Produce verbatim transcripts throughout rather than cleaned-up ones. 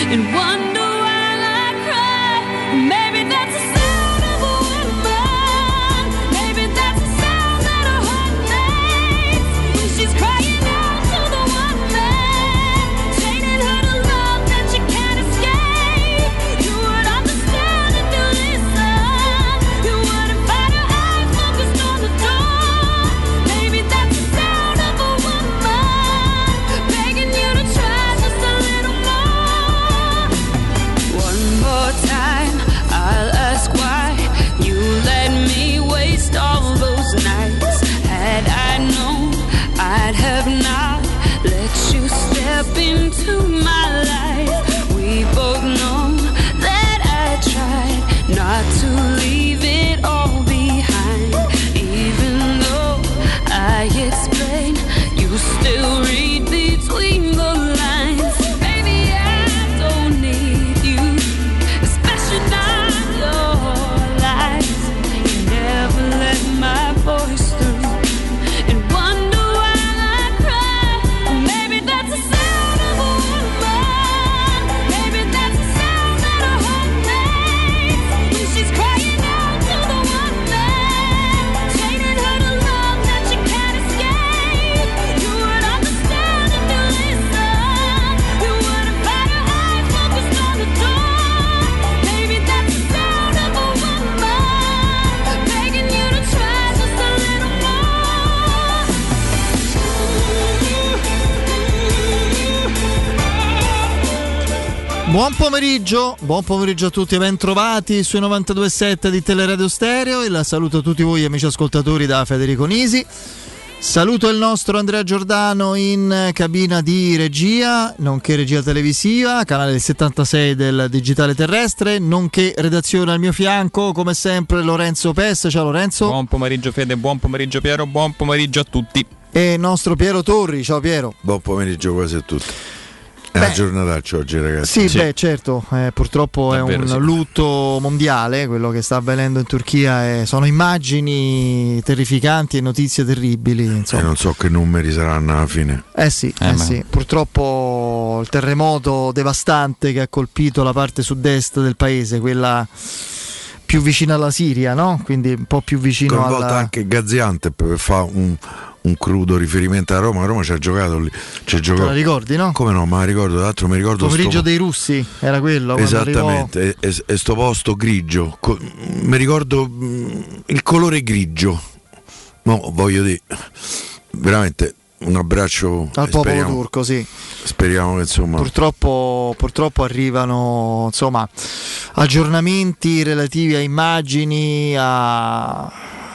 and wonder while I cry. Maybe that's a sound of a woman. Maybe that's a sound that a heart makes when she's crying out to the one man, chaining her to love that you can't escape. You would understand if you listen. You wouldn't find her eyes focused on the door. Maybe that's the sound of a woman begging you to try just a little more. One more time, I'll ask why you let me waste all those nights. Had I known, I'd have not let you step into my life. We both know that I tried not to leave it all behind. Even though I explain, you still read between the lines. Baby, I don't need you, especially not your lies. You never let my voice through and wonder while I cry. Maybe that's the sound of a woman. Maybe that's the sound that a heart makes when she's crying out to the one man, chaining her to love that you can't escape. You would understand if you listen. You wouldn't find her eyes focused on the door. Maybe that's the sound of a woman begging you to try just a little more. Buon pomeriggio, buon pomeriggio a tutti e ben trovati sui novantadue virgola sette di Teleradio Stereo. Il saluto a tutti voi amici ascoltatori da Federico Nisi. Saluto il nostro Andrea Giordano in cabina di regia, nonché regia televisiva, canale settantasei del digitale terrestre, nonché redazione al mio fianco, come sempre Lorenzo Pes. Ciao Lorenzo. Buon pomeriggio Fede, buon pomeriggio Piero, buon pomeriggio a tutti. E il nostro Piero Torri. Ciao Piero. Buon pomeriggio quasi a tutti. È Beh, una giornataccia oggi, ragazzi. Sì, sì. Beh, certo, eh, purtroppo Davvero, è un sì. lutto mondiale quello che sta avvenendo in Turchia. E sono immagini terrificanti e notizie terribili. E Insomma. non so che numeri saranno alla fine. Eh sì, Eh, eh ma- sì. Purtroppo il terremoto devastante che ha colpito la parte sud-est del paese, quella più vicina alla Siria, no? Quindi un po' più vicino Coinvolta alla... anche Gaziantep per fare un, un crudo riferimento a Roma. Roma ci ha giocato lì. Ci Te giocò. la ricordi, no? Come no? Ma ricordo, tra l'altro mi ricordo Il pomeriggio sto... dei russi era quello. quando Esattamente, e, e, e sto posto grigio. Co- mi ricordo mh, il colore grigio. No, voglio dire, veramente un abbraccio arrivò al e popolo speriamo, turco, sì. speriamo che insomma Purtroppo, purtroppo arrivano insomma aggiornamenti relativi a immagini a,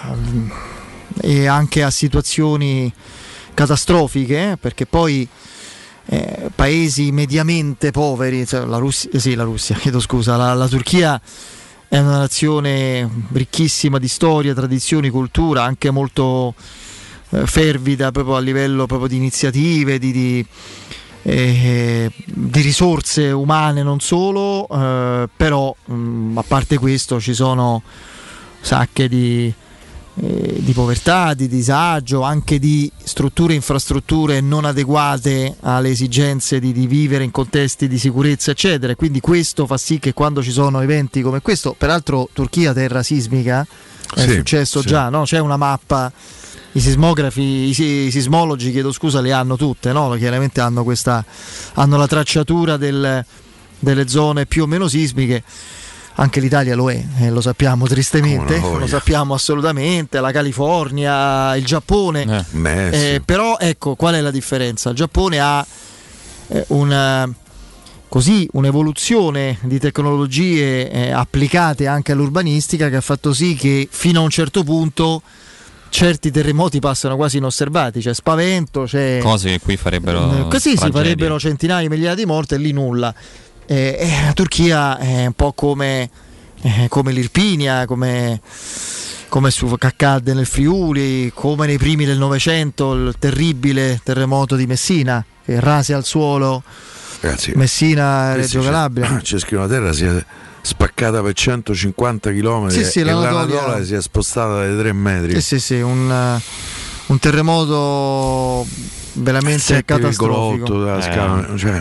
e anche a situazioni catastrofiche, eh, perché poi eh, paesi mediamente poveri, cioè la Russia, eh sì, la Russia, chiedo scusa, la, la Turchia è una nazione ricchissima di storia, tradizioni, cultura, anche molto eh, fervida proprio a livello proprio di iniziative, di, di Eh, di risorse umane non solo, eh, però mh, a parte questo ci sono sacche di, eh, di povertà, di disagio, anche di strutture e infrastrutture non adeguate alle esigenze di, di vivere in contesti di sicurezza eccetera, quindi questo fa sì che quando ci sono eventi come questo, peraltro Turchia terra sismica, è Sì, successo sì. già, no? C'è una mappa. I sismografi, i, si- i sismologi, chiedo scusa, le hanno tutte, no? Chiaramente hanno questa, hanno la tracciatura del- delle zone più o meno sismiche. Anche l'Italia lo è, eh, lo sappiamo tristemente, Come una voglia. lo sappiamo assolutamente. La California, il Giappone, Eh. Messi. eh, però ecco qual è la differenza? Il Giappone ha eh, una, così, un'evoluzione di tecnologie eh, applicate anche all'urbanistica che ha fatto sì che fino a un certo punto certi terremoti passano quasi inosservati, c'è spavento, c'è Cose che qui farebbero eh, così si tragedie. farebbero centinaia di migliaia di morti e lì nulla. Eh, eh, la Turchia è un po' come, eh, come l'Irpinia, come, come su che accadde nel Friuli, come nei primi del Novecento il terribile terremoto di Messina che rase al suolo Ragazzi, Messina e questi Reggio c'è- Calabria. C'è scritto la terra si è spaccata per centocinquanta chilometri Sì, sì, e l'Anatolia- l'Anatolia si è spostata dai tre metri. Sì, sì, sì, un, uh, un terremoto veramente sette virgola otto catastrofico. della Eh. scala, cioè,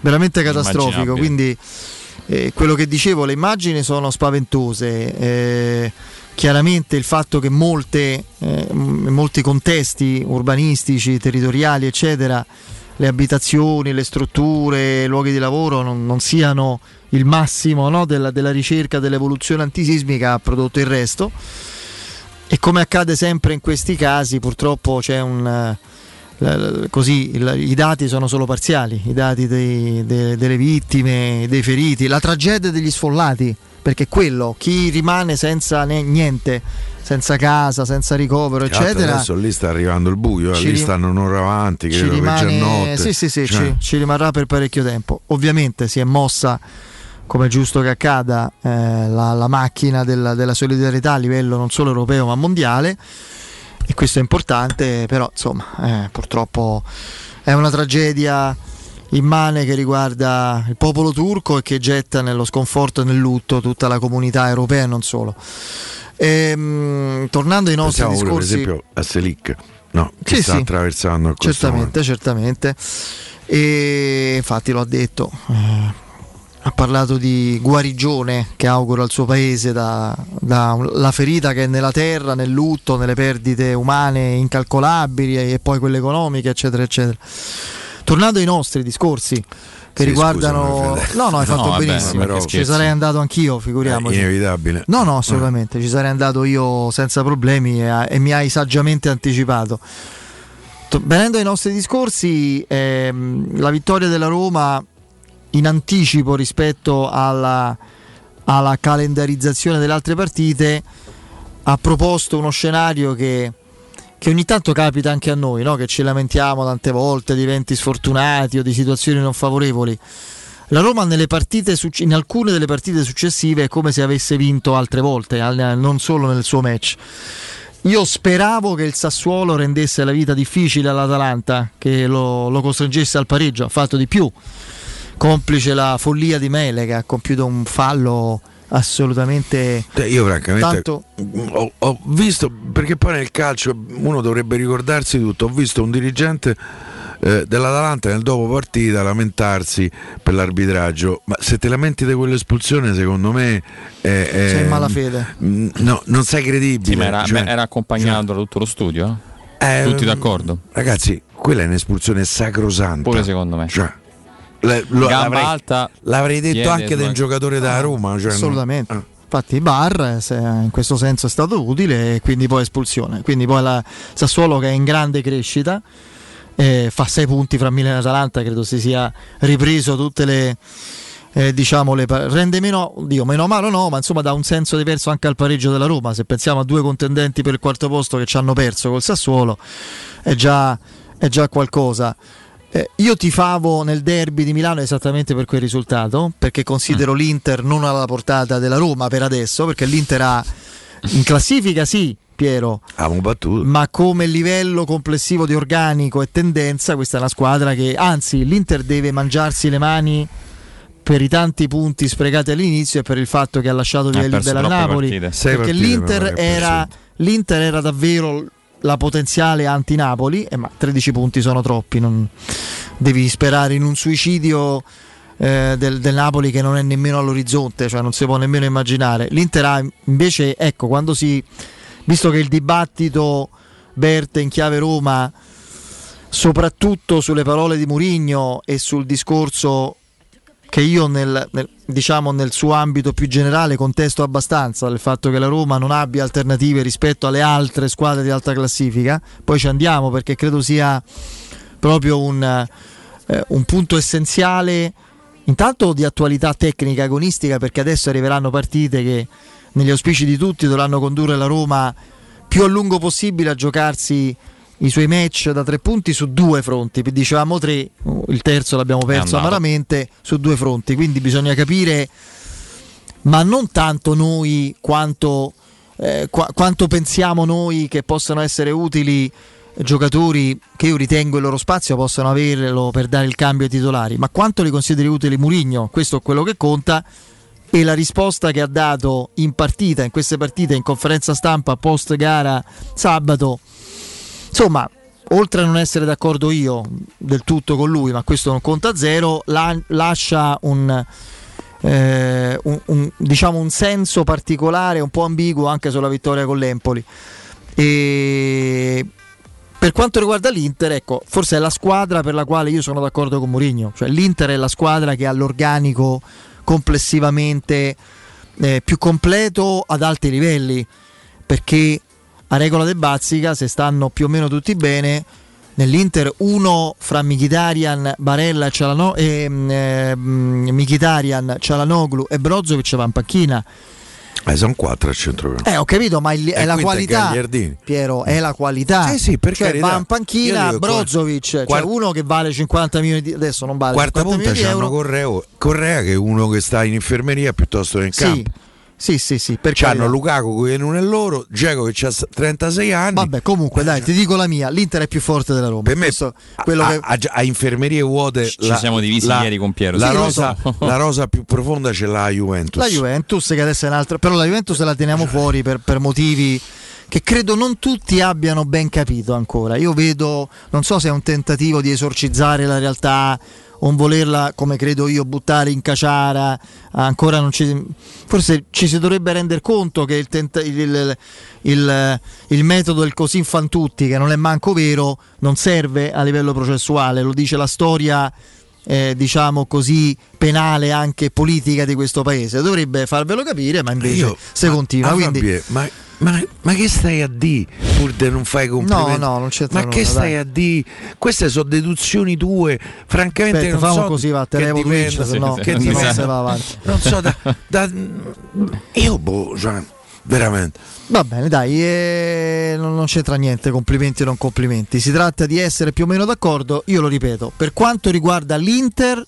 veramente catastrofico. Immaginabile. Quindi eh, quello che dicevo, le immagini sono spaventose. Eh, chiaramente il fatto che molte, eh, in molti contesti urbanistici, territoriali, eccetera, le abitazioni, le strutture, i luoghi di lavoro non, non siano il massimo, no, della, della ricerca dell'evoluzione antisismica, ha prodotto il resto. E come accade sempre in questi casi, purtroppo c'è un uh, così il, i dati sono solo parziali, i dati dei, de, delle vittime, dei feriti, la tragedia degli sfollati, perché quello, chi rimane senza ne, niente, senza casa, senza ricovero, Tra l'altro eccetera. adesso lì sta arrivando il buio, eh, Ci lì ri- stanno un'ora avanti, ci credo che rimane, già notte. sì, sì, sì, Cioè, ci, ci rimarrà per parecchio tempo. Ovviamente si è mossa, come è giusto che accada, eh, la, la macchina della, della solidarietà a livello non solo europeo ma mondiale, e questo è importante, però insomma eh, purtroppo è una tragedia immane che riguarda il popolo turco e che getta nello sconforto e nel lutto tutta la comunità europea e non solo. Ehm, tornando ai nostri pensiamo pure, discorsi, per esempio a Selic, no, che Sì, sta sì. attraversando a questo certamente, certamente, e infatti lo ha detto, eh, ha parlato di guarigione che augura al suo paese da, da la ferita che è nella terra, nel lutto, nelle perdite umane incalcolabili e poi quelle economiche, eccetera, eccetera. Tornando ai nostri discorsi che Sì, riguardano, scusami, Fede. no, no, hai No, fatto vabbè, benissimo. ma che Ci scherzi. sarei andato anch'io, momento. È figuriamoci. inevitabile. No, no, assolutamente, ci sarei andato io senza problemi e, e mi hai saggiamente anticipato. To- Venendo ai nostri discorsi, ehm, la vittoria della Roma in anticipo rispetto alla, alla calendarizzazione delle altre partite ha proposto uno scenario che, che ogni tanto capita anche a noi, no? Che ci lamentiamo tante volte di eventi sfortunati o di situazioni non favorevoli. La Roma nelle partite, suc- in alcune delle partite successive è come se avesse vinto altre volte, al- non solo nel suo match. Io speravo che il Sassuolo rendesse la vita difficile all'Atalanta, che lo, lo costringesse al pareggio, ha fatto di più, complice la follia di Mele che ha compiuto un fallo assolutamente Cioè, io francamente tanto. ho, ho visto, perché poi nel calcio uno dovrebbe ricordarsi tutto, ho visto un dirigente eh, dell'Atalanta nel dopo partita lamentarsi per l'arbitraggio, ma se te lamenti di quell'espulsione secondo me è, è- Sei in malafede. Mm, no, non sei credibile. Sì, ma era, cioè, ma era accompagnato da tutto lo studio? eh? eh, Tutti d'accordo? Ragazzi, quella è un'espulsione sacrosanta. Pure secondo me. Cioè, le- lo- Gamba l'avrei, alta, l'avrei detto piede, anche del due- giocatore da Roma. Cioè, Assolutamente. no. Infatti V A R se- in questo senso è stato utile e quindi poi espulsione. Quindi poi la Sassuolo che è in grande crescita, eh, fa sei punti fra Milan e Atalanta, credo si sia ripreso tutte le eh, diciamo le pa- rende meno, Dio, meno male no, ma insomma dà un senso diverso anche al pareggio della Roma. Se pensiamo a due contendenti per il quarto posto che ci hanno perso col Sassuolo è già, è già qualcosa. Eh, io tifavo nel derby di Milano esattamente per quel risultato, perché considero mm. l'Inter non alla portata della Roma per adesso, perché l'Inter ha in classifica sì, Piero, Abbiamo battuto. ma come livello complessivo di organico e tendenza questa è una squadra che, anzi, l'Inter deve mangiarsi le mani per i tanti punti sprecati all'inizio e per il fatto che ha lasciato via Ha il perso della troppe Napoli, partite. Sei perché partite, l'Inter mi pare che ha era, perso. l'Inter era davvero la potenziale anti-Napoli, eh, ma tredici punti sono troppi, non devi sperare in un suicidio eh, del, del Napoli che non è nemmeno all'orizzonte, cioè non si può nemmeno immaginare. L'Inter ha invece, ecco, quando si, visto che il dibattito verte in chiave Roma soprattutto sulle parole di Mourinho e sul discorso che io nel, nel, diciamo nel suo ambito più generale contesto abbastanza, del fatto che la Roma non abbia alternative rispetto alle altre squadre di alta classifica, poi ci andiamo perché credo sia proprio un, eh, un punto essenziale intanto di attualità tecnica agonistica, perché adesso arriveranno partite che negli auspici di tutti dovranno condurre la Roma più a lungo possibile a giocarsi i suoi match da tre punti su due fronti, dicevamo tre, il terzo l'abbiamo perso amaramente, su due fronti, quindi bisogna capire, ma non tanto noi quanto, eh, qu- quanto pensiamo noi che possano essere utili giocatori che io ritengo il loro spazio possano averlo per dare il cambio ai titolari, ma quanto li consideri utili Mourinho, questo è quello che conta. E la risposta che ha dato in partita, in queste partite, in conferenza stampa post gara sabato, insomma, oltre a non essere d'accordo io del tutto con lui, ma questo non conta zero, la, lascia un, eh, un, un, diciamo un senso particolare, un po' ambiguo anche sulla vittoria con l'Empoli. E per quanto riguarda l'Inter, ecco, forse è la squadra per la quale io sono d'accordo con Mourinho, cioè l'Inter è la squadra che ha l'organico complessivamente eh, più completo ad alti livelli, perché a regola de Bazzica, se stanno più o meno tutti bene, nell'Inter uno fra Mkhitaryan, Barella, Cialano- e, eh, Mkhitaryan, Cialanoglu e Brozovic va in panchina. Eh, sono quattro al centrocampo. Eh, ho capito, ma il, è E la quinta è qualità, Gagliardini. Piero, è la qualità. Sì, sì, per cioè, carità. va in panchina Io dico, Brozovic, quart- cioè uno che vale cinquanta milioni di adesso non vale Quarta cinquanta punta milioni di c'hanno euro. Correa, Correa che è uno che sta in infermeria piuttosto che in Sì, campo. sì, sì, sì, per C'hanno carità. Lukaku che non è loro, Dzeko che ha trentasei anni. Vabbè, comunque dai, ti dico la mia, l'Inter è più forte della Roma. Per me Questo, quello a, che... a, a infermerie vuote Ci siamo divisi ieri con Piero, La, sì, lo rosa, so. la rosa più profonda ce l'ha la Juventus. La Juventus che adesso è un'altra, però la Juventus la teniamo fuori per, per motivi che credo non tutti abbiano ben capito ancora. Io vedo, non so se è un tentativo di esorcizzare la realtà o un volerla, come credo io, buttare in caciara. Ancora non ci, forse ci si dovrebbe rendere conto che il, tenta, il, il, il, il metodo del così fan tutti, che non è manco vero, non serve a livello processuale, lo dice la storia. Eh, diciamo così, penale anche politica di questo paese, dovrebbe farvelo capire, ma invece Io, se ma, continua. ah, Quindi Fabio, ma, ma, ma che stai a di pur de non fai complimenti? no, no, non c'entra ma nulla, che stai dai. a di? Queste sono deduzioni tue, francamente. Aspetta, non famo so così, va, te che levo dipende- Twitch, se no, sì, che se no dipende- se va avanti. non so da, da- io boh, cioè, veramente. Va bene, dai, eh, non, non c'entra niente, complimenti o non complimenti. Si tratta di essere più o meno d'accordo. Io lo ripeto, per quanto riguarda l'Inter,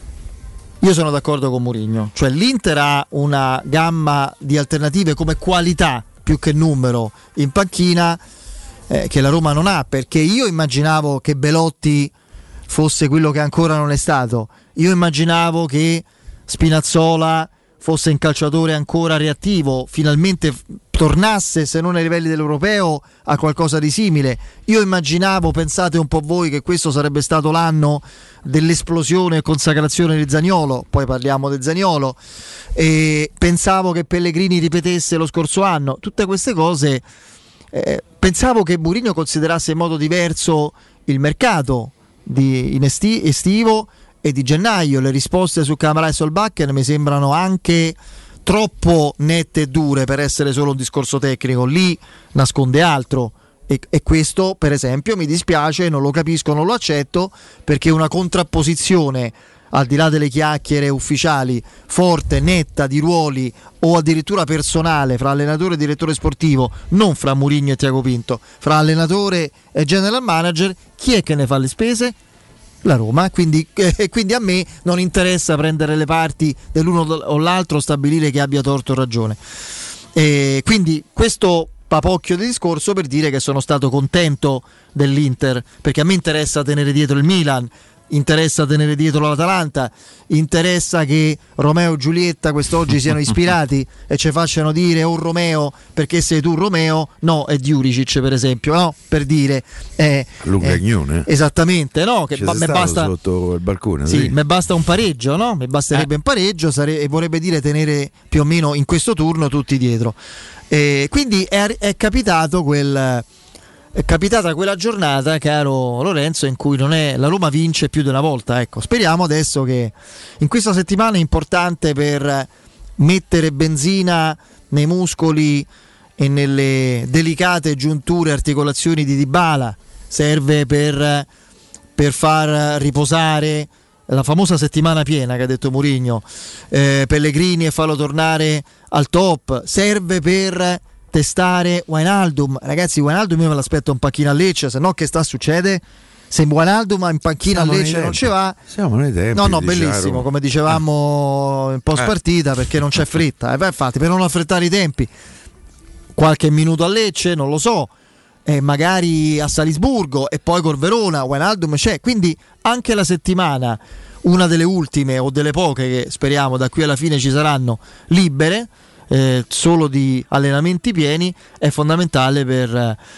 io sono d'accordo con Mourinho. Cioè l'Inter ha una gamma di alternative come qualità più che numero in panchina eh, che la Roma non ha, perché io immaginavo che Belotti fosse quello che ancora non è stato. Io immaginavo che Spinazzola fosse un calciatore ancora reattivo, finalmente f- tornasse, se non ai livelli dell'europeo, a qualcosa di simile. Io immaginavo, pensate un po' voi, che questo sarebbe stato l'anno dell'esplosione e consacrazione di Zaniolo, poi parliamo del Zaniolo, e pensavo che Pellegrini ripetesse lo scorso anno. Tutte queste cose, eh, pensavo che Mourinho considerasse in modo diverso il mercato di, in esti- estivo e di gennaio. Le risposte su Camara e Solbakken mi sembrano anche troppo nette e dure per essere solo un discorso tecnico. Lì nasconde altro e, e questo per esempio mi dispiace, non lo capisco, non lo accetto, perché una contrapposizione, al di là delle chiacchiere ufficiali, forte, netta di ruoli o addirittura personale fra allenatore e direttore sportivo, non fra Mourinho e Tiago Pinto, fra allenatore e general manager, chi è che ne fa le spese? La Roma, quindi, eh, quindi a me non interessa prendere le parti dell'uno o l'altro, stabilire che abbia torto o ragione. E quindi questo papocchio di discorso per dire che sono stato contento dell'Inter, perché a me interessa tenere dietro il Milan, interessa tenere dietro l'Atalanta, interessa che Romeo e Giulietta quest'oggi siano ispirati e ci facciano dire oh Romeo perché sei tu Romeo, no è Djuricic per esempio, no? Per dire eh, Lungagnone. eh, esattamente, no? Che Ci ba- sei me stato basta sotto il balcone, sì, sì. me basta un pareggio, no? Mi basterebbe Eh. un pareggio sare- e vorrebbe dire tenere più o meno in questo turno tutti dietro. E quindi è, è capitato quel è capitata quella giornata, caro Lorenzo, in cui non è, la Roma vince più di una volta. Ecco, speriamo adesso che in questa settimana è importante per mettere benzina nei muscoli e nelle delicate giunture, articolazioni di Dybala. Serve per, per far riposare la famosa settimana piena che ha detto Mourinho, eh, Pellegrini, e farlo tornare al top. Serve per testare Wijnaldum. Ragazzi, Wijnaldum io me l'aspetto un panchina a Lecce, se no che sta succede? Se Wijnaldum in panchina Siamo a nei Lecce non tempi. ci va, Siamo nei tempi, no no diciamo. bellissimo, come dicevamo in post partita, perché non c'è fretta, eh, beh, infatti per non affrettare i tempi qualche minuto a Lecce, non lo so, eh, magari a Salisburgo e poi col Verona Wijnaldum c'è, quindi anche la settimana, una delle ultime o delle poche che speriamo da qui alla fine ci saranno libere, Eh, solo di allenamenti pieni, è fondamentale per,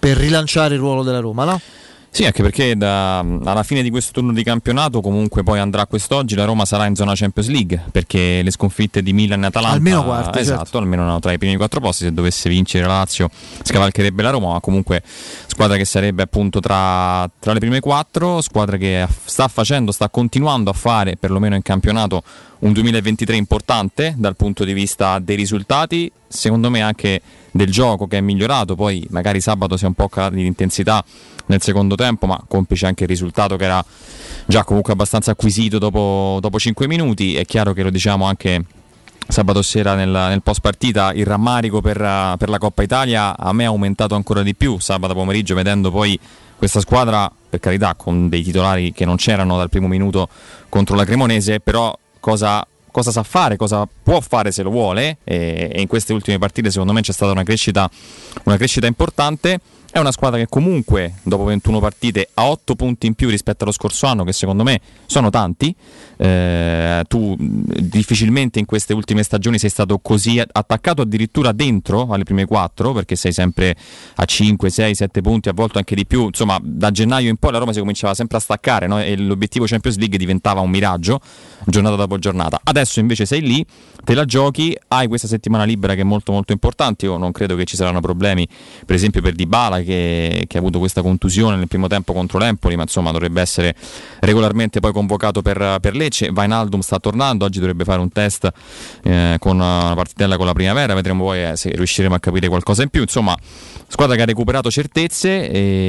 per rilanciare il ruolo della Roma, no? Sì, anche perché da, alla fine di questo turno di campionato comunque poi andrà quest'oggi, la Roma sarà in zona Champions League, perché le sconfitte di Milan e Atalanta almeno quarti, esatto, certo. almeno tra i primi quattro posti, se dovesse vincere la Lazio scavalcherebbe la Roma, ma comunque squadra che sarebbe appunto tra, tra le prime quattro, squadra che sta facendo, sta continuando a fare perlomeno in campionato un duemilaventitré importante dal punto di vista dei risultati, secondo me anche del gioco che è migliorato, poi magari sabato si è un po' calati di intensità nel secondo tempo, ma complice anche il risultato che era già comunque abbastanza acquisito dopo, dopo cinque minuti. È chiaro che lo diciamo anche sabato sera nel, nel post partita, il rammarico per, per la Coppa Italia a me è aumentato ancora di più sabato pomeriggio, vedendo poi questa squadra, per carità, con dei titolari che non c'erano dal primo minuto contro la Cremonese, però cosa cosa sa fare, cosa può fare se lo vuole, e, e in queste ultime partite secondo me c'è stata una crescita, una crescita importante. È una squadra che comunque dopo ventuno partite ha otto punti in più rispetto allo scorso anno, che secondo me sono tanti. Eh, tu difficilmente in queste ultime stagioni sei stato così attaccato addirittura dentro alle prime quattro, perché sei sempre a cinque, sei, sette punti, a volte anche di più. Insomma, da gennaio in poi la Roma si cominciava sempre a staccare, no? E l'obiettivo Champions League diventava un miraggio giornata dopo giornata. Adesso invece sei lì, te la giochi, hai questa settimana libera che è molto molto importante. Io non credo che ci saranno problemi, per esempio per Dybala che, che ha avuto questa contusione nel primo tempo contro l'Empoli, ma insomma dovrebbe essere regolarmente poi convocato per, per Lecce. Wijnaldum sta tornando, oggi dovrebbe fare un test eh, con una partitella con la Primavera, vedremo poi eh, se riusciremo a capire qualcosa in più. Insomma, squadra che ha recuperato certezze,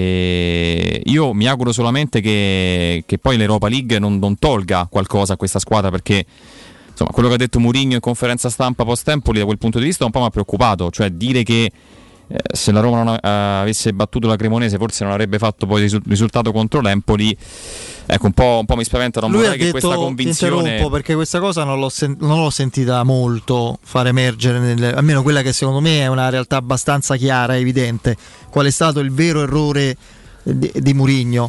e io mi auguro solamente che, che poi l'Europa League non, non tolga qualcosa a questa squadra, perché insomma quello che ha detto Mourinho in conferenza stampa post Empoli da quel punto di vista un po' mi ha preoccupato, cioè dire che eh, se la Roma non a- avesse battuto la Cremonese forse non avrebbe fatto poi il risultato contro l'Empoli. Ecco, un po', un po' mi spaventa, non Lui vorrei ha che detto, questa convinzione... ti interrompo perché questa cosa non l'ho, sen- non l'ho sentita molto far emergere, nel, almeno quella che secondo me è una realtà abbastanza chiara e evidente, qual è stato il vero errore di, di Mourinho.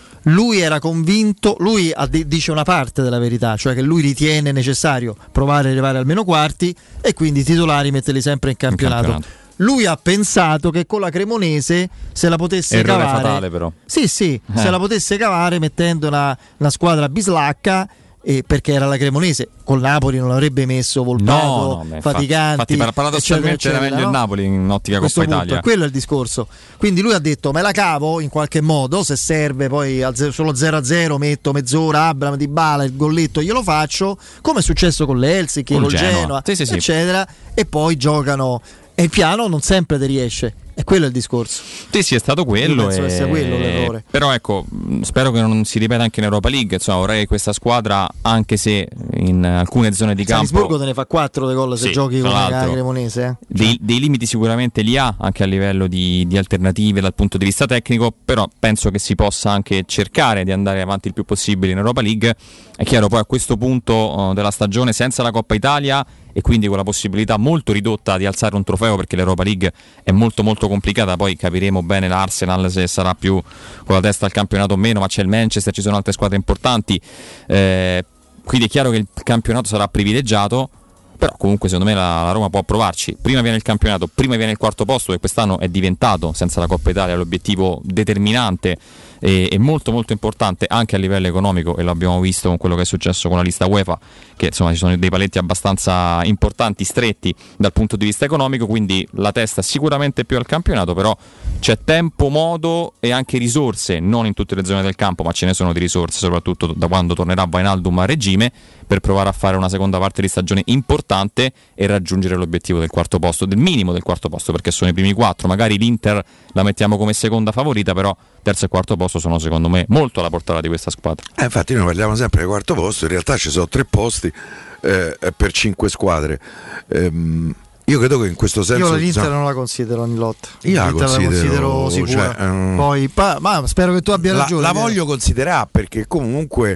Lui era convinto, lui dice una parte della verità, cioè che lui ritiene necessario provare ad arrivare almeno quarti e quindi i titolari metterli sempre in campionato. In campionato. Lui ha pensato che con la Cremonese se la potesse Errore cavare, fatale però. Sì, sì, eh. se la potesse cavare mettendo una, una squadra bislacca, eh, perché era la Cremonese. Col Napoli non l'avrebbe messo Volpato, no, no, Faticanti. Infatti, paradossalmente era meglio no? il Napoli in ottica Coppa punto, Italia. Quello è il discorso. Quindi lui ha detto: me la cavo in qualche modo, se serve poi al ze- solo zero a zero metto mezz'ora Abraham, Dybala, il golletto glielo faccio, come è successo con l'Helsinki, Col col Genoa, Genoa, sì, sì, sì. eccetera, e poi giocano. E il piano non sempre ti riesce. E quello è il discorso. Sì, sì, è stato quello. Io penso e... che sia quello l'errore. Però ecco, spero che non si ripeta anche in Europa League. Insomma, vorrei che questa squadra, anche se in alcune zone di campo. Salisburgo te ne fa quattro di gol se sì, giochi con la l'altro. Cremonese. Eh? Dei, dei limiti sicuramente li ha, anche a livello di, di alternative dal punto di vista tecnico, però penso che si possa anche cercare di andare avanti il più possibile in Europa League. È chiaro, poi a questo punto uh, della stagione, senza la Coppa Italia e quindi con la possibilità molto ridotta di alzare un trofeo, perché l'Europa League è molto molto complicata, poi capiremo bene l'Arsenal se sarà più con la testa al campionato o meno, ma c'è il Manchester, ci sono altre squadre importanti, eh, quindi è chiaro che il campionato sarà privilegiato. Però comunque secondo me la, la Roma può provarci. Prima viene il campionato, prima viene il quarto posto, che quest'anno è diventato, senza la Coppa Italia, l'obiettivo determinante e, e molto molto importante anche a livello economico, e lo abbiamo visto con quello che è successo con la lista UEFA, che insomma ci sono dei paletti abbastanza importanti, stretti dal punto di vista economico, quindi la testa sicuramente più al campionato, però c'è tempo, modo e anche risorse, non in tutte le zone del campo, ma ce ne sono di risorse, soprattutto da quando tornerà Wijnaldum a regime, per provare a fare una seconda parte di stagione importante e raggiungere l'obiettivo del quarto posto, del minimo del quarto posto, perché sono i primi quattro. Magari l'Inter la mettiamo come seconda favorita, però terzo e quarto posto sono secondo me molto alla portata di questa squadra. Eh, infatti noi parliamo sempre del quarto posto, in realtà ci sono tre posti eh, per cinque squadre. Ehm, io credo che in questo senso io l'Inter non la considero in lotta. Io la L'Inter considero, la considero sicura. Cioè, um, Poi, pa, ma spero che tu abbia la, ragione. la voglio considerare, perché comunque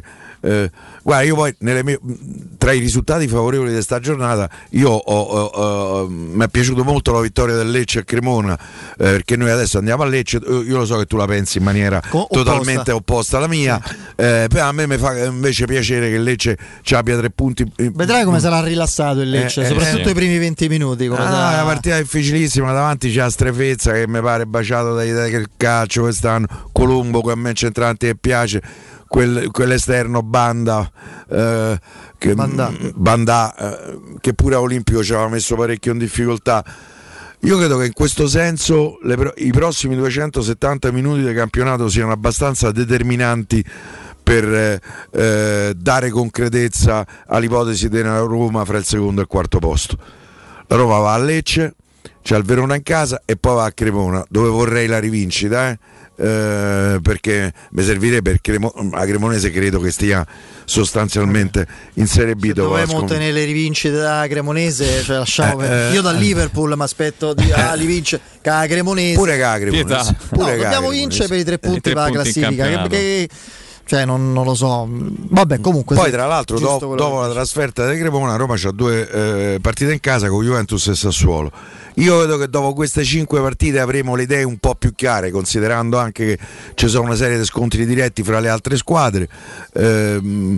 eh, guarda, io poi nelle mie, tra i risultati favorevoli di sta giornata io ho, ho, ho, mi è piaciuto molto la vittoria del Lecce a Cremona, eh, perché noi adesso andiamo a Lecce, io lo so che tu la pensi in maniera Co- totalmente opposta alla mia, eh, però a me mi fa invece piacere che il Lecce ci abbia tre punti. Vedrai come sarà rilassato il Lecce, Eh, eh, soprattutto sì. i primi venti minuti. Come Ah, sarà- una partita difficilissima, davanti c'è la Strefezza che mi pare baciato dai idee del calcio quest'anno, Colombo che a me centrante che piace, quel, quell'esterno Banda, eh, che, Bandà. Bandà, eh, che pure a Olimpico ci aveva messo parecchio in difficoltà. Io credo che in questo senso le, pro- i prossimi duecentosettanta minuti del campionato siano abbastanza determinanti per eh, eh, dare concretezza all'ipotesi della Roma fra il secondo e il quarto posto. La Roma va a Lecce, c'è il Verona in casa e poi va a Cremona, dove vorrei la rivincita, eh? Eh, perché mi servirebbe, perché a Cremonese credo che stia sostanzialmente in Serie B. Se dopo la dovevamo scom- ottenere le rivincite da Cremonese, cioè lasciamo Eh, per- eh, io da Liverpool mi aspetto di ah, li vince ca Cremonese. Pure che a Cremonese, Pietà. No, pure che a dobbiamo Cremonese. vincere per i tre punti tre per la punti in classifica. Che, campionato. che- cioè, non, non lo so. Vabbè, comunque. Poi sì, tra l'altro giusto dopo, quello dopo che la dici. trasferta di Cremona, Roma c'ha due eh, partite in casa con Juventus e Sassuolo. Io vedo che dopo queste cinque partite avremo le idee un po' più chiare, considerando anche che ci sono una serie di scontri diretti fra le altre squadre. Ehm,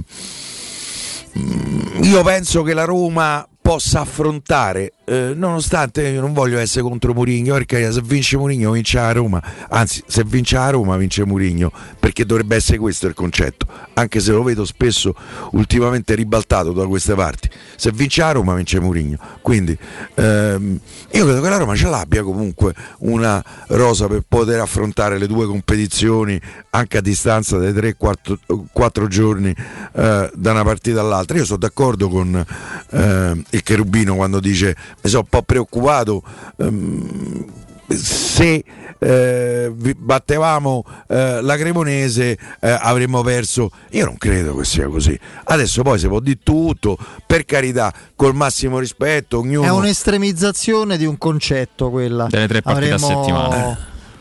io penso che la Roma possa affrontare, eh, nonostante io non voglio essere contro Mourinho, perché se vince Mourinho vince la Roma, anzi se vince la Roma vince Mourinho, perché dovrebbe essere questo il concetto, anche se lo vedo spesso ultimamente ribaltato da queste parti. Se vince la Roma vince Mourinho, quindi ehm, io credo che la Roma ce l'abbia comunque una rosa per poter affrontare le due competizioni anche a distanza dei tre quattro giorni eh, da una partita all'altra. Io sono d'accordo con eh, il Cherubino quando dice mi sono un po' preoccupato ehm, se eh, battevamo eh, la Cremonese eh, avremmo perso. Io non credo che sia così. Adesso poi si può dire tutto, per carità, col massimo rispetto, ognuno... È un'estremizzazione di un concetto quella. Delle tre partite a Avremo- settimana.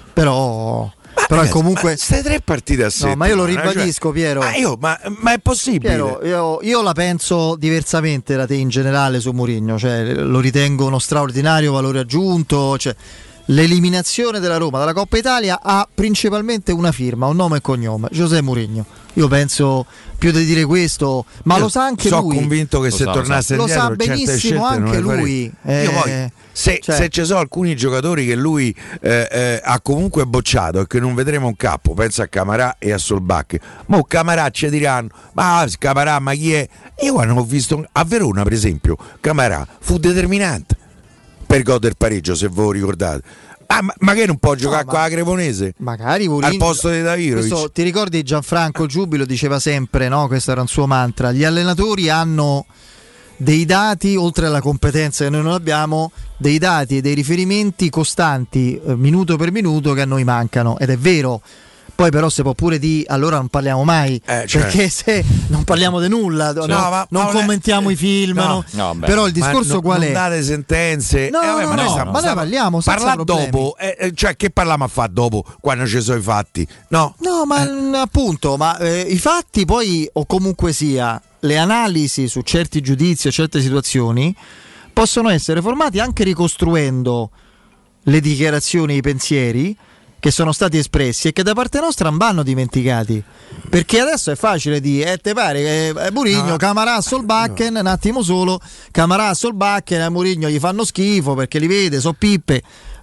Però, Ma però è ragazzi, comunque. ma ste tre partite a settimana, No, ma io lo cioè- ribadisco, Piero. Ma, io, ma, ma è possibile? Piero, io, io la penso diversamente da te in generale su Mourinho, cioè lo ritengo uno straordinario valore aggiunto, cioè, l'eliminazione della Roma dalla Coppa Italia ha principalmente una firma, un nome e cognome, José Mourinho. Io penso più di dire questo, ma Io lo sa anche so lui. convinto che Lo se sa, lo tornasse Lo indietro sa certe benissimo scelte non anche le farebbe. lui. Io poi, eh, se, cioè- se ci sono alcuni giocatori che lui eh, eh, ha comunque bocciato e che non vedremo un capo, pensa a Camarà e a Solbacche. Ma Camarà ci diranno, ma Camarà, ma chi è? Io quando ho visto a Verona, per esempio, Camarà fu determinante per gol del pareggio, se voi ricordate. Ah, ma, ma che non può giocare ma- qua a Cremonese? Magari Mourinho, Al posto di Davirovic? questo, ti ricordi Gianfranco Giubilo diceva sempre, no? Questo era un suo mantra, gli allenatori hanno dei dati, oltre alla competenza che noi non abbiamo, dei dati e dei riferimenti costanti, eh, minuto per minuto, che a noi mancano, ed è vero. Poi però si può pure di allora non parliamo mai, Eh, cioè. perché se non parliamo di nulla, no, ma- non ma- commentiamo i film, no. no. No, beh. Però il Ma discorso no- qual non è? date sentenze. No, Eh, vabbè, no, ma noi no, stiamo- ma noi stiamo- parliamo senza parla problemi. dopo, eh, eh, cioè che parliamo a fare dopo quando ci sono i fatti? No, No, ma mh, appunto, ma eh, i fatti poi, o comunque sia, le analisi su certi giudizi o certe situazioni possono essere formati anche ricostruendo le dichiarazioni e i pensieri che sono stati espressi e che da parte nostra non vanno dimenticati, perché adesso è facile dire eh, te pare che eh, Mourinho, No. Camarà, Solbakken, un attimo solo, Camarà, Solbakken a Mourinho gli fanno schifo perché li vede, so pippe,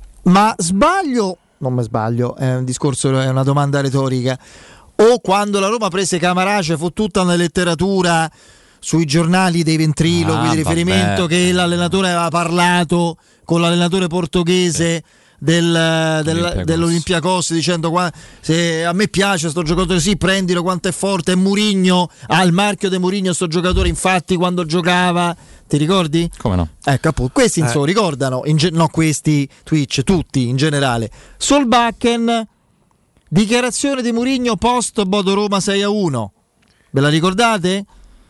ma sbaglio? Non mi sbaglio, è un discorso, è una domanda retorica. O quando la Roma prese Camarà c'è fu tutta una letteratura sui giornali dei ventriloqui Ah, di riferimento vabbè. che l'allenatore aveva parlato con l'allenatore portoghese del, del, Olympiacos. dell'Olympiacos dicendo qua, se a me piace sto giocatore, sì, prendilo quanto è forte, è Mourinho, ha il marchio di Mourinho sto giocatore, infatti quando giocava, ti ricordi? Come no? Ecco, appunto, questi insomma Eh. ricordano, in ge- no questi Twitch, tutti in generale. Solbakken, dichiarazione di Mourinho post Bodo Roma sei a uno, ve la ricordate?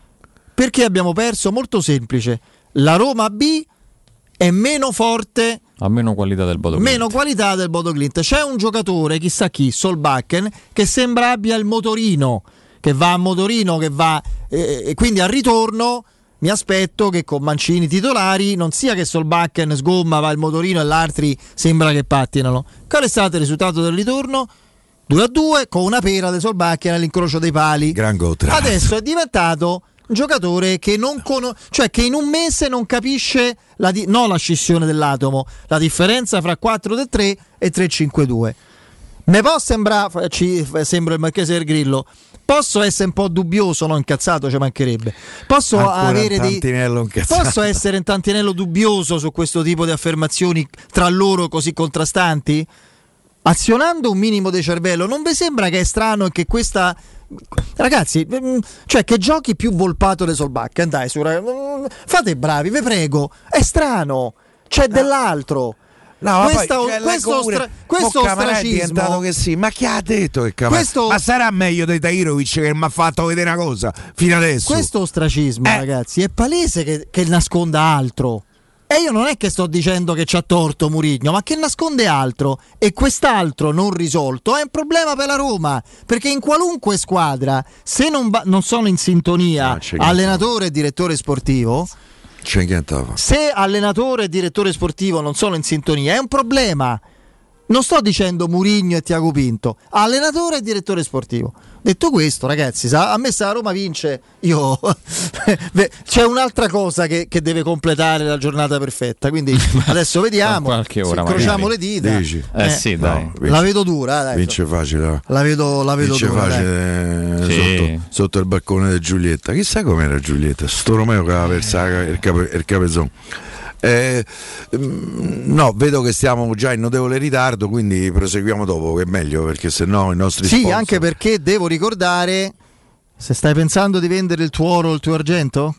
Perché abbiamo perso? Molto semplice, la Roma B è meno forte, Ha meno qualità del Bodo meno qualità del Bodo Glimt. C'è un giocatore, chissà chi, Solbakken, che sembra abbia il motorino, che va a motorino, che va eh, e quindi al ritorno mi aspetto che con Mancini titolari non sia che Solbakken sgomma, va il motorino e l'altri sembra che pattinano. Qual è stato il risultato del ritorno? due a due con una pera di Solbakken all'incrocio dei pali. Gran gotra. Adesso è diventato un giocatore che non conosce, cioè che in un mese non capisce la di- no la scissione dell'atomo, la differenza fra quattro tre tre e tre cinque due. Me può sembrare, ci sembra il Marchese del Grillo, posso essere un po' dubbioso, no, incazzato, ci mancherebbe. Posso Ancora avere un dei tantinello incazzato. Posso essere un tantinello dubbioso su questo tipo di affermazioni tra loro così contrastanti? Azionando un minimo di cervello, non vi sembra che è strano e che questa ragazzi, cioè che giochi più Volpato di Solbakken, dai, su, fate bravi, vi prego, è strano, c'è no. dell'altro. No, Questa, poi, cioè, questo ostra- questo è diventato che sì, ma chi ha detto che Camarà? Questo... Ma sarà meglio di Tahirovic che mi ha fatto vedere una cosa fino adesso. Questo ostracismo, eh. ragazzi, è palese che, che nasconda altro. E io non è che sto dicendo che c'ha torto Mourinho, ma che nasconde altro, e quest'altro non risolto è un problema per la Roma, perché in qualunque squadra, se non, va- non sono in sintonia no, allenatore e direttore sportivo, c'è se allenatore e direttore sportivo non sono in sintonia è un problema. Non sto dicendo Mourinho e Tiago Pinto, allenatore e direttore sportivo. Detto questo, ragazzi, a me se la Roma vince, io c'è un'altra cosa che, che deve completare la giornata perfetta. Quindi adesso vediamo, qualche ora incrociamo le dita. Dici? Eh, eh sì, dai. No, la vedo dura, dai. Vince facile. La vedo, la vedo vince dura. facile eh, sì. sotto, sotto il balcone di Giulietta. Chissà com'era Giulietta, sto Romeo che aveva persato il, cape, il capezzone. Eh, no, vedo che stiamo già in notevole ritardo, quindi proseguiamo dopo, che è meglio, perché sennò i nostri sì, sponsor... anche perché devo ricordare, se stai pensando di vendere il tuo oro o il tuo argento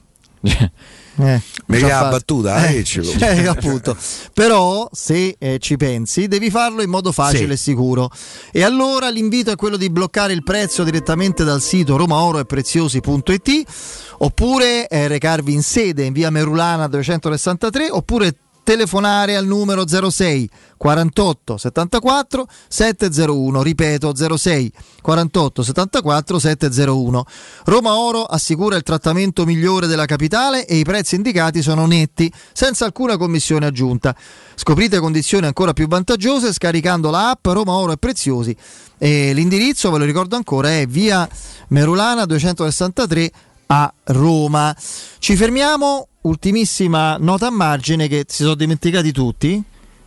eh, mi già ha fatto. battuta eh, eh, eh, appunto. Però se eh, ci pensi devi farlo in modo facile sì. e sicuro, e allora l'invito è quello di bloccare il prezzo direttamente dal sito romaoroepreziosi punto it, oppure eh, recarvi in sede in via Merulana duecentosessantatré, oppure telefonare al numero zero sei quarantotto settantaquattro settecentouno, ripeto zero sei quarantotto settantaquattro settecentouno. Roma Oro assicura il trattamento migliore della capitale e i prezzi indicati sono netti, senza alcuna commissione aggiunta. Scoprite condizioni ancora più vantaggiose scaricando la app Roma Oro e Preziosi, e l'indirizzo, ve lo ricordo ancora, è via Merulana duecentosessantatré a Roma. Ci fermiamo, ultimissima nota a margine che si sono dimenticati tutti.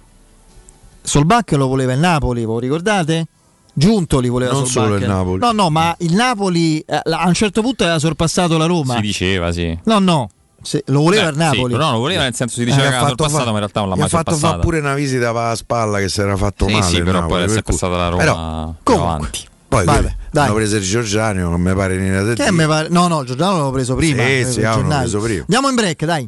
Solbakken lo voleva il Napoli, voi ricordate? Giuntoli voleva non Solbakken. Solo il Napoli. No, no, ma il Napoli eh, a un certo punto aveva sorpassato la Roma. Si diceva, sì. No, no, se, lo voleva Beh, il Napoli. Sì, no, lo voleva nel senso si diceva eh, che aveva sorpassato, fa, ma in realtà non l'ha mai sorpassato. Ha fatto fare pure una visita a spalla che si era fatto sì, male. Sì, però Napoli, poi adesso è per passata la Roma però, più comunque, avanti. Poi Vabbè, hanno preso il Giorgiano, non mi pare niente. Che me pare... No, no, il Giorgiano l'avevo preso prima. Sì, eh, sì, l'hanno preso prima. Andiamo in break, dai.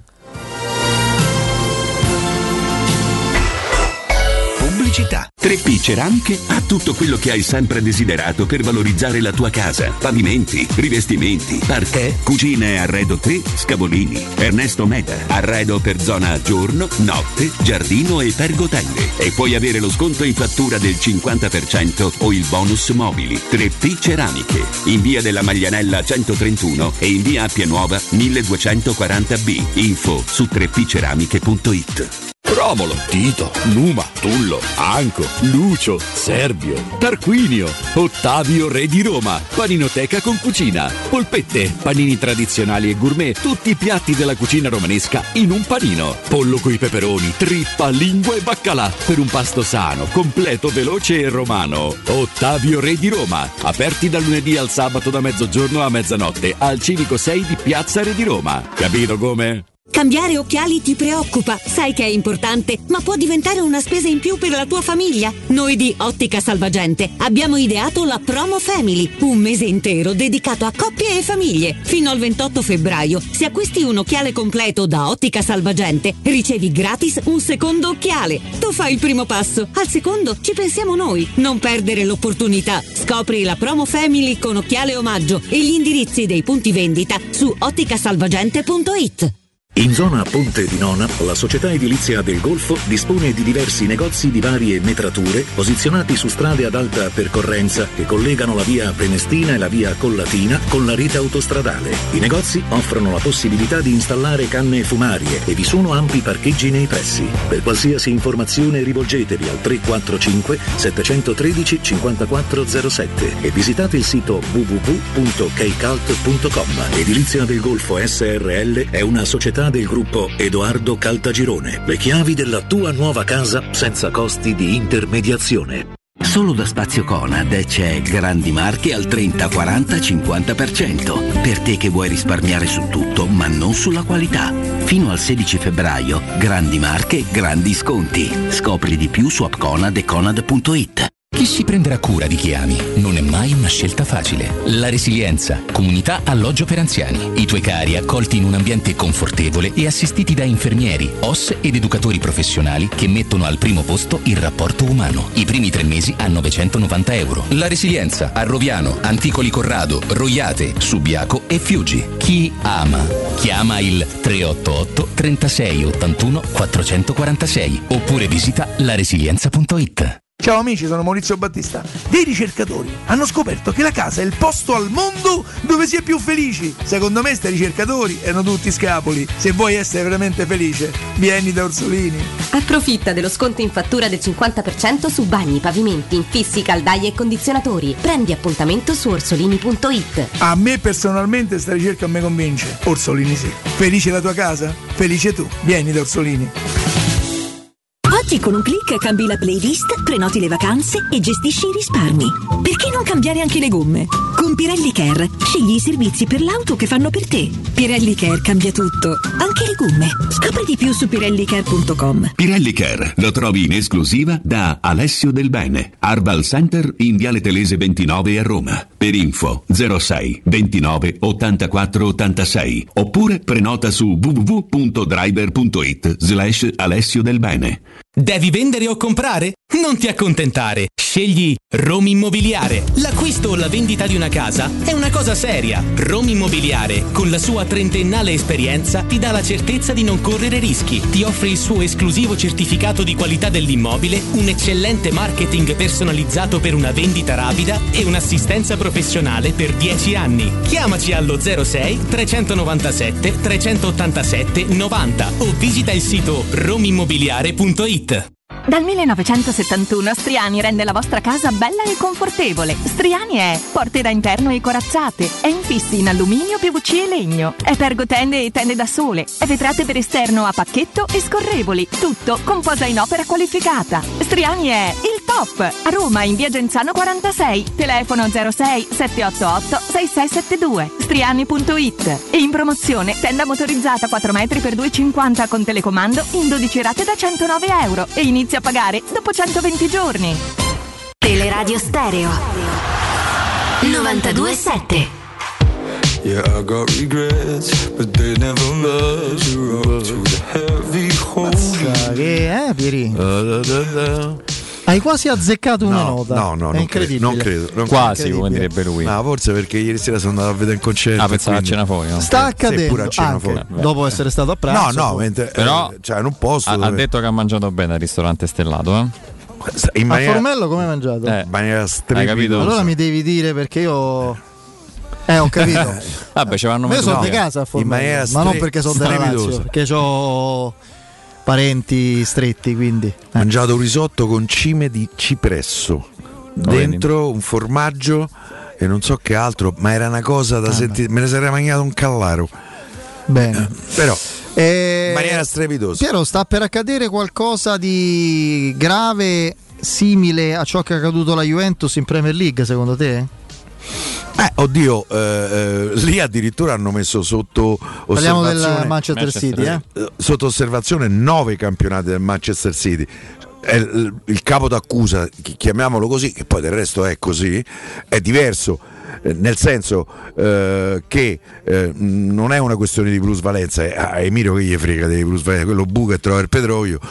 Pubblicità. tre P Ceramiche ha tutto quello che hai sempre desiderato per valorizzare la tua casa: pavimenti, rivestimenti, parquet, cucine e arredo tre, Scavolini. Ernesto Meda, arredo per zona giorno, notte, giardino e pergotelle. E puoi avere lo sconto in fattura del cinquanta per cento o il bonus mobili. tre P Ceramiche, in via della Maglianella centotrentuno e in via Appia Nuova milleduecentoquaranta B. Info su tre p ceramiche punto it. Romolo, Tito, Numa, Tullo, Anco, Lucio, Servio, Tarquinio, Ottavio Re di Roma, paninoteca con cucina, polpette, panini tradizionali e gourmet, tutti i piatti della cucina romanesca in un panino, pollo coi peperoni, trippa, lingua e baccalà, per un pasto sano, completo, veloce e romano. Ottavio Re di Roma, aperti dal lunedì al sabato da mezzogiorno a mezzanotte al Civico sei di Piazza Re di Roma. Capito come? Cambiare occhiali ti preoccupa, sai che è importante, ma può diventare una spesa in più per la tua famiglia. Noi di Ottica Salvagente abbiamo ideato la Promo Family, un mese intero dedicato a coppie e famiglie. Fino al ventotto febbraio, se acquisti un occhiale completo da Ottica Salvagente, ricevi gratis un secondo occhiale. Tu fai il primo passo, al secondo ci pensiamo noi. Non perdere l'opportunità. Scopri la Promo Family con occhiale omaggio e gli indirizzi dei punti vendita su ottica salvagente punto it. In zona Ponte di Nona, la società edilizia del Golfo dispone di diversi negozi di varie metrature posizionati su strade ad alta percorrenza che collegano la via Prenestina e la via Collatina con la rete autostradale. I negozi offrono la possibilità di installare canne fumarie e vi sono ampi parcheggi nei pressi. Per qualsiasi informazione rivolgetevi al tre quattro cinque sette uno tre cinque quattro zero sette e visitate il sito w w w punto keycult punto com. Edilizia del Golfo S R L è una società del gruppo Edoardo Caltagirone. Le chiavi della tua nuova casa senza costi di intermediazione. Solo da Spazio Conad c'è grandi marche al trenta, quaranta, cinquanta per cento. Per te che vuoi risparmiare su tutto, ma non sulla qualità. Fino al sedici febbraio, grandi marche, grandi sconti. Scopri di più su appconad e conad punto it. Chi si prenderà cura di chi ami? Non è mai una scelta facile. La Resilienza, comunità alloggio per anziani. I tuoi cari accolti in un ambiente confortevole e assistiti da infermieri, O S ed educatori professionali che mettono al primo posto il rapporto umano. I primi tre mesi a novecentonovanta euro. La Resilienza a Roviano, Anticoli Corrado, Roiate, Subiaco e Fiuggi. Chi ama? Chiama il tre otto otto trentasei ottantuno quattrocentoquarantasei oppure visita la resilienza punto it. Ciao amici, sono Maurizio Battista. Dei ricercatori hanno scoperto che la casa è il posto al mondo dove si è più felici. Secondo me sti ricercatori erano tutti scapoli. Se vuoi essere veramente felice, vieni da Orsolini. Approfitta dello sconto in fattura del cinquanta per cento su bagni, pavimenti, infissi, caldaie e condizionatori. Prendi appuntamento su orsolini punto it. A me personalmente sta ricerca me convince. Orsolini sì. Felice la tua casa? Felice tu. Vieni da Orsolini. Oggi con un click cambi la playlist, prenoti le vacanze e gestisci i risparmi. Perché non cambiare anche le gomme? Con Pirelli Care scegli i servizi per l'auto che fanno per te. Pirelli Care cambia tutto, anche le gomme. Scopri di più su pirelli care punto com. Pirelli Care lo trovi in esclusiva da Alessio Del Bene, Arval Center in Viale Telese ventinove a Roma. Per info zero sei ventinove ottantaquattro ottantasei oppure prenota su w w w punto driver punto it slash Alessio Del Bene. Devi vendere o comprare? Non ti accontentare. Scegli Roma Immobiliare. L'acquisto o la vendita di una casa è una cosa seria. Roma Immobiliare, con la sua trentennale esperienza, ti dà la certezza di non correre rischi. Ti offre il suo esclusivo certificato di qualità dell'immobile, un eccellente marketing personalizzato per una vendita rapida e un'assistenza professionale per dieci anni. Chiamaci allo zero sei trecentonovantasette trecentottantasette novanta o visita il sito romimmobiliare punto it. Dal millenovecentosettantuno Striani rende la vostra casa bella e confortevole. Striani è porte da interno e corazzate, è infissi in alluminio, P V C e legno, è pergotende e tende da sole, è vetrate per esterno a pacchetto e scorrevoli, tutto con posa in opera qualificata. Striani è il top! A Roma in via Genzano quarantasei, telefono zero sei sette otto otto sei sei sette due, striani punto it. E in promozione tenda motorizzata quattro metri per due e cinquanta con telecomando in dodici rate da centonove euro e inizia a pagare dopo centoventi giorni. Teleradio Stereo novantadue sette. Yeah, I got regrets, but they never measure up to the heavy hole. Che eh, Pieri? Hai quasi azzeccato una no, nota. No, no, è non incredibile. Credo, non credo. Non quasi, come direbbe lui. No, forse perché ieri sera sono andato a vedere un concerto. Ah, pensavo quindi... a cena fuori, no? Sta accadendo pure a cena anche fuori. dopo essere stato a pranzo. No, no, mentre, però eh, cioè, in un posto ha, dove... ha detto che ha mangiato bene al ristorante stellato, eh? In maniera... A Formello come hai mangiato? Eh, in maniera hai capito? Allora mi devi dire perché io... Eh, ho capito. Vabbè, ci vanno io sono no. di casa a Formello, stre... ma non perché sono della Lazio, perché ho parenti stretti, quindi. Eh. Ho mangiato un risotto con cime di cipresso. Dentro un formaggio e non so che altro, ma era una cosa da ah, sentire. Me ne sarei mangiato un callaro. Bene, eh, però eh, in maniera strepitosa. Piero, sta per accadere qualcosa di grave simile a ciò che è accaduto alla Juventus in Premier League, secondo te? Eh, oddio, eh, eh, lì addirittura hanno messo sotto Parliamo osservazione del Manchester, Manchester City, eh? Sotto osservazione nove campionati del Manchester City. È il, il capo d'accusa, chiamiamolo così, che poi del resto è così, è diverso, eh, nel senso eh, che eh, non è una questione di plusvalenza, è a Emilio che gli frega dei plusvalenza, quello buca e trova il petrolio.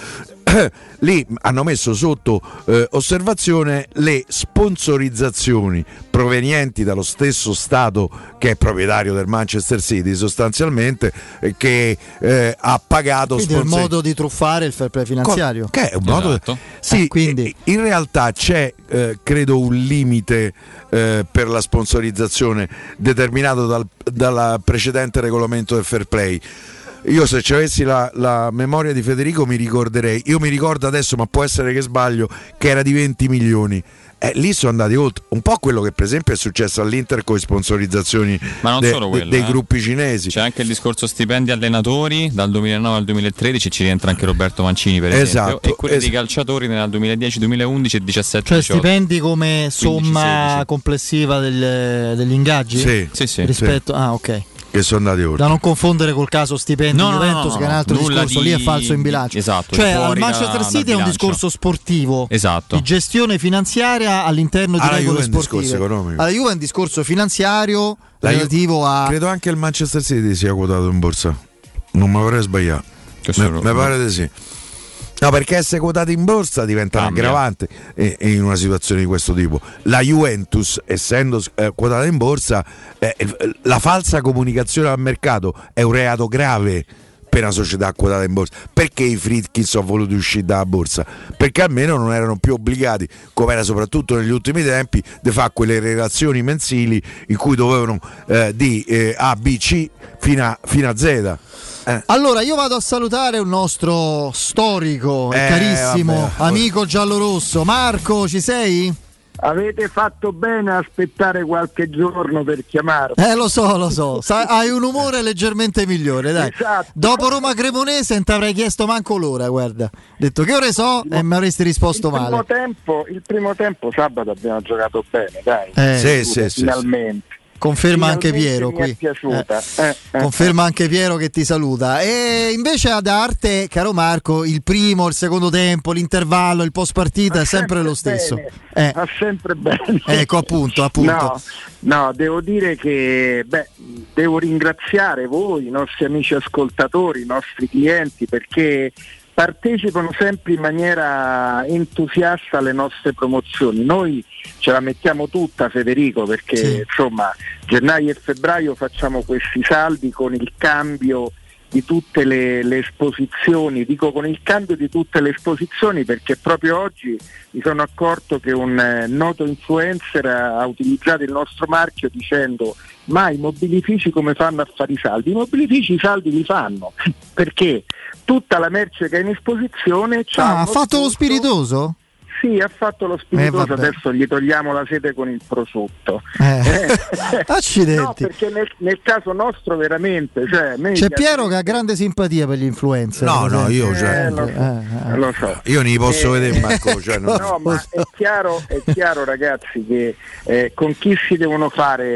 lì hanno messo sotto eh, osservazione le sponsorizzazioni provenienti dallo stesso Stato che è proprietario del Manchester City sostanzialmente, eh, che eh, ha pagato quindi sponsor- è il modo di truffare il fair play finanziario. Co- che è un modo Esatto. sì, Eh, quindi- in realtà c'è eh, credo un limite eh, per la sponsorizzazione determinato dal dal precedente regolamento del fair play. Io se ci avessi la, la memoria di Federico mi ricorderei, io mi ricordo adesso, ma può essere che sbaglio, che era di venti milioni. Eh, lì sono andati oltre, un po' quello che per esempio è successo all'Inter con le sponsorizzazioni Ma non de- solo quello, dei eh. gruppi cinesi. C'è anche il discorso stipendi allenatori dal duemilanove al duemilatredici, ci rientra anche Roberto Mancini per esempio, Esatto, e quelli es- di calciatori nel duemiladieci, duemilaundici e diciassette Cioè diciotto. stipendi come somma sedici. complessiva del- degli ingaggi? Sì, Sì, sì. Rispetto, ah ok. che sono andati oltre. Da non confondere col caso stipendi No, no, Juventus, no, no, che è un altro nulla discorso, di- lì è falso in bilancio. esatto, Cioè fuori al Manchester da- City dal è un bilancio. discorso sportivo, Esatto. di gestione finanziaria all'interno di Alla regole Juve è un sportive. discorso economico. Alla Juve è un discorso finanziario La Ju- relativo a... Credo anche il Manchester City sia quotato in borsa. Non mi avrei sbagliato. Questo Mi lo- pare di sì. No, perché essere quotati in borsa diventa un Cambia. aggravante eh, in una situazione di questo tipo. La Juventus, essendo eh, quotata in borsa, eh, la falsa comunicazione al mercato è un reato grave per una società quotata in borsa. Perché i Friedkin sono voluti uscire dalla borsa? Perché almeno non erano più obbligati, come era soprattutto negli ultimi tempi, di fare quelle relazioni mensili in cui dovevano eh, di eh, A, B, C fino a, fino a Z. Eh. Allora io vado a salutare un nostro storico e Eh, carissimo vabbè. amico giallorosso. Marco, ci sei? Avete fatto bene a aspettare qualche giorno per chiamarmi. Eh lo so, lo so, Sa- hai un umore leggermente migliore, dai. Esatto. Dopo Roma Cremonese non ti avrei chiesto manco l'ora, guarda. Ho detto che ore so e mi avresti risposto il primo male. tempo, il primo tempo sabato abbiamo giocato bene, dai. Eh, Sì, sì, sì, finalmente. Conferma anche Finalmente Piero mi qui. è piaciuta. Eh, eh, Conferma anche Piero che ti saluta. E invece ad arte, caro Marco, il primo, il secondo tempo, l'intervallo, il post partita è sempre lo stesso. bene, Eh, Va sempre bene. ecco appunto, appunto. No, no, devo dire che beh, devo ringraziare voi, i nostri amici ascoltatori, i nostri clienti, perché partecipano sempre in maniera entusiasta alle nostre promozioni. Noi ce la mettiamo tutta, Federico, perché Sì. insomma gennaio e febbraio facciamo questi saldi con il cambio di tutte le, le esposizioni, dico con il cambio di tutte le esposizioni perché proprio oggi mi sono accorto che un eh, noto influencer ha, ha utilizzato il nostro marchio dicendo: ma i mobilifici come fanno a fare i saldi? I mobilifici i saldi li fanno perché tutta la merce che è in esposizione c'ha Ah, ha uno fatto lo sconto. spiritoso? Sì, ha fatto lo spiritoso, Eh, vabbè. adesso gli togliamo la sete con il prosciutto. Eh. Eh. Accidenti. No, perché nel, nel caso nostro veramente, cioè, a me C'è gli Piero che ha grande simpatia per gli influencer. No, per no, esempio. io cioè, Eh, lo so, Eh, eh. lo so. io ne posso Eh, vedere Marco, cioè, non- No, ma è chiaro, è chiaro ragazzi che eh, con chi si devono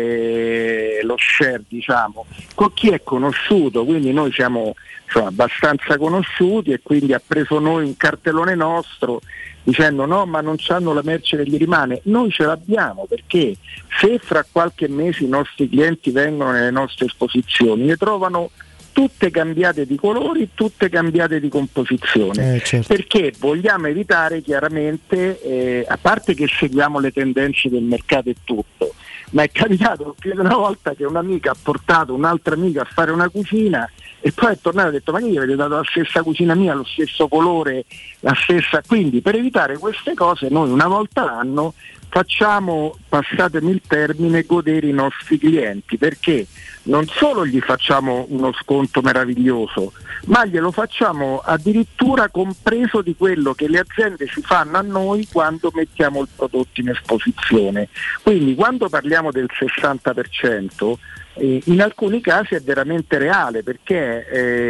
fare lo share, diciamo, con chi è conosciuto, quindi noi siamo insomma, abbastanza conosciuti e quindi ha preso noi un cartellone nostro dicendo no, ma non c'hanno la merce che gli rimane. Noi ce l'abbiamo, perché se fra qualche mese i nostri clienti vengono nelle nostre esposizioni ne trovano tutte cambiate di colori, tutte cambiate di composizione, Eh, certo. perché vogliamo evitare chiaramente, eh, a parte che seguiamo le tendenze del mercato e tutto, ma è capitato più di una volta che un'amica ha portato un'altra amica a fare una cucina e poi è tornato e ha detto: ma che gli avete dato la stessa cucina mia, lo stesso colore, la stessa. Quindi per evitare queste cose noi una volta l'anno facciamo, passatemi il termine, godere i nostri clienti, perché non solo gli facciamo uno sconto meraviglioso, ma glielo facciamo addirittura compreso di quello che le aziende ci fanno a noi quando mettiamo il prodotto in esposizione. Quindi quando parliamo del sessanta per cento eh, in alcuni casi è veramente reale, perché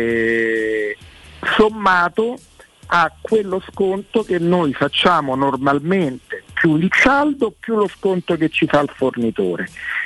eh, sommato a quello sconto che noi facciamo normalmente, più il saldo più lo sconto che ci fa il fornitore.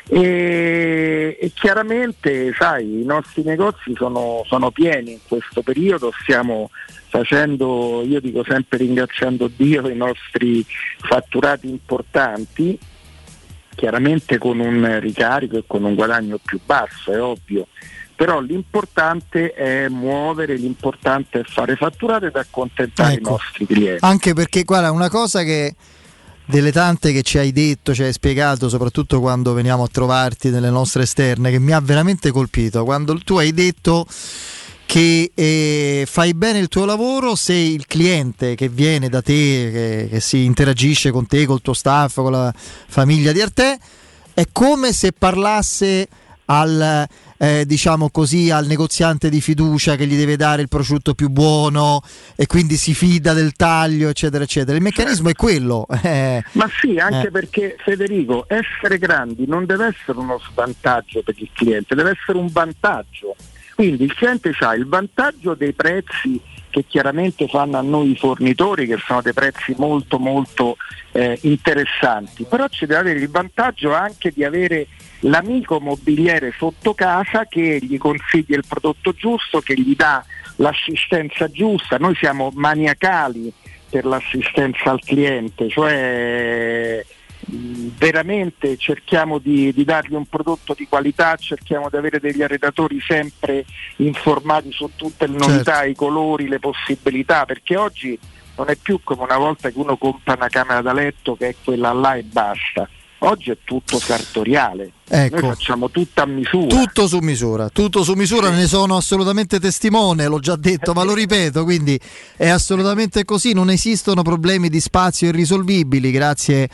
E, e chiaramente sai, i nostri negozi sono, sono pieni in questo periodo, stiamo facendo, io dico sempre ringraziando Dio, i nostri fatturati importanti, chiaramente con un ricarico e con un guadagno più basso, è ovvio, però l'importante è muovere, l'importante è fare fatturare ed accontentare Ecco. i nostri clienti. Anche perché, guarda, una cosa che delle tante che ci hai detto, ci hai spiegato, soprattutto quando veniamo a trovarti nelle nostre esterne, che mi ha veramente colpito, quando tu hai detto che eh, fai bene il tuo lavoro se il cliente che viene da te, che, che si interagisce con te, col tuo staff, con la famiglia di Arte, è come se parlasse al eh, diciamo così al negoziante di fiducia che gli deve dare il prosciutto più buono e quindi si fida del taglio, eccetera eccetera. Il meccanismo è quello. eh. Ma sì, anche Eh. perché, Federico, essere grandi non deve essere uno svantaggio per il cliente, deve essere un vantaggio. Quindi il cliente ha il vantaggio dei prezzi che chiaramente fanno a noi i fornitori, che sono dei prezzi molto molto eh, interessanti, però ci deve avere il vantaggio anche di avere l'amico mobiliere sotto casa che gli consiglia il prodotto giusto, che gli dà l'assistenza giusta. Noi siamo maniacali per l'assistenza al cliente, cioè mh, veramente cerchiamo di, di dargli un prodotto di qualità, cerchiamo di avere degli arredatori sempre informati su tutte le novità, Certo. i colori, le possibilità, perché oggi non è più come una volta che uno compra una camera da letto che è quella là e basta. Oggi è tutto sartoriale, Ecco. noi facciamo tutto a misura. Tutto su misura, tutto su misura, ne sono assolutamente testimone, l'ho già detto, ma lo ripeto, quindi è assolutamente così, non esistono problemi di spazio irrisolvibili grazie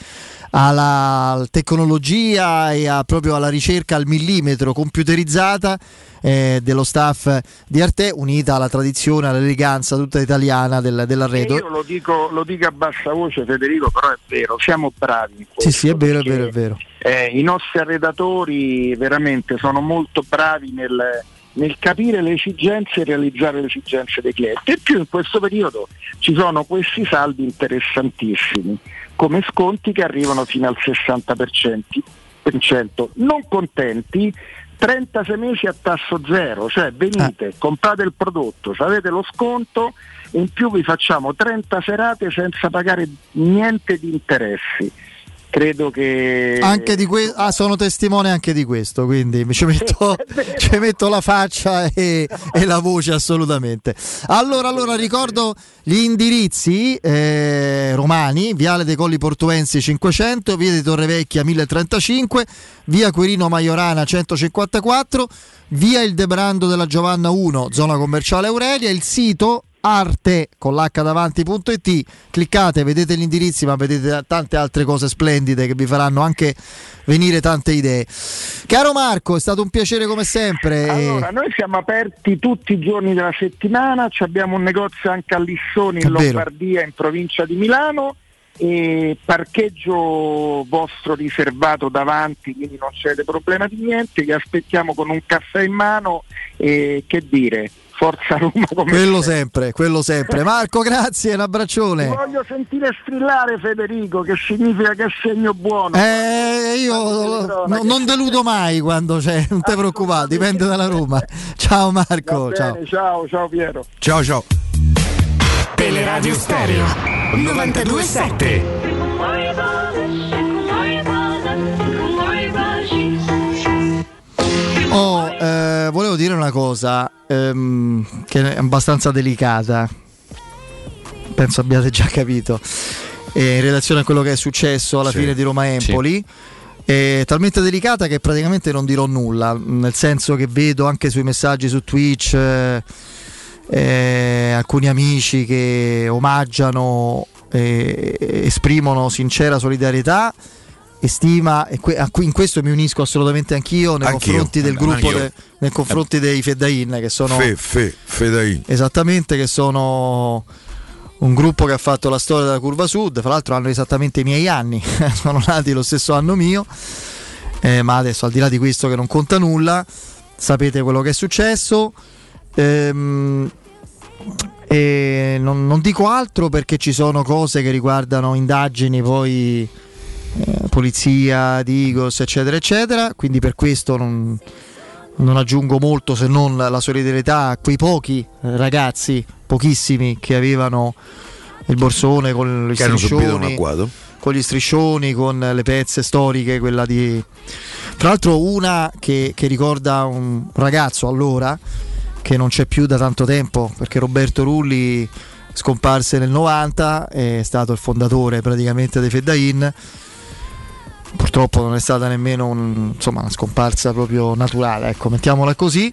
alla tecnologia e a, proprio alla ricerca al millimetro computerizzata eh, dello staff di Arte, unita alla tradizione, all'eleganza tutta italiana del, E dell'arredo. io lo dico, lo dico a bassa voce, Federico, però è vero, siamo bravi in questo. Sì, sì, è vero, è perché, vero, è vero. eh, i nostri arredatori veramente sono molto bravi nel, nel capire le esigenze e realizzare le esigenze dei clienti. E più in questo periodo ci sono questi saldi interessantissimi, come sconti che arrivano fino al sessanta per cento. Non contenti, trentasei mesi a tasso zero, cioè venite, comprate il prodotto, avete lo sconto e in più vi facciamo trenta serate senza pagare niente di interessi. Credo che Anche di que- ah, sono testimone anche di questo, quindi mi ci metto, ci metto la faccia e, e la voce assolutamente. Allora, allora ricordo gli indirizzi eh, romani: Viale dei Colli Portuensi cinquecento, Via di Torrevecchia mille trentacinque, Via Quirino Maiorana centocinquantaquattro, Via Il Debrando della Giovanna uno, zona commerciale Aurelia. Il sito arte con l'H davanti.it, cliccate, vedete gli indirizzi, ma vedete tante altre cose splendide che vi faranno anche venire tante idee. Caro Marco, è stato un piacere come sempre. Allora, noi siamo aperti tutti i giorni della settimana, ci abbiamo un negozio anche a Lissoni, È in vero. Lombardia, in provincia di Milano, e parcheggio vostro riservato davanti, quindi non c'è problema di niente. Vi aspettiamo con un caffè in mano e che dire, Forza Roma come Quello sempre, quello sempre. Marco, grazie, un Ti abbraccione. voglio sentire strillare, Federico, che significa che è segno buono. Eh, io no- non deludo mai quando c'è, non ti preoccupare, dipende dalla Roma. Ciao Marco, Va ciao. bene, ciao, ciao Piero. Ciao ciao. Teleradio Stereo novantadue sette. Oh, eh, volevo dire una cosa ehm, che è abbastanza delicata, penso abbiate già capito, eh, in relazione a quello che è successo alla Sì. fine di Roma-Empoli. È talmente delicata che praticamente non dirò nulla, nel senso che vedo anche sui messaggi su Twitch eh, eh, alcuni amici che omaggiano e esprimono sincera solidarietà e stima, e que- a cui in questo mi unisco assolutamente anch'io nei Anch'io, confronti del gruppo anch'io. de- nei confronti dei Feddain, che sono Fe, fe, Fedain. esattamente, che sono un gruppo che ha fatto la storia della Curva Sud. Fra l'altro hanno esattamente i miei anni, sono nati lo stesso anno mio, eh, ma adesso, al di là di questo che non conta nulla, sapete quello che è successo. Ehm, e non, non dico altro perché ci sono cose che riguardano indagini, poi eh, polizia, Digos, eccetera eccetera, quindi per questo non, non aggiungo molto, se non la solidarietà a quei pochi eh, ragazzi, pochissimi, che avevano il borsone con gli Che hanno subito un striscioni, agguato. con gli striscioni, con le pezze storiche, quella di Tra l'altro una che, che ricorda un ragazzo allora che non c'è più da tanto tempo, perché Roberto Rulli scomparse nel novanta, è stato il fondatore praticamente dei Feddain. Purtroppo non è stata nemmeno un, insomma, una scomparsa proprio naturale, ecco, mettiamola così.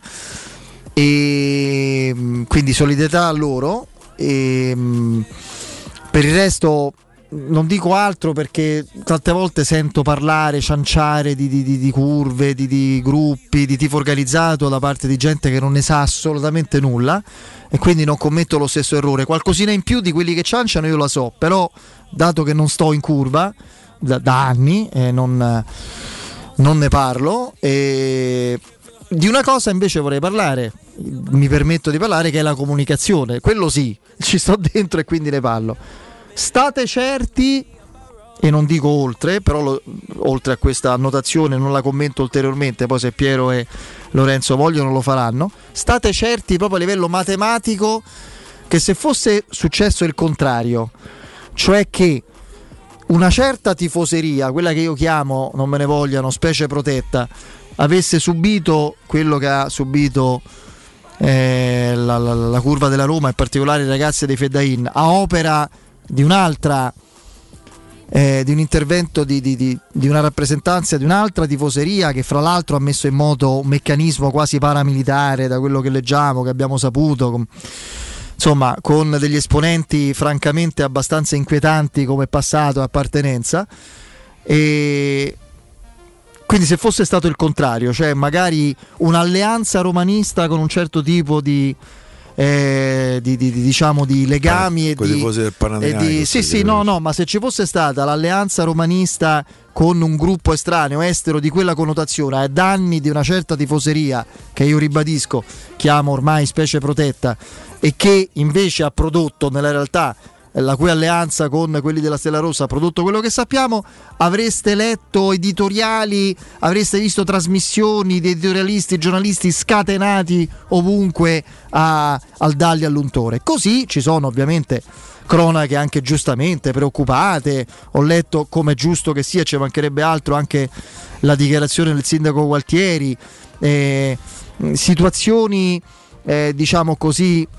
E quindi solidarietà a loro. E per il resto non dico altro, perché tante volte sento parlare, cianciare di, di, di, di curve, di, di gruppi, di tifo organizzato da parte di gente che non ne sa assolutamente nulla, e quindi non commetto lo stesso errore. Qualcosina in più di quelli che cianciano io la so, però dato che non sto in curva da, da anni e non, non ne parlo, e di una cosa invece vorrei parlare, mi permetto di parlare, che è la comunicazione. Quello sì, ci sto dentro e quindi ne parlo. State certi, e non dico oltre, però lo, oltre a questa annotazione non la commento ulteriormente, poi se Piero e Lorenzo vogliono lo faranno, state certi proprio a livello matematico che se fosse successo il contrario, cioè che una certa tifoseria, quella che io chiamo, non me ne vogliano, specie protetta, avesse subito quello che ha subito eh, la, la, la curva della Roma, in particolare i ragazzi dei Feddain, a opera di un'altra eh, di un intervento di, di, di, di una rappresentanza di un'altra tifoseria, che fra l'altro ha messo in moto un meccanismo quasi paramilitare, da quello che leggiamo, che abbiamo saputo, con, insomma con degli esponenti francamente abbastanza inquietanti come passato e appartenenza. E quindi se fosse stato il contrario, cioè magari un'alleanza romanista con un certo tipo di Eh, di, di, di, diciamo di legami Pan- e di, del e di sì sì no no ma se ci fosse stata l'alleanza romanista con un gruppo estraneo, estero, di quella connotazione, ai danni di una certa tifoseria che io ribadisco chiamo ormai specie protetta, e che invece ha prodotto nella realtà, la cui alleanza con quelli della Stella Rossa ha prodotto quello che sappiamo, avreste letto editoriali, avreste visto trasmissioni di editorialisti, giornalisti scatenati ovunque a, al Dalli all'untore. Così ci sono ovviamente cronache anche giustamente preoccupate. Ho letto, come è giusto che sia, ci mancherebbe altro, anche la dichiarazione del sindaco Gualtieri, eh, situazioni eh, diciamo così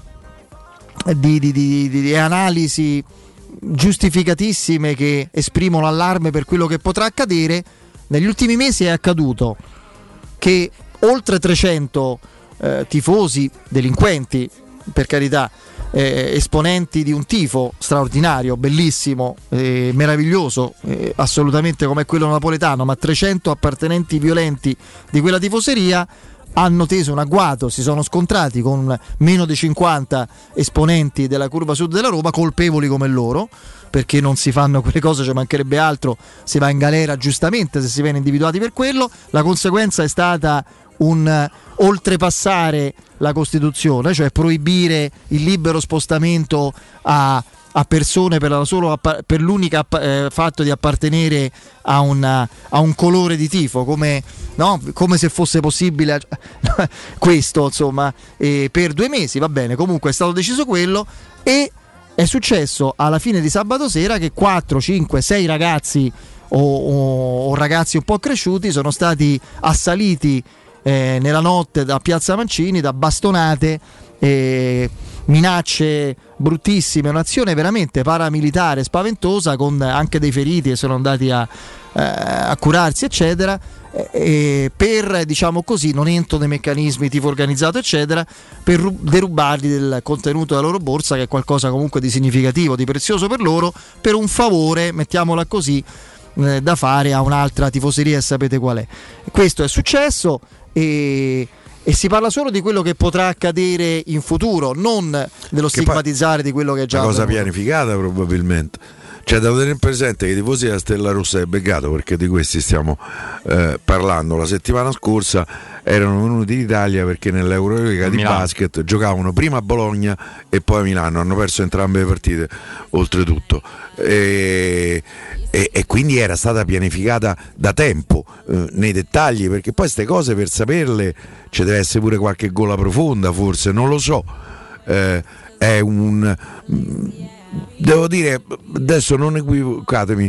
Di, di, di, di analisi giustificatissime che esprimono allarme per quello che potrà accadere. Negli ultimi mesi è accaduto che oltre trecento eh, tifosi, delinquenti per carità, eh, esponenti di un tifo straordinario, bellissimo, eh, meraviglioso, eh, assolutamente come quello napoletano, ma trecento appartenenti violenti di quella tifoseria hanno teso un agguato, si sono scontrati con meno di cinquanta esponenti della curva sud della Roma, colpevoli come loro, perché non si fanno quelle cose, ci mancherebbe altro, si va in galera giustamente se si viene individuati per quello. La conseguenza è stata un oltrepassare la Costituzione, cioè proibire il libero spostamento a a persone per, la solo, per l'unico eh, fatto di appartenere a, una, a un colore di tifo, come, no? Come se fosse possibile questo, insomma, eh, per due mesi, va bene, comunque è stato deciso quello, e è successo alla fine di sabato sera che quattro, cinque, sei ragazzi o, o, o ragazzi un po' cresciuti sono stati assaliti eh, nella notte da Piazza Mancini, da bastonate e minacce bruttissime, un'azione veramente paramilitare spaventosa, con anche dei feriti che sono andati a, eh, a curarsi eccetera, e, e per, diciamo così, non entro nei meccanismi tifo organizzato eccetera, per ru- derubargli del contenuto della loro borsa, che è qualcosa comunque di significativo, di prezioso per loro, per un favore, mettiamola così, eh, da fare a un'altra tifoseria, e sapete qual è. Questo è successo, e E si parla solo di quello che potrà accadere in futuro, non dello stigmatizzare di quello che è già una cosa avvenuto. pianificata probabilmente. Cioè, da tenere presente che i tifosi della Stella Rossa è beccato, perché di questi stiamo eh, parlando. La settimana scorsa erano venuti in Italia perché nell'Eurolega di Milano. basket giocavano prima a Bologna e poi a Milano, hanno perso entrambe le partite oltretutto, e, e, e quindi era stata pianificata da tempo eh, nei dettagli, perché poi queste cose, per saperle, ci deve essere pure qualche gola profonda, forse, non lo so. Eh, è un... devo dire, adesso non equivocatemi,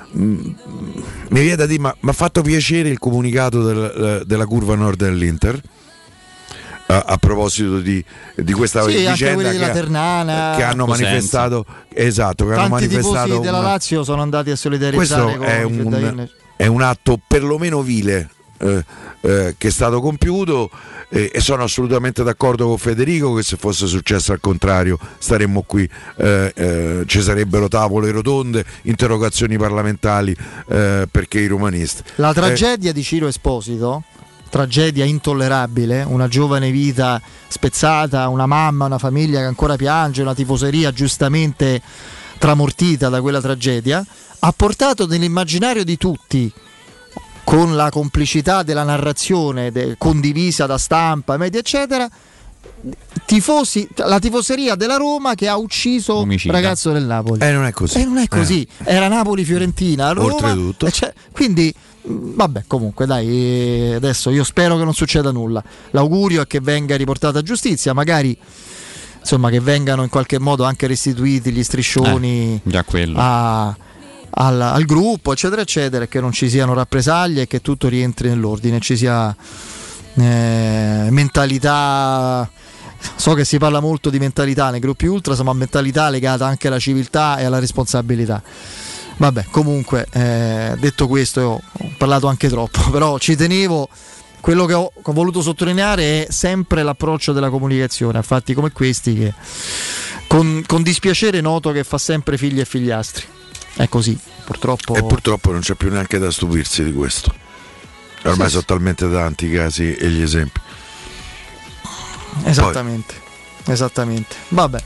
mh, mi viene da dire, ma mi ha fatto piacere il comunicato del, della curva nord dell'Inter. A, a proposito di, di questa sì, vicenda anche che, della Ternana, che hanno Cosenza. manifestato, esatto, che tanti hanno manifestato tifosi della una... Lazio sono andati a solidarizzare Questo con è i un, Feddain. è un atto perlomeno vile eh, eh, che è stato compiuto eh, e sono assolutamente d'accordo con Federico che se fosse successo al contrario staremmo qui, eh, eh, ci sarebbero tavole rotonde, interrogazioni parlamentari eh, perché i romanisti. La Eh, tragedia di Ciro Esposito, tragedia intollerabile, una giovane vita spezzata, una mamma, una famiglia che ancora piange, una tifoseria giustamente tramortita da quella tragedia, ha portato nell'immaginario di tutti, con la complicità della narrazione de- condivisa da stampa, media eccetera, tifosi, la tifoseria della Roma che ha ucciso Omicida. un ragazzo del Napoli. E non è così. E non è così, Eh. era Napoli-Fiorentina, Roma, Oltretutto. e cioè, quindi mh, vabbè, comunque dai, adesso io spero che non succeda nulla. L'augurio è che venga riportata a giustizia, magari insomma che vengano in qualche modo anche restituiti gli striscioni Eh, già quello. a- al, al gruppo, eccetera, eccetera, e che non ci siano rappresaglie e che tutto rientri nell'ordine, ci sia eh, mentalità. So che si parla molto di mentalità nei gruppi ultras, ma mentalità legata anche alla civiltà e alla responsabilità. Vabbè, comunque, eh, detto questo, io ho parlato anche troppo, però ci tenevo. Quello che ho, che ho voluto sottolineare è sempre l'approccio della comunicazione a fatti come questi, che con, con dispiacere noto che fa sempre figli e figliastri. È così, purtroppo. E purtroppo non c'è più neanche da stupirsi di questo. Ormai Sì, sono sì. talmente tanti i casi e gli esempi. Esattamente, esattamente. Vabbè.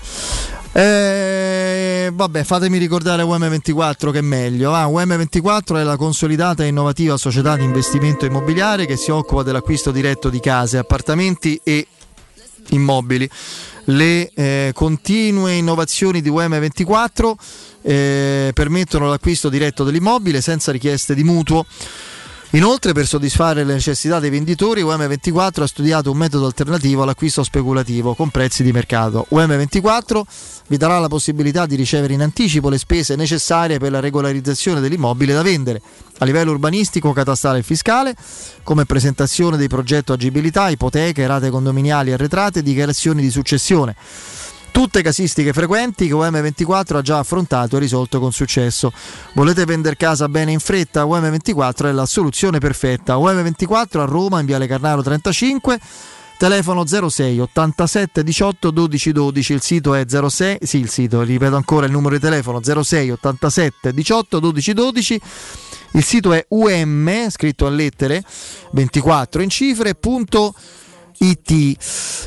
Eh, vabbè, fatemi ricordare U M ventiquattro che è meglio. Ah, U M ventiquattro è la consolidata e innovativa società di investimento immobiliare che si occupa dell'acquisto diretto di case, appartamenti e immobili. Le eh, continue innovazioni di U M ventiquattro eh, permettono l'acquisto diretto dell'immobile senza richieste di mutuo. Inoltre, per soddisfare le necessità dei venditori, U M ventiquattro ha studiato un metodo alternativo all'acquisto speculativo con prezzi di mercato. U M ventiquattro vi darà la possibilità di ricevere in anticipo le spese necessarie per la regolarizzazione dell'immobile da vendere a livello urbanistico, catastale e fiscale, come presentazione dei progetti agibilità, ipoteche, rate condominiali arretrate e dichiarazioni di successione. Tutte casistiche frequenti che U M ventiquattro ha già affrontato e risolto con successo. Volete vendere casa bene in fretta? U M ventiquattro è la soluzione perfetta. U M ventiquattro a Roma, in Viale Carnaro trentacinque, telefono zero sei ottantasette diciotto dodici dodici, il sito è zero sei, sì il sito, ripeto ancora il numero di telefono zero sei ottantasette diciotto dodici dodici, il sito è um, scritto a lettere, ventiquattro in cifre, punto it.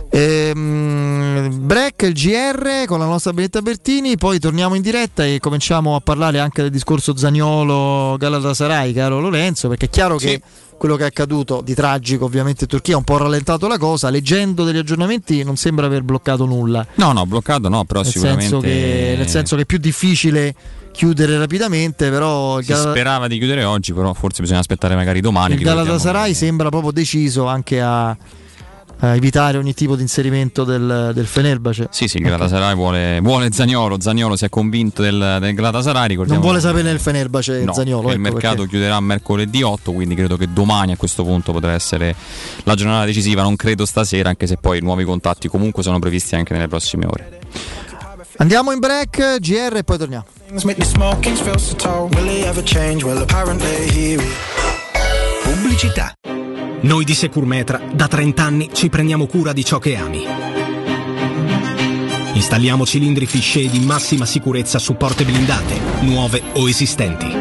Ehm, break, il G R con la nostra Benetta Bertini, poi torniamo in diretta e cominciamo a parlare anche del discorso Zaniolo Galatasaray, caro Lorenzo, perché è chiaro Sì. che quello che è accaduto di tragico ovviamente in Turchia ha un po' rallentato la cosa. Leggendo degli aggiornamenti non sembra aver bloccato nulla, No, no, bloccato no, però nel sicuramente senso, che, nel senso che è più difficile chiudere rapidamente, però il, si Gal- sperava di chiudere oggi, però forse bisogna aspettare magari domani. il ricordiamo Galatasaray sembra proprio deciso anche a a evitare ogni tipo di inserimento del, del Fenerbahce. Sì, sì, il Galatasaray vuole, vuole Zaniolo. Zaniolo si è convinto del, del Galatasaray. Non vuole sapere il Fenerbahce no, Zaniolo. il ecco mercato perché. chiuderà mercoledì otto, quindi credo che domani a questo punto potrà essere la giornata decisiva. Non credo stasera, anche se poi nuovi contatti comunque sono previsti anche nelle prossime ore. Andiamo in break, G R e poi torniamo. Pubblicità. Noi di Securmetra da trenta anni ci prendiamo cura di ciò che ami. Installiamo cilindri Fichet di massima sicurezza su porte blindate, nuove o esistenti.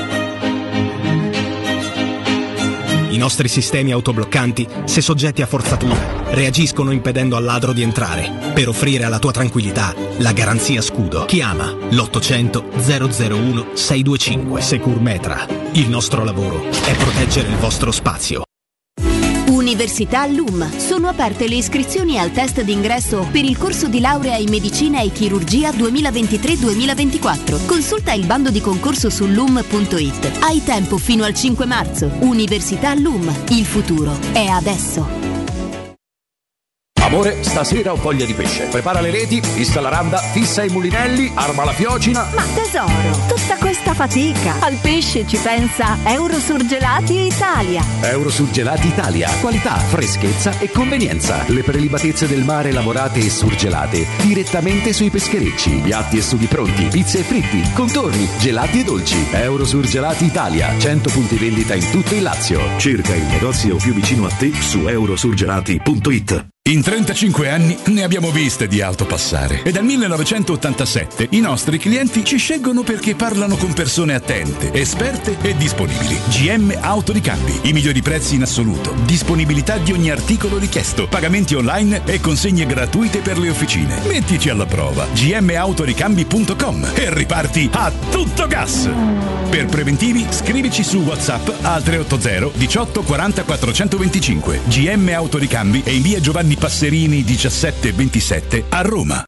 I nostri sistemi autobloccanti, se soggetti a forzatura, reagiscono impedendo al ladro di entrare, per offrire alla tua tranquillità la garanzia scudo. Chiama l'ottocento zero zero uno sei due cinque. Securmetra. Il nostro lavoro è proteggere il vostro spazio. Università L U M. Sono aperte le iscrizioni al test d'ingresso per il corso di laurea in medicina e chirurgia duemilaventitré duemilaventiquattro. Consulta il bando di concorso su lum punto it. Hai tempo fino al cinque marzo. Università L U M. Il futuro è adesso. Amore, stasera ho voglia di pesce. Prepara le reti, fissa la randa, fissa i mulinelli, arma la fiocina. Ma tesoro, tutta questa fatica. Al pesce ci pensa Eurosurgelati Italia. Eurosurgelati Italia. Qualità, freschezza e convenienza. Le prelibatezze del mare lavorate e surgelate direttamente sui pescherecci. Piatti e sughi pronti, pizze e fritti, contorni, gelati e dolci. Eurosurgelati Italia. cento punti vendita in tutto il Lazio. Cerca il negozio più vicino a te su eurosurgelati punto it. In trentacinque anni ne abbiamo viste di auto passare e dal millenovecentottantasette i nostri clienti ci scelgono perché parlano con persone attente, esperte e disponibili. G M Autoricambi, i migliori prezzi in assoluto, disponibilità di ogni articolo richiesto, pagamenti online e consegne gratuite per le officine. Mettici alla prova g m autoricambi punto com e riparti a tutto gas. Per preventivi scrivici su WhatsApp al tre otto zero diciotto quaranta quattrocentoventicinque. G M Autoricambi e in via Giovanni Passerini diciassette ventisette a Roma.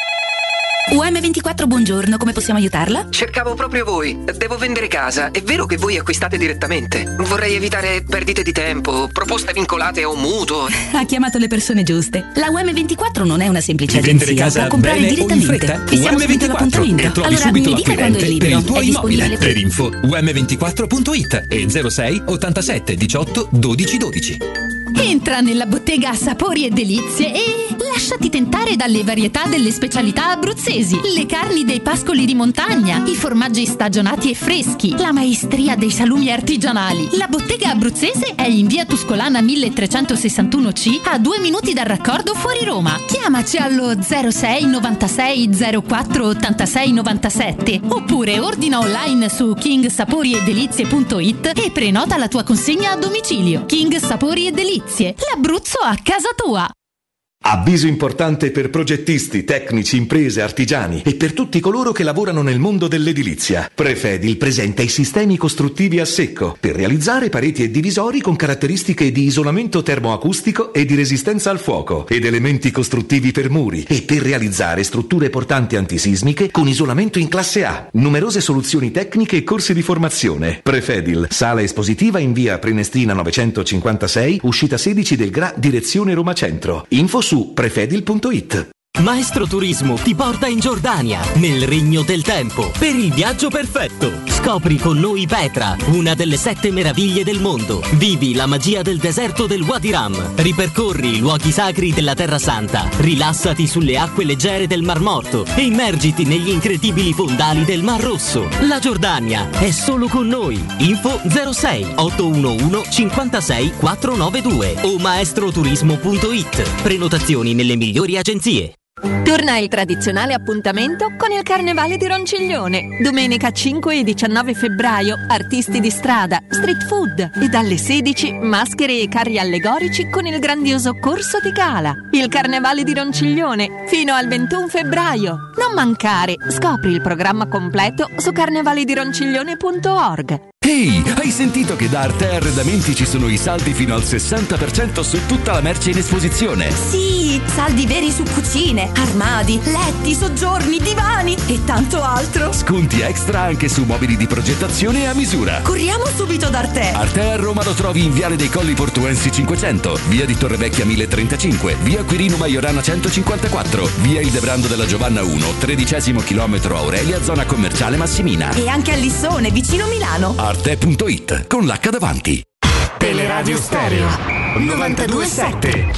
U M ventiquattro, buongiorno, come possiamo aiutarla? Cercavo proprio voi. Devo vendere casa. È vero che voi acquistate direttamente? Vorrei evitare perdite di tempo, proposte vincolate a un mutuo. Ha chiamato le persone giuste. La U M ventiquattro non è una semplice Di vendere agenzia, casa può comprare bene o in direttamente. fretta? Fissiamo U M subito ventiquattro l'appuntamento. e trovi Allora subito mi dica quando è l'acquirente libero. per il tuo È disponibile immobile. Per info u m ventiquattro punto it e zero sei ottantasette diciotto dodici dodici. Entra nella bottega Sapori e Delizie e lasciati tentare dalle varietà delle specialità abruzzesi, le carni dei pascoli di montagna, i formaggi stagionati e freschi, la maestria dei salumi artigianali. La bottega abruzzese è in via Tuscolana milletrecentosessantuno C, a due minuti dal raccordo fuori Roma. Chiamaci allo zero sei novantasei zero quattro ottantasei novantasette oppure ordina online su king sapori e delizie punto it e prenota la tua consegna a domicilio. King Sapori e Delizie, l'Abruzzo a casa tua. Avviso importante per progettisti, tecnici, imprese, artigiani e per tutti coloro che lavorano nel mondo dell'edilizia. Prefedil presenta i sistemi costruttivi a secco per realizzare pareti e divisori con caratteristiche di isolamento termoacustico e di resistenza al fuoco ed elementi costruttivi per muri e per realizzare strutture portanti antisismiche con isolamento in classe A. Numerose soluzioni tecniche e corsi di formazione. Prefedil, sala espositiva in via Prenestina novecentocinquantasei, uscita sedici del Gra, direzione Roma Centro. Info su prefedil punto it. Maestro Turismo ti porta in Giordania, nel Regno del Tempo, per il viaggio perfetto. Scopri con noi Petra, una delle sette meraviglie del mondo. Vivi la magia del deserto del Wadi Rum. Ripercorri i luoghi sacri della Terra Santa. Rilassati sulle acque leggere del Mar Morto e immergiti negli incredibili fondali del Mar Rosso. La Giordania è solo con noi. Info zero sei otto uno uno cinquantasei quattrocentonovantadue o maestroturismo punto it. Prenotazioni nelle migliori agenzie. Torna il tradizionale appuntamento con il Carnevale di Ronciglione. Domenica cinque e diciannove febbraio, artisti di strada, street food e dalle sedici maschere e carri allegorici con il grandioso Corso di Gala. Il Carnevale di Ronciglione fino al ventuno febbraio. Non mancare, scopri il programma completo su carnevale di ronciglione punto org. Ehi, hai sentito che da Arte Arredamenti ci sono i saldi fino al sessanta per cento su tutta la merce in esposizione? Sì, saldi veri su cucine, armadi, letti, soggiorni, divani e tanto altro. Sconti extra anche su mobili di progettazione a misura. Corriamo subito da Arte. Arte a Roma lo trovi in Viale dei Colli Portuensi cinquecento, via di Torrevecchia mille e trentacinque, via Quirino Maiorana centocinquantaquattro, via Il Debrando della Giovanna uno, tredicesimo chilometro Aurelia, zona commerciale Massimina. E anche a Lissone, vicino Milano. Arte punto it, con l'H davanti. Teleradio Stereo novantadue sette.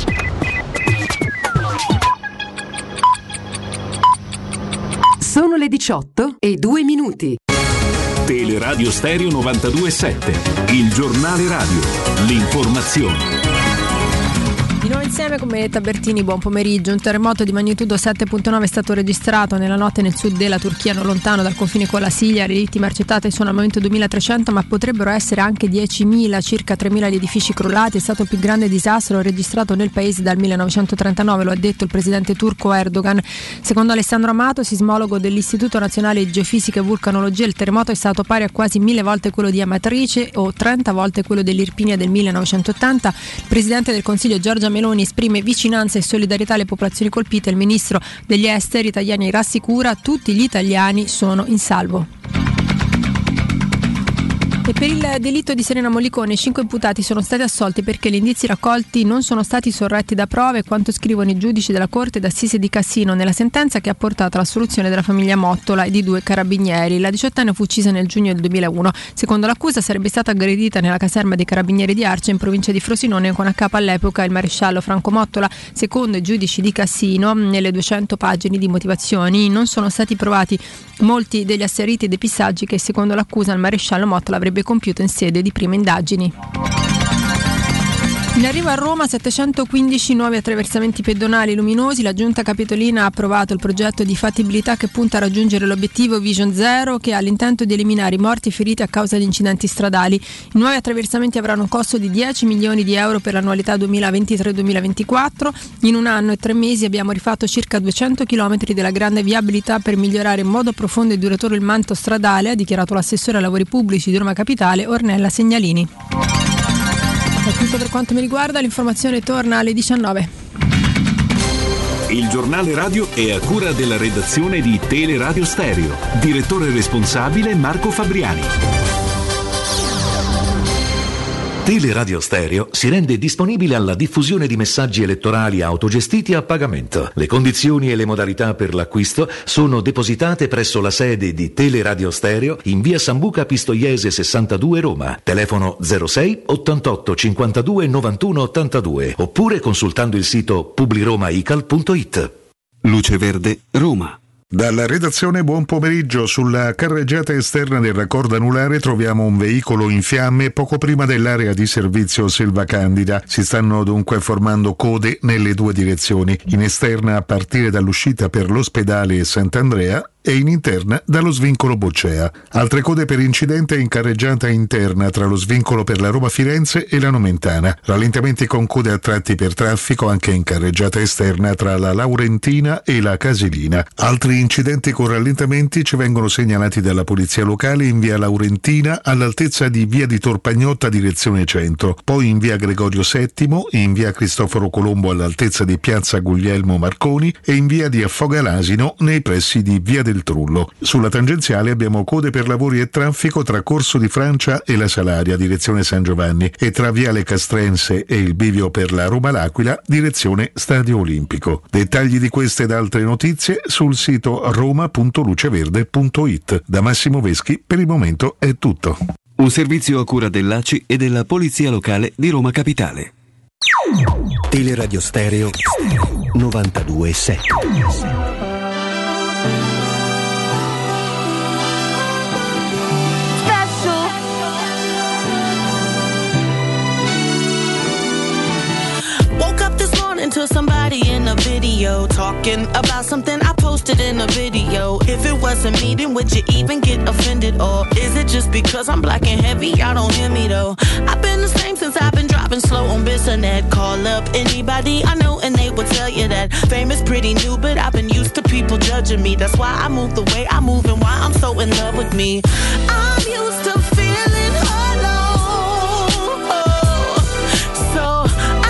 Sono le diciotto e due minuti. Teleradio Stereo novantadue sette, il giornale radio, l'informazione. Di nuovo insieme con Benedetta Bertini, buon pomeriggio. Un terremoto di magnitudo sette virgola nove è stato registrato nella notte nel sud della Turchia, non lontano dal confine con la Siria. Le vittime accertate sono al momento duemilatrecento, ma potrebbero essere anche diecimila, circa tremila gli edifici crollati. È stato il più grande disastro registrato nel paese dal millenovecentotrentanove, lo ha detto il presidente turco Erdogan. Secondo Alessandro Amato, sismologo dell'Istituto Nazionale di Geofisica e Vulcanologia, il terremoto è stato pari a quasi mille volte quello di Amatrice o trenta volte quello dell'Irpinia del millenovecentottanta. Il presidente del Consiglio Giorgia Meloni esprime vicinanza e solidarietà alle popolazioni colpite. Il ministro degli esteri italiani rassicura: tutti gli italiani sono in salvo. E per il delitto di Serena Mollicone, i cinque imputati sono stati assolti perché gli indizi raccolti non sono stati sorretti da prove, quanto scrivono i giudici della Corte d'Assise di Cassino nella sentenza che ha portato all'assoluzione della famiglia Mottola e di due carabinieri. La diciottenne fu uccisa nel giugno del duemilauno. Secondo l'accusa sarebbe stata aggredita nella caserma dei carabinieri di Arce in provincia di Frosinone con a capo all'epoca il maresciallo Franco Mottola. Secondo i giudici di Cassino, nelle duecento pagine di motivazioni non sono stati provati molti degli asseriti depistaggi che secondo l'accusa il maresciallo Mottola avrebbe compiuto in sede di prime indagini. In arrivo a Roma settecentoquindici nuovi attraversamenti pedonali luminosi. La Giunta Capitolina ha approvato il progetto di fattibilità che punta a raggiungere l'obiettivo Vision Zero, che ha l'intento di eliminare i morti e feriti a causa di incidenti stradali. I nuovi attraversamenti avranno un costo di dieci milioni di euro per l'annualità duemilaventitré duemilaventiquattro. In un anno e tre mesi abbiamo rifatto circa duecento chilometri della grande viabilità per migliorare in modo profondo e duraturo il manto stradale, ha dichiarato l'assessore ai lavori pubblici di Roma Capitale Ornella Segnalini. È tutto per quanto mi riguarda, l'informazione torna alle diciannove. Il giornale radio è a cura della redazione di Teleradio Stereo. Direttore responsabile Marco Fabriani. Teleradio Stereo si rende disponibile alla diffusione di messaggi elettorali autogestiti a pagamento. Le condizioni e le modalità per l'acquisto sono depositate presso la sede di Teleradio Stereo in via Sambuca Pistoiese sessantadue Roma. Telefono zero sei ottantotto cinquantadue novantuno ottantadue oppure consultando il sito publiromaical punto it. Luce Verde, Roma. Dalla redazione buon pomeriggio. Sulla carreggiata esterna del raccordo anulare troviamo un veicolo in fiamme poco prima dell'area di servizio Selva Candida. Si stanno dunque formando code nelle due direzioni, in esterna a partire dall'uscita per l'ospedale Sant'Andrea e in interna dallo svincolo Boccea. Altre code per incidente in carreggiata interna tra lo svincolo per la Roma Firenze e la Nomentana. Rallentamenti con code a tratti per traffico anche in carreggiata esterna tra la Laurentina e la Casilina. Altri incidenti con rallentamenti ci vengono segnalati dalla polizia locale in via Laurentina all'altezza di via di Torpagnotta direzione centro, poi in via Gregorio settimo, in via Cristoforo Colombo all'altezza di piazza Guglielmo Marconi e in via di Affogalasino nei pressi di via del Trullo. Sulla tangenziale abbiamo code per lavori e traffico tra Corso di Francia e la Salaria direzione San Giovanni e tra viale Castrense e il bivio per la Roma L'Aquila direzione Stadio Olimpico. Dettagli di queste ed altre notizie sul sito roma punto luceverde punto it. Da Massimo Veschi per il momento è tutto. Un servizio a cura dell'A C I e della Polizia Locale di Roma Capitale. Teleradio Stereo novantadue sette. To somebody in a video talking about something I posted in a video. If it wasn't me, then would you even get offended? Or is it just because I'm black and heavy? Y'all don't hear me though. I've been the same since I've been driving slow on Bissonnet. Call up anybody I know and they will tell you that fame is pretty new, but I've been used to people judging me. That's why I move the way I move and why I'm so in love with me. I'm used to feeling alone. Oh, so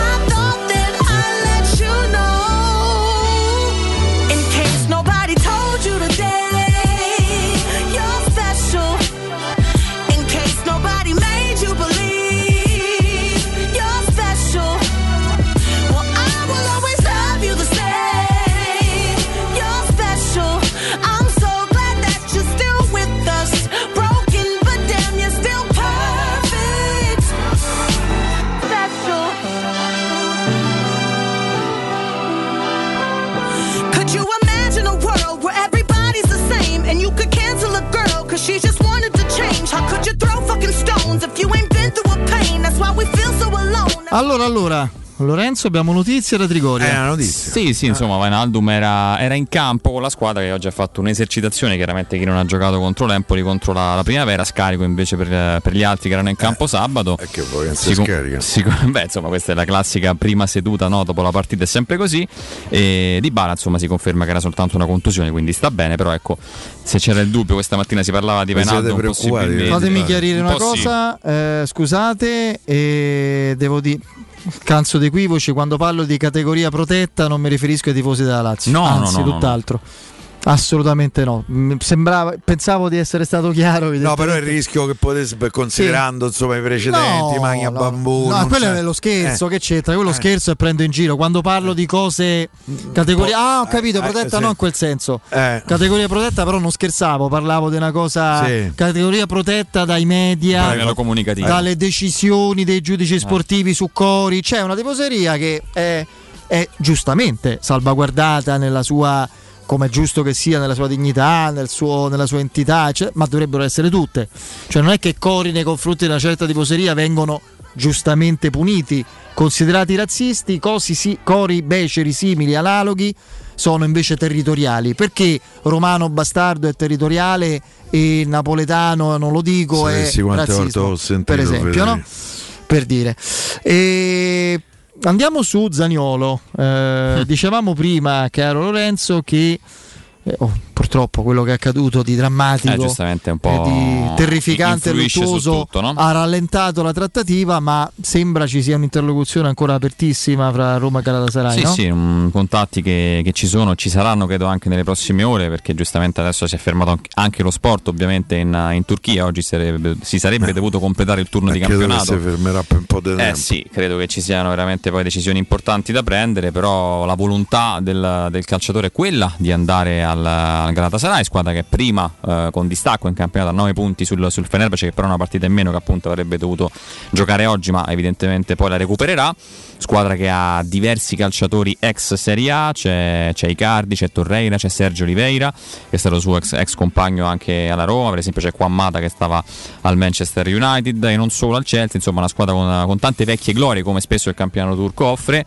she just wanted to change. How could you throw fucking stones if you ain't been through a pain? That's why we feel so alone. Allora, allora, Lorenzo, abbiamo notizie da Trigoria. Eh, notizia. Sì, sì, insomma, Wijnaldum era, era in campo con la squadra che oggi ha fatto un'esercitazione. Chiaramente chi non ha giocato contro l'Empoli, contro la, la primavera, scarico invece per, per gli altri che erano in campo eh, sabato. E che poi si scarica. Sicur- beh, insomma, questa è la classica prima seduta, no? Dopo la partita è sempre così. E Dybala, insomma, si conferma che era soltanto una contusione, quindi sta bene. Però ecco, se c'era il dubbio, questa mattina si parlava di Wijnaldum possibilmente. Fatemi chiarire una cosa, sì. eh, scusate, e devo dire. Canso di equivoci, quando parlo di categoria protetta non mi riferisco ai tifosi della Lazio, no, anzi no, no, tutt'altro. Assolutamente no. Sembrava, pensavo di essere stato chiaro. No, però il rischio che potesse, considerando sì. insomma i precedenti, no, Magna no, Bambù. No, quello c'è. è lo scherzo, eh. che c'entra? Quello eh. scherzo e prendo in giro. Quando parlo di cose categoria. Ah, ho capito, protetta eh, no sì. in quel senso. Eh. Categoria protetta, però non scherzavo, parlavo di una cosa sì. categoria protetta dai media, dalle decisioni dei giudici sportivi eh. su cori. C'è una tifoseria che è, è giustamente salvaguardata nella sua, come è giusto che sia, nella sua dignità, nel suo, nella sua entità, cioè, ma dovrebbero essere tutte. Cioè non è che cori nei confronti di una certa tifoseria vengono giustamente puniti, considerati razzisti, cosi, sì, cori beceri simili, analoghi, sono invece territoriali. Perché romano bastardo è territoriale e napoletano, non lo dico, sì, è sì, razzismo, sentito, per esempio, no? Per dire. E andiamo su Zaniolo. Eh, dicevamo prima, caro Lorenzo, che eh, oh, purtroppo quello che è accaduto di drammatico, eh, giustamente un po' di terrificante e luttuoso, tutto, no? ha rallentato la trattativa, ma sembra ci sia un'interlocuzione ancora apertissima fra Roma e Galatasaray. Sì, no? sì, um, contatti che, che ci sono, ci saranno credo anche nelle prossime ore, perché giustamente adesso si è fermato anche lo sport ovviamente in, in Turchia. Oggi sarebbe, si sarebbe eh, dovuto completare il turno di campionato. Credo che si fermerà per un po' di tempo. Eh sì, credo che ci siano veramente poi decisioni importanti da prendere, però la volontà del, del calciatore è quella di andare al, al Galatasaray, squadra che è prima eh, con distacco in campionato a nove punti sul, sul Fenerbahce, che però è una partita in meno che appunto avrebbe dovuto giocare oggi, ma evidentemente poi la recupererà. Squadra che ha diversi calciatori ex Serie A, c'è, c'è Icardi, c'è Torreira, c'è Sergio Oliveira che è stato suo ex, ex compagno anche alla Roma, per esempio c'è Juan Mata che stava al Manchester United e non solo al Chelsea, insomma una squadra con, con tante vecchie glorie come spesso il campionato turco offre.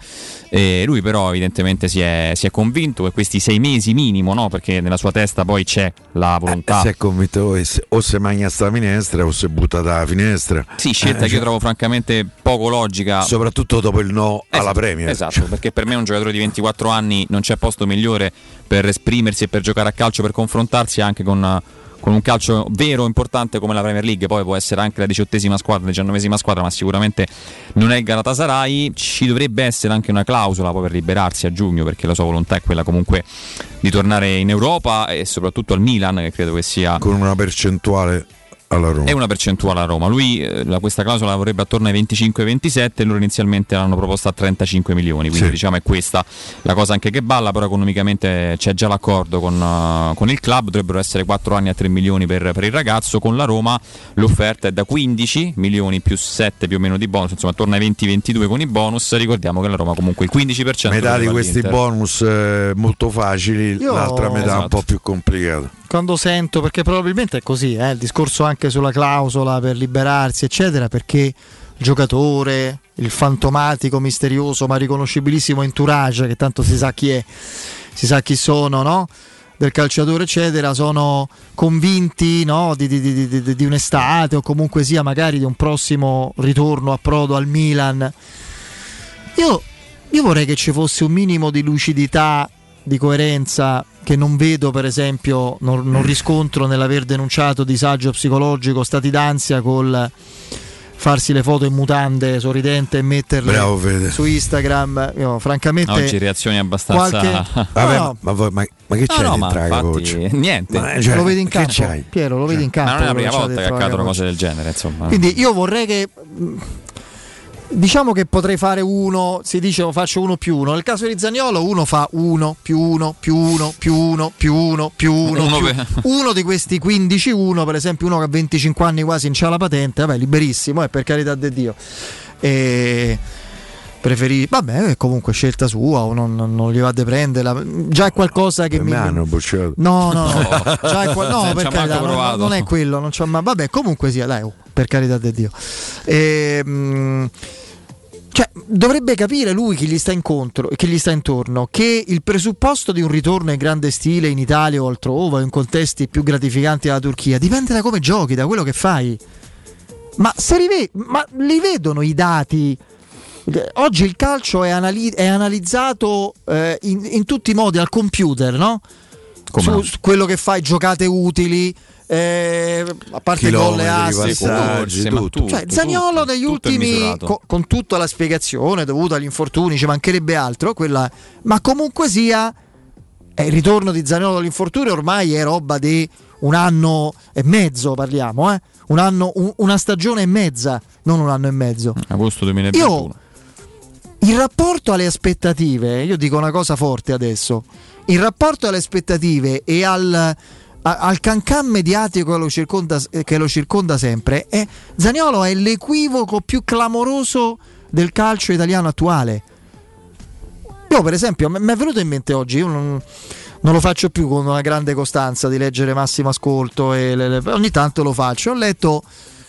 E lui però evidentemente si è, si è convinto che questi sei mesi minimo, no? Perché nella sua testa poi c'è la volontà, eh, si è convinto o se magna sta finestra o se butta dalla finestra. Sì, scelta eh, che cioè, io trovo francamente poco logica, soprattutto dopo il no esatto, alla Premier. Esatto, cioè, perché per me un giocatore di ventiquattro anni non c'è posto migliore per esprimersi e per giocare a calcio, per confrontarsi anche con, con un calcio vero, importante come la Premier League. Poi può essere anche la diciottesima squadra, la diciannovesima squadra, ma sicuramente non è il Galatasaray. Ci dovrebbe essere anche una clausola poi per liberarsi a giugno, perché la sua volontà è quella comunque di tornare in Europa e soprattutto al Milan, che credo che sia con una percentuale alla Roma. È una percentuale alla Roma. Lui eh, questa clausola la vorrebbe attorno ai venticinque ventisette e loro inizialmente l'hanno proposta a trentacinque milioni, quindi sì, diciamo è questa la cosa anche che balla, però economicamente c'è già l'accordo con, uh, con il club, dovrebbero essere quattro anni a tre milioni per, per il ragazzo. Con la Roma l'offerta è da quindici milioni più sette più o meno di bonus, insomma attorno ai venti ventidue con i bonus. Ricordiamo che la Roma comunque il quindici per cento metà di questi bonus eh, molto facili. Io... l'altra metà esatto, un po' più complicata. Quando sento, perché probabilmente è così, eh, il discorso anche sulla clausola per liberarsi eccetera, perché il giocatore, il fantomatico, misterioso ma riconoscibilissimo entourage, che tanto si sa chi è, si sa chi sono, no? Del calciatore eccetera, sono convinti, no? di, di, di, di, di un'estate o comunque sia magari di un prossimo ritorno a prodo al Milan. Io, io vorrei che ci fosse un minimo di lucidità, di coerenza, che non vedo, per esempio, non, non riscontro nell'aver denunciato disagio psicologico, stati d'ansia col farsi le foto in mutande sorridente e metterle Bravo, su Instagram. Io, francamente oggi reazioni abbastanza qualche... Vabbè, no, ma, ma, ma, ma che c'è no, no, no, infatti, niente, ma, cioè, lo vedi in campo, c'hai? Piero, lo vedi in campo, ma non è la prima volta che accadono cose del genere, insomma. Quindi io vorrei che, diciamo che potrei fare uno, si dice faccio uno più uno. Nel caso di Zaniolo uno fa uno più uno più uno più uno più uno più uno, uno, più per... uno di questi quindici uno, per esempio uno che ha venticinque anni quasi non c'ha la patente, vabbè, liberissimo, eh, per carità di Dio. E preferì, vabbè, comunque scelta sua, o non, non gli va a prendere, già è qualcosa che per mi me hanno bocciato. No, no, no, già è qual... no, per carità, non, non è quello, non c'ha mai, vabbè, comunque sia, dai, oh, per carità di Dio. E, mh, cioè, dovrebbe capire lui chi gli sta incontro, chi gli sta intorno, che il presupposto di un ritorno in grande stile in Italia o altrove, in contesti più gratificanti della Turchia, dipende da come giochi, da quello che fai. Ma se rive- ma li vedono i dati? Oggi il calcio è, anali- è analizzato eh, in-, in tutti i modi al computer, no? Su, su quello che fai, giocate utili, eh, a parte gol e assist, tutto. Cioè, Zaniolo negli ultimi, co- con tutta la spiegazione dovuta agli infortuni, ci mancherebbe altro, quella, ma comunque sia eh, il ritorno di Zaniolo dall'infortunio ormai è roba di un anno e mezzo, parliamo, eh? un anno, un, una stagione e mezza, non un anno e mezzo. Agosto duemilaventuno. Io il rapporto alle aspettative, io dico una cosa forte adesso, il rapporto alle aspettative e al, a, al cancan mediatico che lo circonda, che lo circonda sempre, è, Zaniolo è l'equivoco più clamoroso del calcio italiano attuale. Io per esempio, mi è venuto in mente oggi, io non, non lo faccio più con una grande costanza di leggere Massimo Ascolto, e le, le, ogni tanto lo faccio, ho letto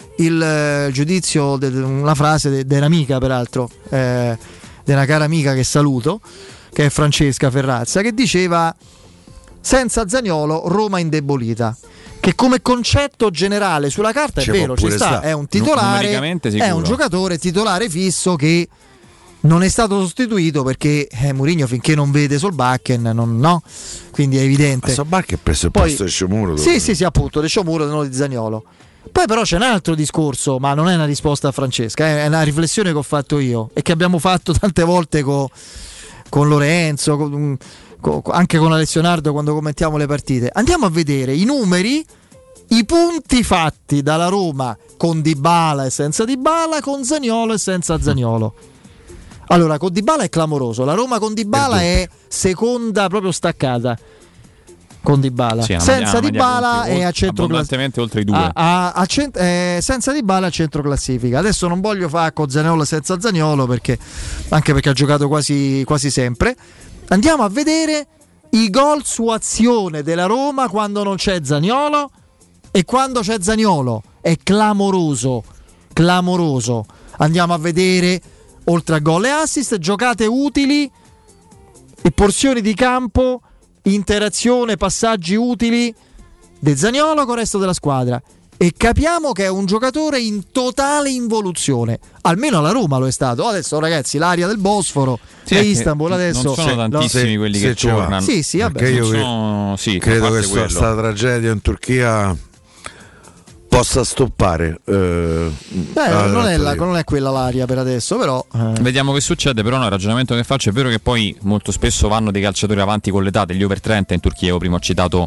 il, il giudizio, de, una frase de, dell'amica peraltro, eh, di una cara amica che saluto, che è Francesca Ferrazza, che diceva: senza Zaniolo Roma indebolita, che come concetto generale sulla carta è C'è vero, ci sta, è un titolare, è un giocatore titolare fisso che non è stato sostituito perché eh, Mourinho finché non vede Solbakken non, no, quindi è evidente. Ma Solbakken ha preso il Poi, posto di Sciomuro. Sì, sì, sì, appunto, di Sciomuro, non di Zaniolo. Poi però c'è un altro discorso, ma non è una risposta a Francesca, è una riflessione che ho fatto io e che abbiamo fatto tante volte con, con Lorenzo, con, con, anche con Alessio quando commentiamo le partite. Andiamo a vedere i numeri, i punti fatti dalla Roma con Dybala e senza Dybala, con Zaniolo e senza Zaniolo. Allora, con Dybala è clamoroso, la Roma con Dybala è seconda proprio staccata. Con Dybala, sì, senza media, Dybala è a centro classifica, oltre i due. A, a, a cent- eh, senza Dybala a centro classifica. Adesso non voglio fare con Zaniolo senza Zaniolo, perché anche perché ha giocato quasi, quasi sempre. Andiamo a vedere i gol su azione della Roma quando non c'è Zaniolo e quando c'è Zaniolo. È clamoroso, clamoroso. Andiamo a vedere, oltre a gol e assist, giocate utili e porzioni di campo, interazione, passaggi utili di Zaniolo con il resto della squadra, e capiamo che è un giocatore in totale involuzione, almeno alla Roma lo è stato. Adesso ragazzi, l'aria del Bosforo sì, e Istanbul adesso non sono se, tantissimi se, quelli se che tornano. Sì, sì, vabbè. Perché io sono, sì, credo che questa tragedia in Turchia possa stoppare eh, Beh, non, è la, non è quella l'aria per adesso, però eh. Vediamo che succede. Però no, il ragionamento che faccio è vero che poi molto spesso vanno dei calciatori avanti con l'età, degli over trenta in Turchia. Io prima ho citato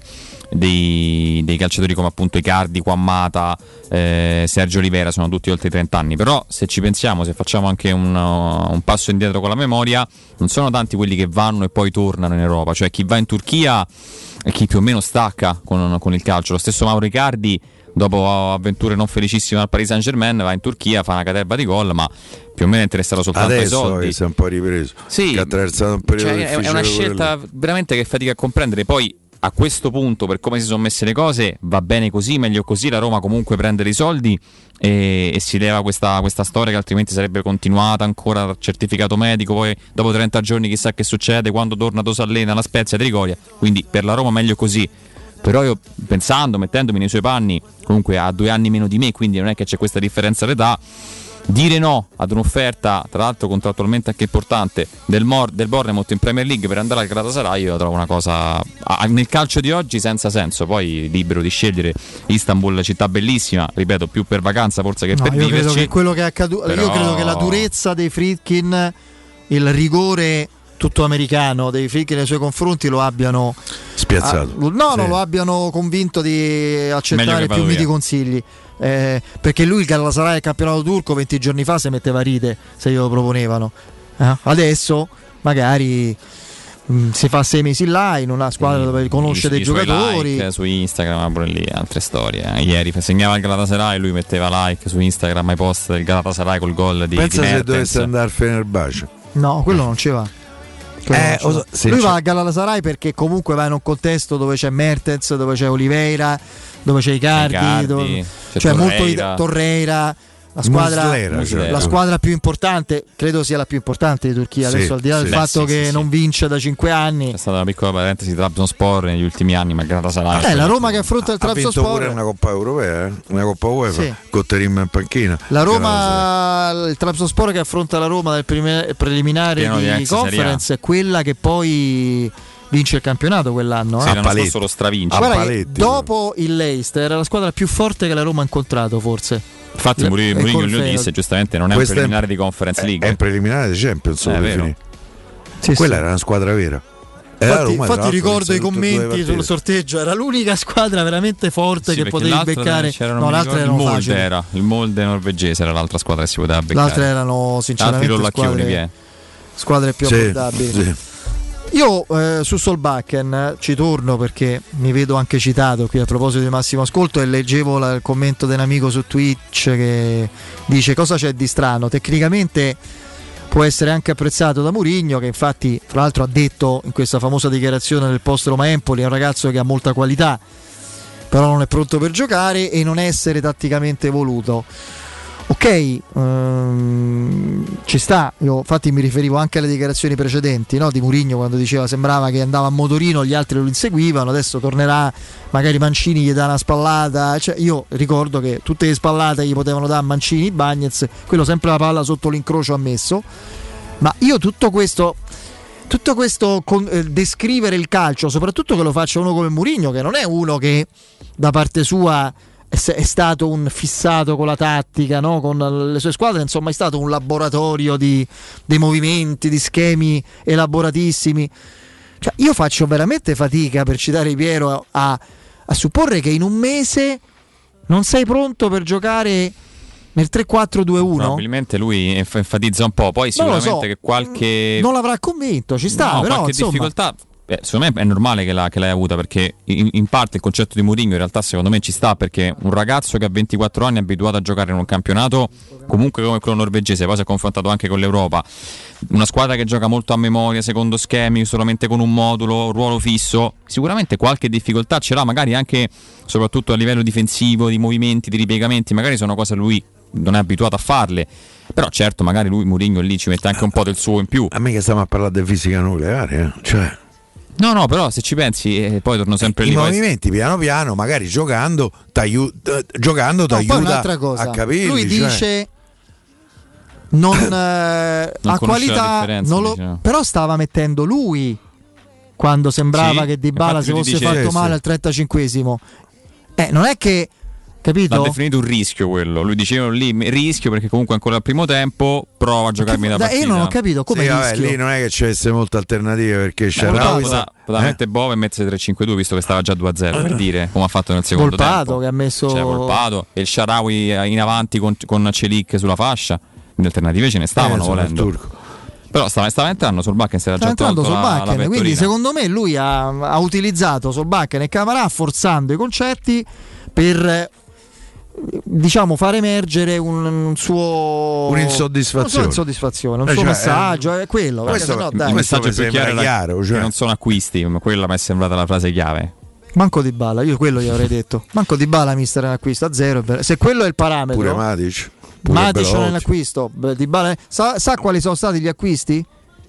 dei, dei calciatori come appunto Icardi, Quammata, eh, Sergio Olivera, sono tutti oltre i trenta anni. Però se ci pensiamo, se facciamo anche un, un passo indietro con la memoria, non sono tanti quelli che vanno e poi tornano in Europa. Cioè chi va in Turchia è chi più o meno stacca con, con il calcio. Lo stesso Mauro Icardi, dopo avventure non felicissime al Paris Saint-Germain, va in Turchia, fa una caterva di gol, ma più o meno è interessato soltanto adesso ai soldi. Adesso si è un po' ripreso, sì, che ha attraversato un periodo cioè, difficile. È una scelta quello. Veramente che fatica a comprendere. Poi a questo punto, per come si sono messe le cose, va bene così, meglio così. La Roma comunque prende dei soldi e, e si leva questa, questa storia che altrimenti sarebbe continuata ancora, certificato medico, poi dopo trenta giorni chissà che succede, quando torna Tosallena, la Spezia, Trigoria. Quindi per la Roma meglio così. Però io, pensando, mettendomi nei suoi panni, comunque ha due anni meno di me, quindi non è che c'è questa differenza d'età, dire no ad un'offerta, tra l'altro contrattualmente anche importante, del, Mor- del Bournemouth in Premier League per andare al Galatasaray, io trovo una cosa nel calcio di oggi senza senso. Poi libero di scegliere. Istanbul, città bellissima, ripeto, più per vacanza forse che no, per io viverci. Credo che quello che è accaduto, però... Io credo che la durezza dei Friedkin, il rigore tutto americano dei Friedkin nei suoi confronti lo abbiano spiazzato. Ah, no, sì. non lo abbiano convinto di accettare più miti consigli. Eh, perché lui il Galatasaray al campionato turco venti giorni fa si metteva a ride se glielo proponevano. Eh? Adesso magari mh, si fa sei mesi là in una squadra dove conosce I, dei i giocatori. Like su Instagram, pure lì altre storie. Ieri segnava il Galatasaray, lui metteva like su Instagram ai post del Galatasaray col gol di pensa di se Mertens. dovesse andare al Fenerbahce. No, quello non ci va. Eh, so, lui va a Galatasaray perché comunque va in un contesto dove c'è Mertens, dove c'è Oliveira, dove c'è Icardi, Icardi dove... c'è cioè Torreira. molto Torreira, la squadra, Muslera, cioè. la squadra più importante, credo sia la più importante di Turchia, sì, adesso al di là sì, del beh, fatto sì, che sì, non sì. vince da cinque anni. C'è stata una piccola parentesi, Trabzonspor negli ultimi anni, ma Galatasaray Eh, la Roma che affronta il ha vinto Trabzonspor pure una Coppa Europea, eh? Una Coppa UEFA, sì. con Terim in panchina. La Roma, il Trabzonspor che affronta la Roma nel prime, preliminare Pieno di, di Conference è quella che poi vince il campionato quell'anno. Sì, eh? l'anno scorso lo stravince. Guarda che dopo il Leicester era la squadra più forte che la Roma ha incontrato, forse. Infatti Le- Mourinho e Mourinho col lo Feyenoord. disse giustamente, non è Questo un preliminare è- di Conference League. È un preliminare di Champions, Eh, lo vero. definì. Sì, Quella sì. era una squadra vera. Infatti, infatti ricordo i commenti sul sorteggio, era l'unica squadra veramente forte sì, che potevi beccare. No, l'altra erano il Molde facili. era il Molde norvegese, era l'altra squadra che si poteva beccare. L'altra erano sinceramente squadre, squadre più sì, abbordabili. Sì. Io eh, su Solbakken ci torno perché mi vedo anche citato qui a proposito di Massimo Ascolto e leggevo la, il commento di un amico su Twitch che dice cosa c'è di strano. Tecnicamente può essere anche apprezzato da Mourinho, che infatti tra l'altro ha detto in questa famosa dichiarazione del post Roma Empoli, è un ragazzo che ha molta qualità però non è pronto per giocare e non essere tatticamente voluto. Ok, um, ci sta. Io infatti mi riferivo anche alle dichiarazioni precedenti, no, di Mourinho, quando diceva sembrava che andava a motorino, gli altri lo inseguivano, adesso tornerà, magari Mancini gli dà una spallata, cioè, io ricordo che tutte le spallate gli potevano dare a Mancini, Bagnez, quello sempre la palla sotto l'incrocio ha messo. Ma io tutto questo tutto questo con, eh, descrivere il calcio, soprattutto che lo faccia uno come Mourinho, che non è uno che da parte sua è stato un fissato con la tattica, no? Con le sue squadre, insomma è stato un laboratorio di, dei movimenti, di schemi elaboratissimi. Cioè, io faccio veramente fatica, per citare Piero, a, a supporre che in un mese non sei pronto per giocare nel tre quattro due uno. Probabilmente lui enfatizza un po', poi sicuramente so, che qualche non l'avrà convinto, ci sta, no, però qualche insomma difficoltà. Beh, secondo me è normale che, la, che l'hai avuta, perché in, in parte il concetto di Mourinho in realtà secondo me ci sta, perché un ragazzo che ha ventiquattro anni è abituato a giocare in un campionato comunque come quello norvegese, poi si è confrontato anche con l'Europa, una squadra che gioca molto a memoria, secondo schemi, solamente con un modulo, ruolo fisso, sicuramente qualche difficoltà ce l'ha, magari anche soprattutto a livello difensivo, di movimenti, di ripiegamenti, magari sono cose lui non è abituato a farle, però certo magari lui Mourinho lì ci mette anche un po' del suo in più. A me che stiamo a parlare di fisica nucleare, eh? Cioè no no però se ci pensi eh, poi torno sempre eh, lì, i movimenti piano piano magari giocando t'aiuta, giocando no, t'aiuta a capirli, lui cioè. dice non, eh, non ha qualità non lo, diciamo. Però stava mettendo lui quando sembrava sì, che Dybala si fosse dice, fatto sì, male sì. al trentacinquesimo. Eh, non è che capito? L'ha definito un rischio quello. Lui diceva lì rischio perché comunque ancora al primo tempo prova a giocarmi la partita. Io non ho capito come sì, rischio. Vabbè, lì non è che c'è molte alternative perché Shaarawy poteva, poteva eh? mettere Bove e mettere tre cinque due visto che stava già due a zero per dire, come ha fatto nel secondo Volpato, tempo. Che ha messo cioè, Volpato e il Shaarawy in avanti con, con Celik sulla fascia. Le alternative ce ne stavano eh, volendo. Però stava, stava entrando Solbakken, si era già tolto la, Solbakken, la quindi secondo me lui ha, ha utilizzato Solbakken e Camarà forzando i concetti per, diciamo, far emergere un, un suo un'insoddisfazione, un insoddisfazione, un eh, suo cioè, messaggio, è quello. Questo, no, dai, il messaggio più chiaro era chiaro, cioè. che non sono acquisti, ma quella mi è sembrata la frase chiave. Manco Dybala, io quello gli avrei detto. Manco Dybala mister in acquisto a zero, se quello è il parametro. Pure Matic. Matic nell'acquisto, Dybala, sa, sa quali sono stati gli acquisti?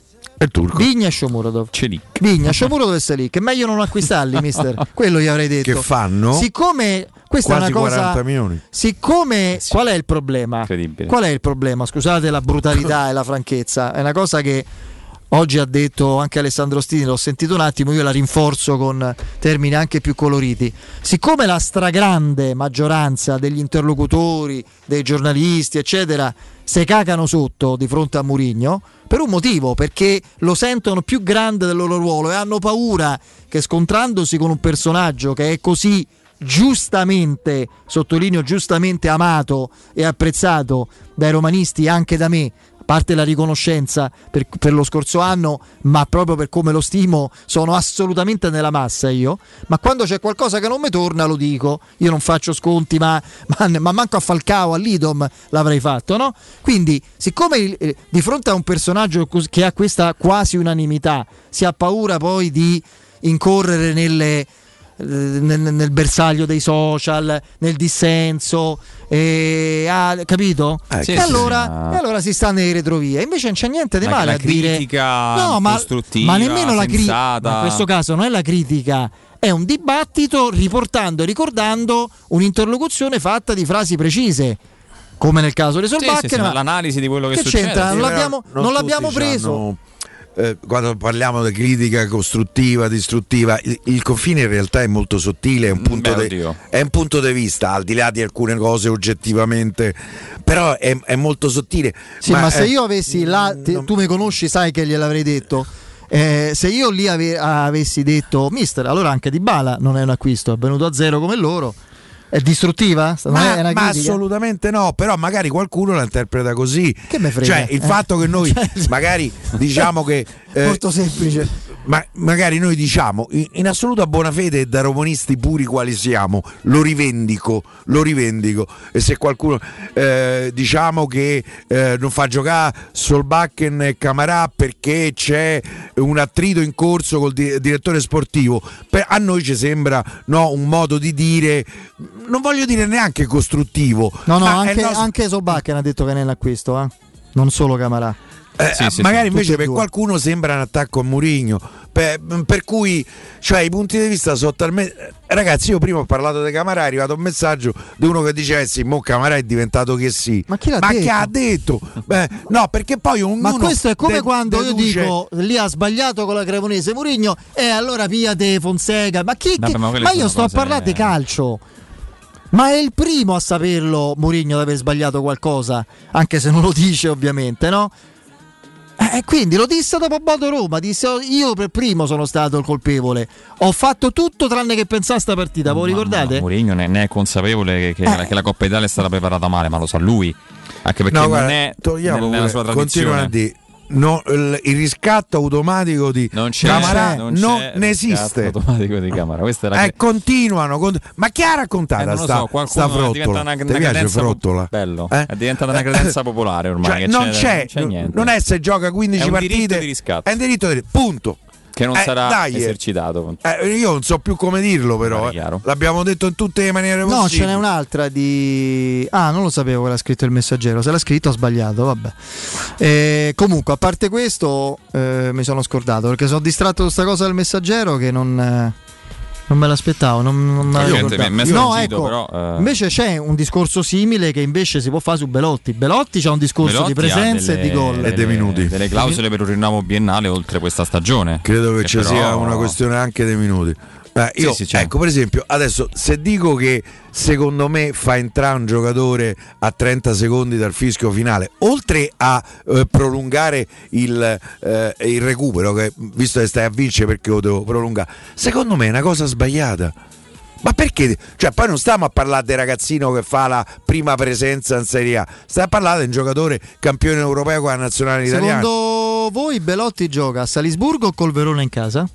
È turco. Vigna e Shomurodov. Vigna, Shomurodov e Selic. È meglio non acquistarli, mister. Quello gli avrei detto. Che fanno? Siccome questa quasi è una cosa. quaranta milioni. Siccome sì. Qual è il problema? Qual è il problema? Scusate la brutalità e la franchezza. È una cosa che oggi ha detto anche Alessandro Stini, l'ho sentito un attimo, io la rinforzo con termini anche più coloriti. Siccome la stragrande maggioranza degli interlocutori, dei giornalisti, eccetera, se cagano sotto di fronte a Mourinho, per un motivo, perché lo sentono più grande del loro ruolo e hanno paura che, scontrandosi con un personaggio che è così giustamente, sottolineo giustamente, amato e apprezzato dai romanisti, anche da me, a parte la riconoscenza per, per lo scorso anno, ma proprio per come lo stimo, sono assolutamente nella massa io, ma quando c'è qualcosa che non mi torna lo dico, io non faccio sconti, ma, ma, ma manco a Falcao, all'Idom l'avrei fatto, no? Quindi siccome eh, di fronte a un personaggio che ha questa quasi unanimità si ha paura poi di incorrere nelle Nel, nel bersaglio dei social, nel dissenso, e, ah, capito? Eh, sì, e, allora, sì, e allora si sta nei retrovie. Invece non c'è niente di la, male la a dire critica no, ma, costruttiva, ma nemmeno la critica. In questo caso non è la critica, è un dibattito riportando e ricordando un'interlocuzione fatta di frasi precise, come nel caso di Solbakken. Sì, sì, sì, ma l'analisi di quello che, che succede. C'entra? Non l'abbiamo, non non l'abbiamo preso. Hanno... Eh, quando parliamo di critica costruttiva, distruttiva, il, il confine in realtà è molto sottile, è un punto Beh, di è un punto di vista, al di là di alcune cose oggettivamente, però è, è molto sottile. Sì, ma, ma se eh, io avessi là, te, non... tu mi conosci, sai che gliel'avrei detto. Eh, se io lì ave- avessi detto mister, allora anche Dybala non è un acquisto, è venuto a zero come loro, è distruttiva? Non ma, è una ma critica? Assolutamente no, però magari qualcuno la interpreta così. Che me frega, cioè il eh? fatto che noi magari diciamo che eh, molto semplice. Ma magari noi diciamo in, in assoluta buona fede, da romanisti puri quali siamo, lo rivendico, lo rivendico. E se qualcuno eh, diciamo che eh, non fa giocare Solbakken e Camarà perché c'è un attrito in corso col di- direttore sportivo, per, a noi ci sembra no, un modo di dire, non voglio dire neanche costruttivo. No, no, ma anche, nostro... anche Solbakken ha detto che è nell'acquisto, eh? Non solo Camarà. Eh, sì, sì, magari sì, invece per qualcuno sembra un attacco a Mourinho, per, per cui cioè, i punti di vista sono talmente. Ragazzi, io prima ho parlato di Camarà, è arrivato un messaggio di uno che diceva eh sì, mo Camarà è diventato che sì. Ma chi l'ha Ma detto? che ha detto? Beh, no, perché poi ognuno. Ma questo è come de- quando deduce... io dico lì ha sbagliato con la Cremonese Mourinho e eh, allora piate Fonseca. Ma chi? Vabbè, che... ma ma, quelle io sono sto cose- a parlare di calcio. Ma è il primo a saperlo Mourinho di aver sbagliato qualcosa, anche se non lo dice ovviamente, no? E eh, quindi lo disse dopo Bodo Roma, disse io per primo sono stato il colpevole, ho fatto tutto tranne che pensare a sta partita, voi ricordate? No, Mourinho ne, ne è consapevole che, che, Eh. che la Coppa Italia è stata preparata male, ma lo sa lui, anche perché No, non guarda, è togliamo nel- nella pure, sua continuano a tradizione. dire no, il, il riscatto automatico di Non c'è, Camarà non, non c'è ne riscatto esiste. automatico di Camara. Questa è la Eh, continuano, cont- ma chi ha raccontato Eh, non lo sta, so, qualcuno sta frottola? diventa una- Ti una piace credenza frottola? po- bello. Eh? È diventata una credenza popolare ormai. Cioè, che non, c'è, c'è, non c'è niente. non è se gioca quindici È un diritto partite, di riscatto. è un diritto di punto. Che non Eh, sarà dai, eh. esercitato. Eh, io non so più come dirlo, però eh. l'abbiamo detto in tutte le maniere No, possibili. ce n'è un'altra di. Ah, non lo sapevo che l'ha scritto il Messaggero. Se l'ha scritto ha sbagliato, vabbè. Eh, comunque, a parte questo, eh, mi sono scordato perché sono distratto da questa cosa del Messaggero che non. Eh, non me l'aspettavo, non, non me Io l'avevo mi- mi è ricordato. No, sfuggito, ecco, però, eh. invece c'è un discorso simile che invece si può fare su Belotti. Belotti c'ha un discorso Velotti di presenze ha e di delle- gol. delle- Delle clausole per un rinnovo biennale oltre questa stagione. Credo che, ci però- sia una questione anche dei minuti. Eh, io, Sì, sì, c'è. ecco, per esempio, adesso se dico che secondo me fa entrare un giocatore a trenta secondi dal fischio finale, oltre a eh, prolungare il, eh, il recupero, che visto che stai a vincere perché lo devo prolungare, secondo me è una cosa sbagliata. Ma perché? Cioè, poi non stiamo a parlare del ragazzino che fa la prima presenza in Serie A, stiamo a parlare di un giocatore campione europeo con la nazionale italiana. Secondo voi Belotti gioca a Salisburgo o col Verona in casa?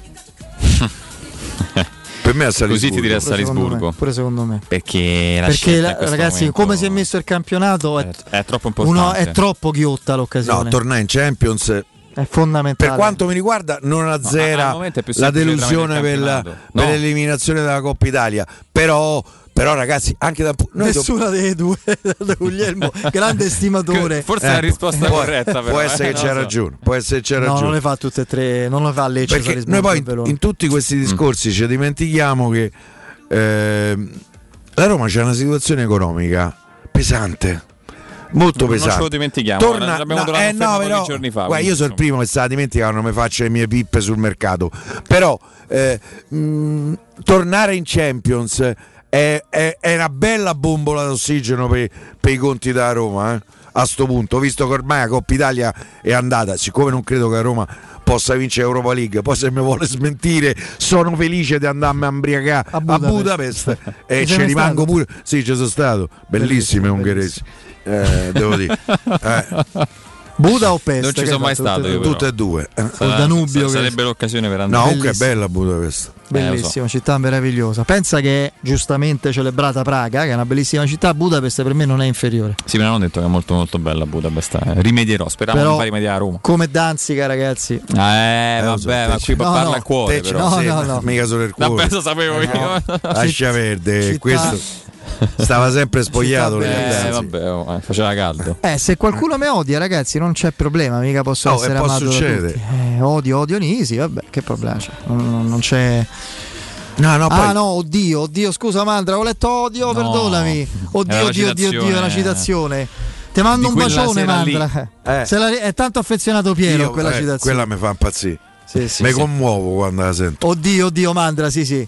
Per me a Salisburgo. Così ti direi a Pure secondo Salisburgo. me, pure secondo me. Perché la Perché scelta la- in questo ragazzi, momento come si è messo il campionato è, è troppo importante. uno, è troppo ghiotta l'occasione. No, tornare in Champions è fondamentale. per quanto mi riguarda non azzera al momento è più la semplice delusione tramite il per, la- campionato. per No. l'eliminazione della Coppa Italia, però, però ragazzi anche da noi Nessuna delle due da Guglielmo, grande estimatore. Forse è la risposta può, corretta, però, può eh, essere che non c'è lo so. ragione, può essere che c'è No, ragione. non le fa tutte e tre, non le fa Lecce, Perché Salisburgo noi poi e in, Verona. in tutti questi discorsi ci dimentichiamo che ehm, la Roma c'è una situazione economica pesante, molto Non pesante. ce lo dimentichiamo, Torna, l'abbiamo no, dato eh, conferma no, pochi però, giorni fa, guarda, quindi, io sono il primo che se la dimentica, non mi faccio le mie pippe sul mercato, però eh, mh, tornare in Champions è, è, è una bella bombola d'ossigeno per, per i conti della Roma, eh? A sto punto, visto che ormai la Coppa Italia è andata, siccome non credo che la Roma possa vincere Europa League, poi se mi vuole smentire sono felice di andarmi a imbriacare a Budapest, Budapest, e Ci ci sei mai rimango stato? pure. Sì, ci sono stato, bellissime ungheresi, eh, devo dire. Eh. Buda o Peste? Non ci Che sono mai fa? Tutte stato e io, due. Tutte e due. eh. Col Danubio, sa- che- sarebbe l'occasione per No, andare. comunque è Bellissimo. bella Budapest. Bellissima, Eh, città meravigliosa. Pensa che è giustamente celebrata Praga, che è una bellissima città. Budapest per me non è inferiore. Sì, me l'hanno detto che è molto molto bella Budapest. eh. Rimedierò, speriamo Però- di far rimediare a Roma. Come Danzica, ragazzi. Eh, lo so, vabbè, te ma ci- qui no, parla no, a cuore, Te ci- però. no, sì, no, no. mica solo il cuore. Vabbè, lo sapevo io. Lascia perdere, città- questo stava sempre spogliato. Città le bella. Eh, ragazze. vabbè, oh, eh, faceva caldo. Eh, se qualcuno mi odia, ragazzi, non c'è problema, mica posso Oh, essere e può amato da succedere. tutti. Eh, odio, odio Nisi, vabbè, che problema c'è? Non, non c'è. No, no, poi Ah no, oddio, oddio, scusa Mandra, ho letto odio, No, perdonami. era Oddio, la oddio, oddio, oddio, è una citazione. citazione. Ti mando Di un quella bacione, sera lì. Mandra. Eh. Se la- è tanto affezionato Piero io, a quella eh, citazione. quella mi fa impazzire. Sì, sì, mi sì. commuovo quando la sento. Oddio, oddio, Mandra, sì, sì.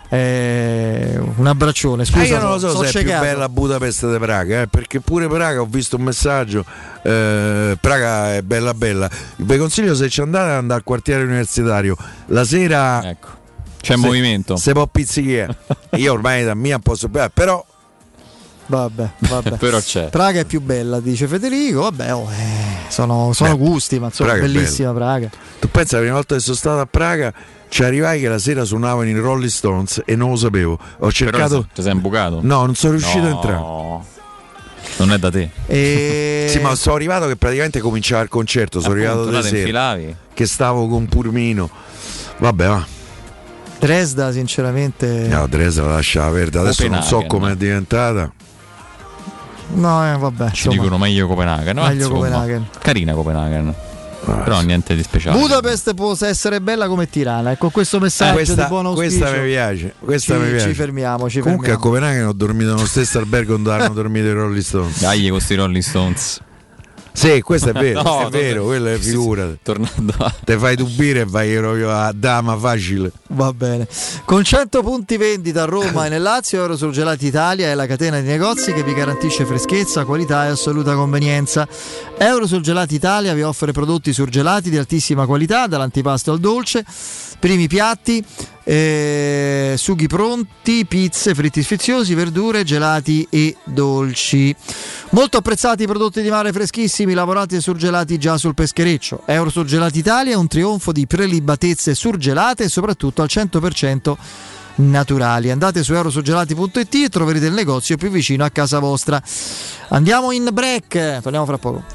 Eh, un abbraccione, scusa. Ah, io non lo so so se ciecato. è più bella Budapest di Praga, eh, perché pure Praga ho visto un messaggio. Eh, Praga è bella bella. Vi consiglio, se ci andate, ad andare al quartiere universitario la sera. Ecco, c'è se, movimento. Se può pizzichire. Io ormai da mia posso, però. Vabbè, vabbè. Però c'è. Praga è più bella, dice Federico. Vabbè, oh, eh, sono, sono Beh, gusti, ma insomma, Praga è bellissima Praga. Tu pensa, la prima volta che sono stato a Praga ci arrivai che la sera suonavano i Rolling Stones e non lo sapevo. Ho cercato. Ti sei imbucato? No, non sono riuscito no. a entrare. Non è da te. E... Sì, ma sono arrivato che praticamente cominciava il concerto. Sono Appunto, arrivato da sera. infilavi. Che stavo con Purmino. Vabbè, va. Dresda, sinceramente. No, Dresda la lasciava verde. Adesso non so come è diventata. No, eh, vabbè. Ci dicono meglio Copenaghen. No? Meglio Insomma, Copenaghen. Carina Copenaghen. Ah, però sì. niente di speciale. Budapest può essere bella come Tirana. E con questo messaggio eh, questa, di buon auspicio questa mi piace. Questa ci, mi piace. ci fermiamo. Ci Comunque fermiamo. a Copenaghen ho dormito nello stesso albergo dove hanno dormito i Rolling Stones. Dai con sti Rolling Stones. Sì, questo è vero, No, è vero, no, quello è sì, figura. Sì, tornando a... Te fai tubire e vai proprio a dama facile. Va bene. Con cento punti vendita a Roma e nel Lazio, Eurosurgelati Italia è la catena di negozi che vi garantisce freschezza, qualità e assoluta convenienza. Eurosurgelati Italia vi offre prodotti surgelati di altissima qualità, dall'antipasto al dolce, primi piatti, eh, sughi pronti, pizze, fritti sfiziosi, verdure, gelati e dolci. Molto apprezzati i prodotti di mare freschissimi, lavorati e surgelati già sul peschereccio. Eurosurgelati Italia è un trionfo di prelibatezze surgelate e soprattutto al cento per cento naturali. Andate su eurosurgelati punto it e troverete il negozio più vicino a casa vostra. Andiamo in break, torniamo fra poco.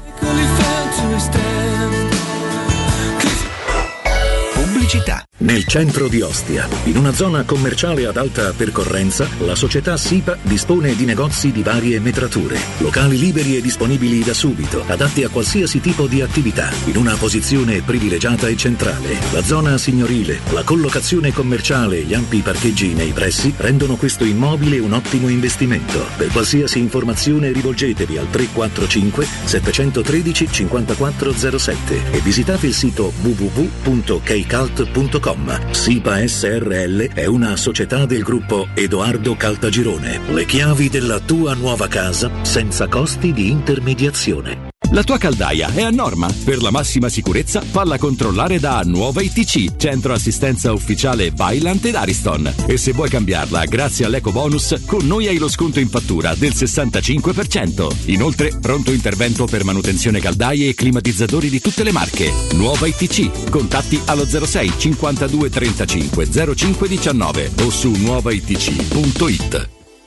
Pubblicità. Nel centro di Ostia, in una zona commerciale ad alta percorrenza, la società SIPA dispone di negozi di varie metrature, locali liberi e disponibili da subito, adatti a qualsiasi tipo di attività, in una posizione privilegiata e centrale. La zona signorile, la collocazione commerciale e gli ampi parcheggi nei pressi rendono questo immobile un ottimo investimento. Per qualsiasi informazione rivolgetevi al tre quattro cinque sette uno tre cinque quattro zero sette e visitate il sito w w w punto keycult punto com. SIPA S R L è una società del gruppo Edoardo Caltagirone. Le chiavi della tua nuova casa senza costi di intermediazione. La tua caldaia è a norma. Per la massima sicurezza, falla controllare da Nuova I T C, centro assistenza ufficiale Vaillant ed Ariston. E se vuoi cambiarla grazie all'eco bonus, con noi hai lo sconto in fattura del sessantacinque per cento. Inoltre, pronto intervento per manutenzione caldaie e climatizzatori di tutte le marche. Nuova I T C. Contatti allo zero sei cinquantadue trentacinque zero cinque diciannove o su nuova i t c punto it.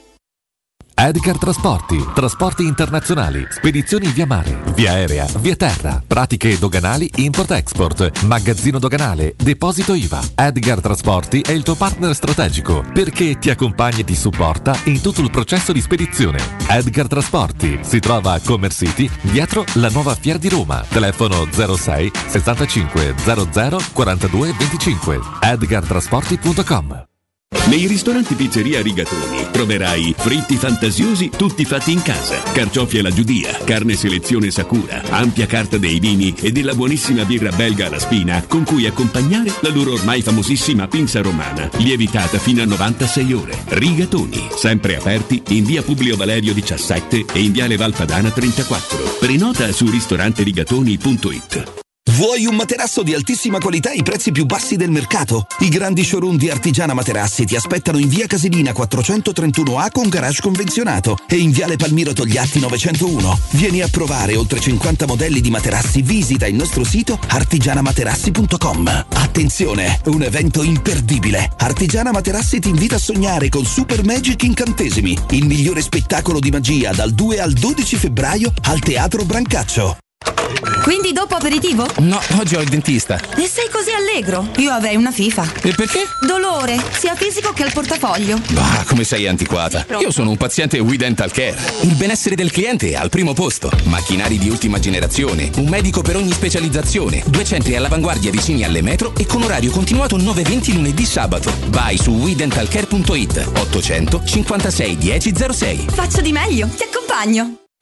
Edgar Trasporti, trasporti internazionali, spedizioni via mare, via aerea, via terra, pratiche doganali import-export, magazzino doganale, deposito I V A. Edgar Trasporti è il tuo partner strategico perché ti accompagna e ti supporta in tutto il processo di spedizione. Edgar Trasporti si trova a Commerce City, dietro la nuova Fiera di Roma. Telefono zero sei sessantacinque zero zero quarantadue venticinque. edgar trasporti punto com. Nei ristoranti Pizzeria Rigatoni troverai fritti fantasiosi tutti fatti in casa, carciofi alla giudia, carne selezione Sakura, ampia carta dei vini e della buonissima birra belga alla spina con cui accompagnare la loro ormai famosissima pinza romana, lievitata fino a novantasei ore. Rigatoni, sempre aperti in via Publio Valerio diciassette e in viale Valpadana trentaquattro. Prenota su ristoranterigatoni punto it. Vuoi un materasso di altissima qualità e i prezzi più bassi del mercato? I grandi showroom di Artigiana Materassi ti aspettano in via Casilina quattrocentotrentuno A con garage convenzionato e in viale Palmiro Togliatti novecentouno. Vieni a provare oltre cinquanta modelli di materassi, visita il nostro sito artigiana materassi punto com. Attenzione, un evento imperdibile. Artigiana Materassi ti invita a sognare con Super Magic Incantesimi, il migliore spettacolo di magia dal due al dodici febbraio al Teatro Brancaccio. Quindi dopo aperitivo? No, oggi ho il dentista. E sei così allegro? Io avrei una FIFA. E perché? Dolore, sia fisico che al portafoglio. Bah, come sei antiquata. Io sono un paziente We Dental Care. Il benessere del cliente è al primo posto. Macchinari di ultima generazione, un medico per ogni specializzazione, due centri all'avanguardia vicini alle metro e con orario continuato nove venti lunedì sabato. Vai su we dental care punto it ottocento cinquantasei dieci zero sei. Faccio di meglio, ti accompagno.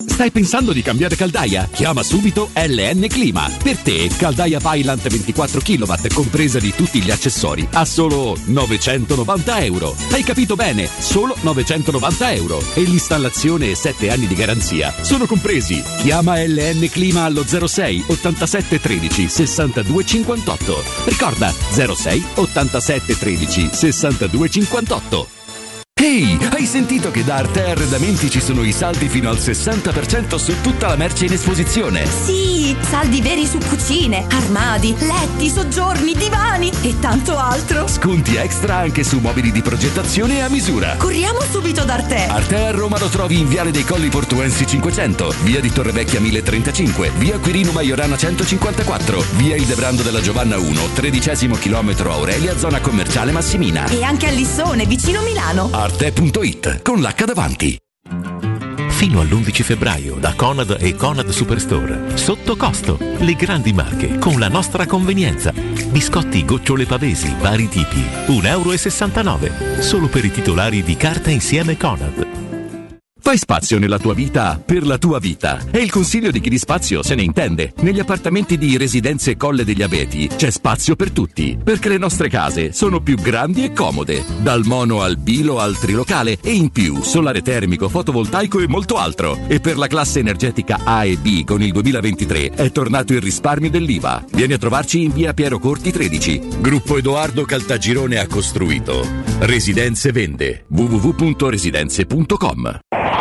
Stai pensando di cambiare caldaia? Chiama subito L N Clima. Per te, caldaia Vaillant ventiquattro chilowatt compresa di tutti gli accessori a solo novecentonovanta euro. Hai capito bene? Solo novecentonovanta euro. E l'installazione e sette anni di garanzia sono compresi. Chiama L N Clima allo zero sei ottantasette tredici sessantadue cinquantotto. Ricorda zero sei ottantasette tredici sessantadue cinquantotto. Ehi, hey, hai sentito che da Arte Arredamenti ci sono i saldi fino al sessanta per cento su tutta la merce in esposizione? Sì, saldi veri su cucine, armadi, letti, soggiorni, divani e tanto altro. Sconti extra anche su mobili di progettazione a misura. Corriamo subito da Arte. Arte a Roma lo trovi in Viale dei Colli Portuensi cinquecento, via di Torrevecchia mille trentacinque, via Quirino Maiorana centocinquantaquattro, via Il Debrando della Giovanna uno, tredicesimo chilometro Aurelia, zona commerciale Massimina. E anche a Lissone, vicino Milano. arte punto it con l'H davanti. Fino all'undici febbraio da Conad e Conad Superstore. Sotto costo, le grandi marche con la nostra convenienza. Biscotti gocciole pavesi, vari tipi, un euro e sessantanove, solo per i titolari di carta insieme Conad. Fai spazio nella tua vita per la tua vita. È il consiglio di chi di spazio se ne intende. Negli appartamenti di Residenze Colle degli Abeti c'è spazio per tutti, perché le nostre case sono più grandi e comode. Dal mono al bilo al trilocale e in più solare termico, fotovoltaico e molto altro. E per la classe energetica A e B con il duemilaventitré è tornato il risparmio dell'I V A. Vieni a trovarci in via Piero Corti tredici. Gruppo Edoardo Caltagirone ha costruito. Residenze vende. w w w punto residenze punto com.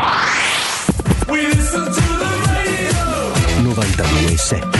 novantadue sette.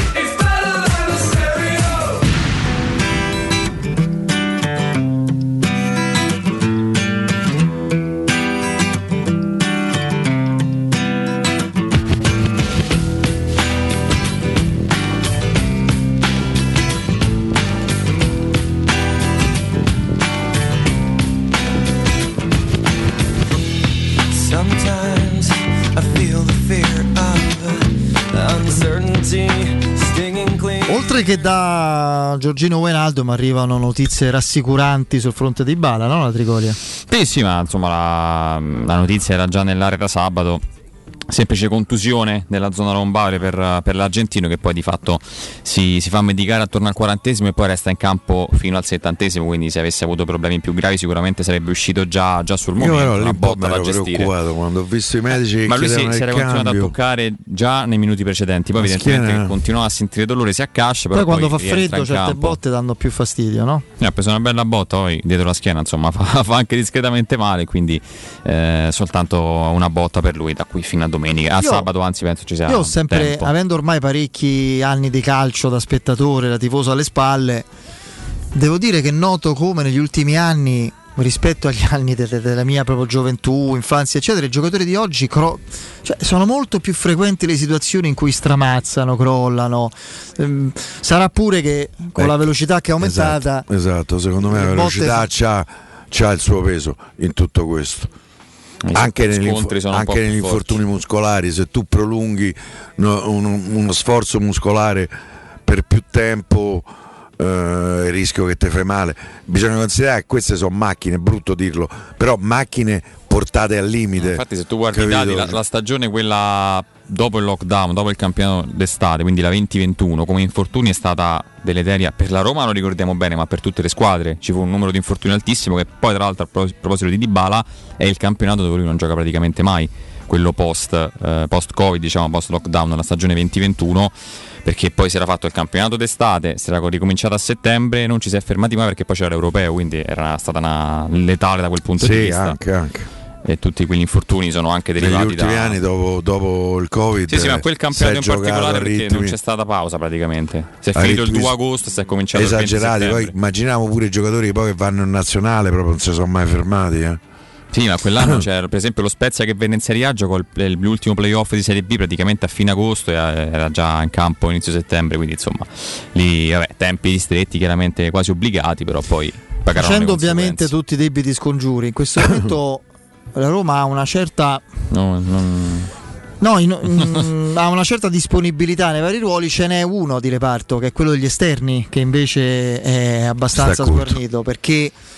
Oltre che da Giorgino Wijnaldum arrivano notizie rassicuranti sul fronte di Dybala, no? La Trigoria. Sì, sì, ma insomma la, la notizia era già nell'area da sabato. Semplice contusione nella zona lombare per, per l'argentino, che poi di fatto si, si fa medicare attorno al quarantesimo e poi resta in campo fino al settantesimo, quindi se avesse avuto problemi più gravi sicuramente sarebbe uscito già, già sul momento. Io ero una lì botta da ero gestire. preoccupato quando ho visto i medici che ma lui si, chiedevano si era il continuato cambio. a toccare già nei minuti precedenti, poi La evidentemente schiena. che continuava a sentire dolore, si accascia, però Poi quando poi fa rientra freddo in certe campo. botte danno più fastidio, no? Eh, ha preso una bella botta poi dietro la schiena, insomma fa, fa anche discretamente male, quindi eh, soltanto una botta per lui da qui fino a domenica, a Io- sabato anzi penso ci sia Io ho sempre, tempo. avendo ormai parecchi anni di calcio da spettatore, da tifoso alle spalle, devo dire che noto come negli ultimi anni, rispetto agli anni de- de- della mia proprio gioventù, infanzia, eccetera, i giocatori di oggi cro- cioè, sono molto più frequenti le situazioni in cui stramazzano, crollano. Ehm, sarà pure che con Eh, la velocità che è aumentata, Esatto, esatto. Secondo me la le botte velocità fa- c'ha, c'ha il suo peso in tutto questo. Anche, negli, scontri sono un po' anche più negli forti. infortuni muscolari, se tu prolunghi no- uno, uno sforzo muscolare per più tempo, eh, il rischio che ti fai male. Bisogna considerare che queste sono macchine, è brutto dirlo, però macchine portate al limite. Infatti se tu guardi i capito? dati, la, la stagione quella dopo il lockdown, dopo il campionato d'estate, quindi la venti ventuno, come infortuni è stata deleteria per la Roma, lo ricordiamo bene, ma per tutte le squadre ci fu un numero di infortuni altissimo, che poi tra l'altro a pro- proposito di Dybala è il campionato dove lui non gioca praticamente mai, quello post, eh, post Covid, diciamo post lockdown, la stagione venti ventuno, perché poi si era fatto il campionato d'estate, si era ricominciato a settembre, non ci si è fermati mai perché poi c'era l'Europeo, quindi era stata una letale da quel punto Sì, di vista. anche, anche. E tutti quegli infortuni sono anche Negli derivati ultimi da anni dopo, dopo il Covid. Sì, sì, ma quel campionato si in è giocato particolare a perché ritmi non c'è stata pausa praticamente. Si è a finito il ritmi due agosto e si è cominciato esagerati. il venti Poi settembre. immaginiamo pure i giocatori che poi che vanno in nazionale, proprio non si sono mai fermati. Eh. Sì, ma quell'anno c'era per esempio lo Spezia che venne in Serie A, giocò il- l'ultimo playoff di Serie B praticamente a fine agosto e era già in campo inizio settembre, quindi insomma lì vabbè, tempi ristretti, chiaramente quasi obbligati, però poi pagarono facendo le ovviamente conseguenze. tutti i debiti scongiuri. In questo momento la Roma ha una certa No, non... No, in- in- ha una certa disponibilità nei vari ruoli, ce n'è uno di reparto che è quello degli esterni, che invece è abbastanza Sta curto. sguarnito, perché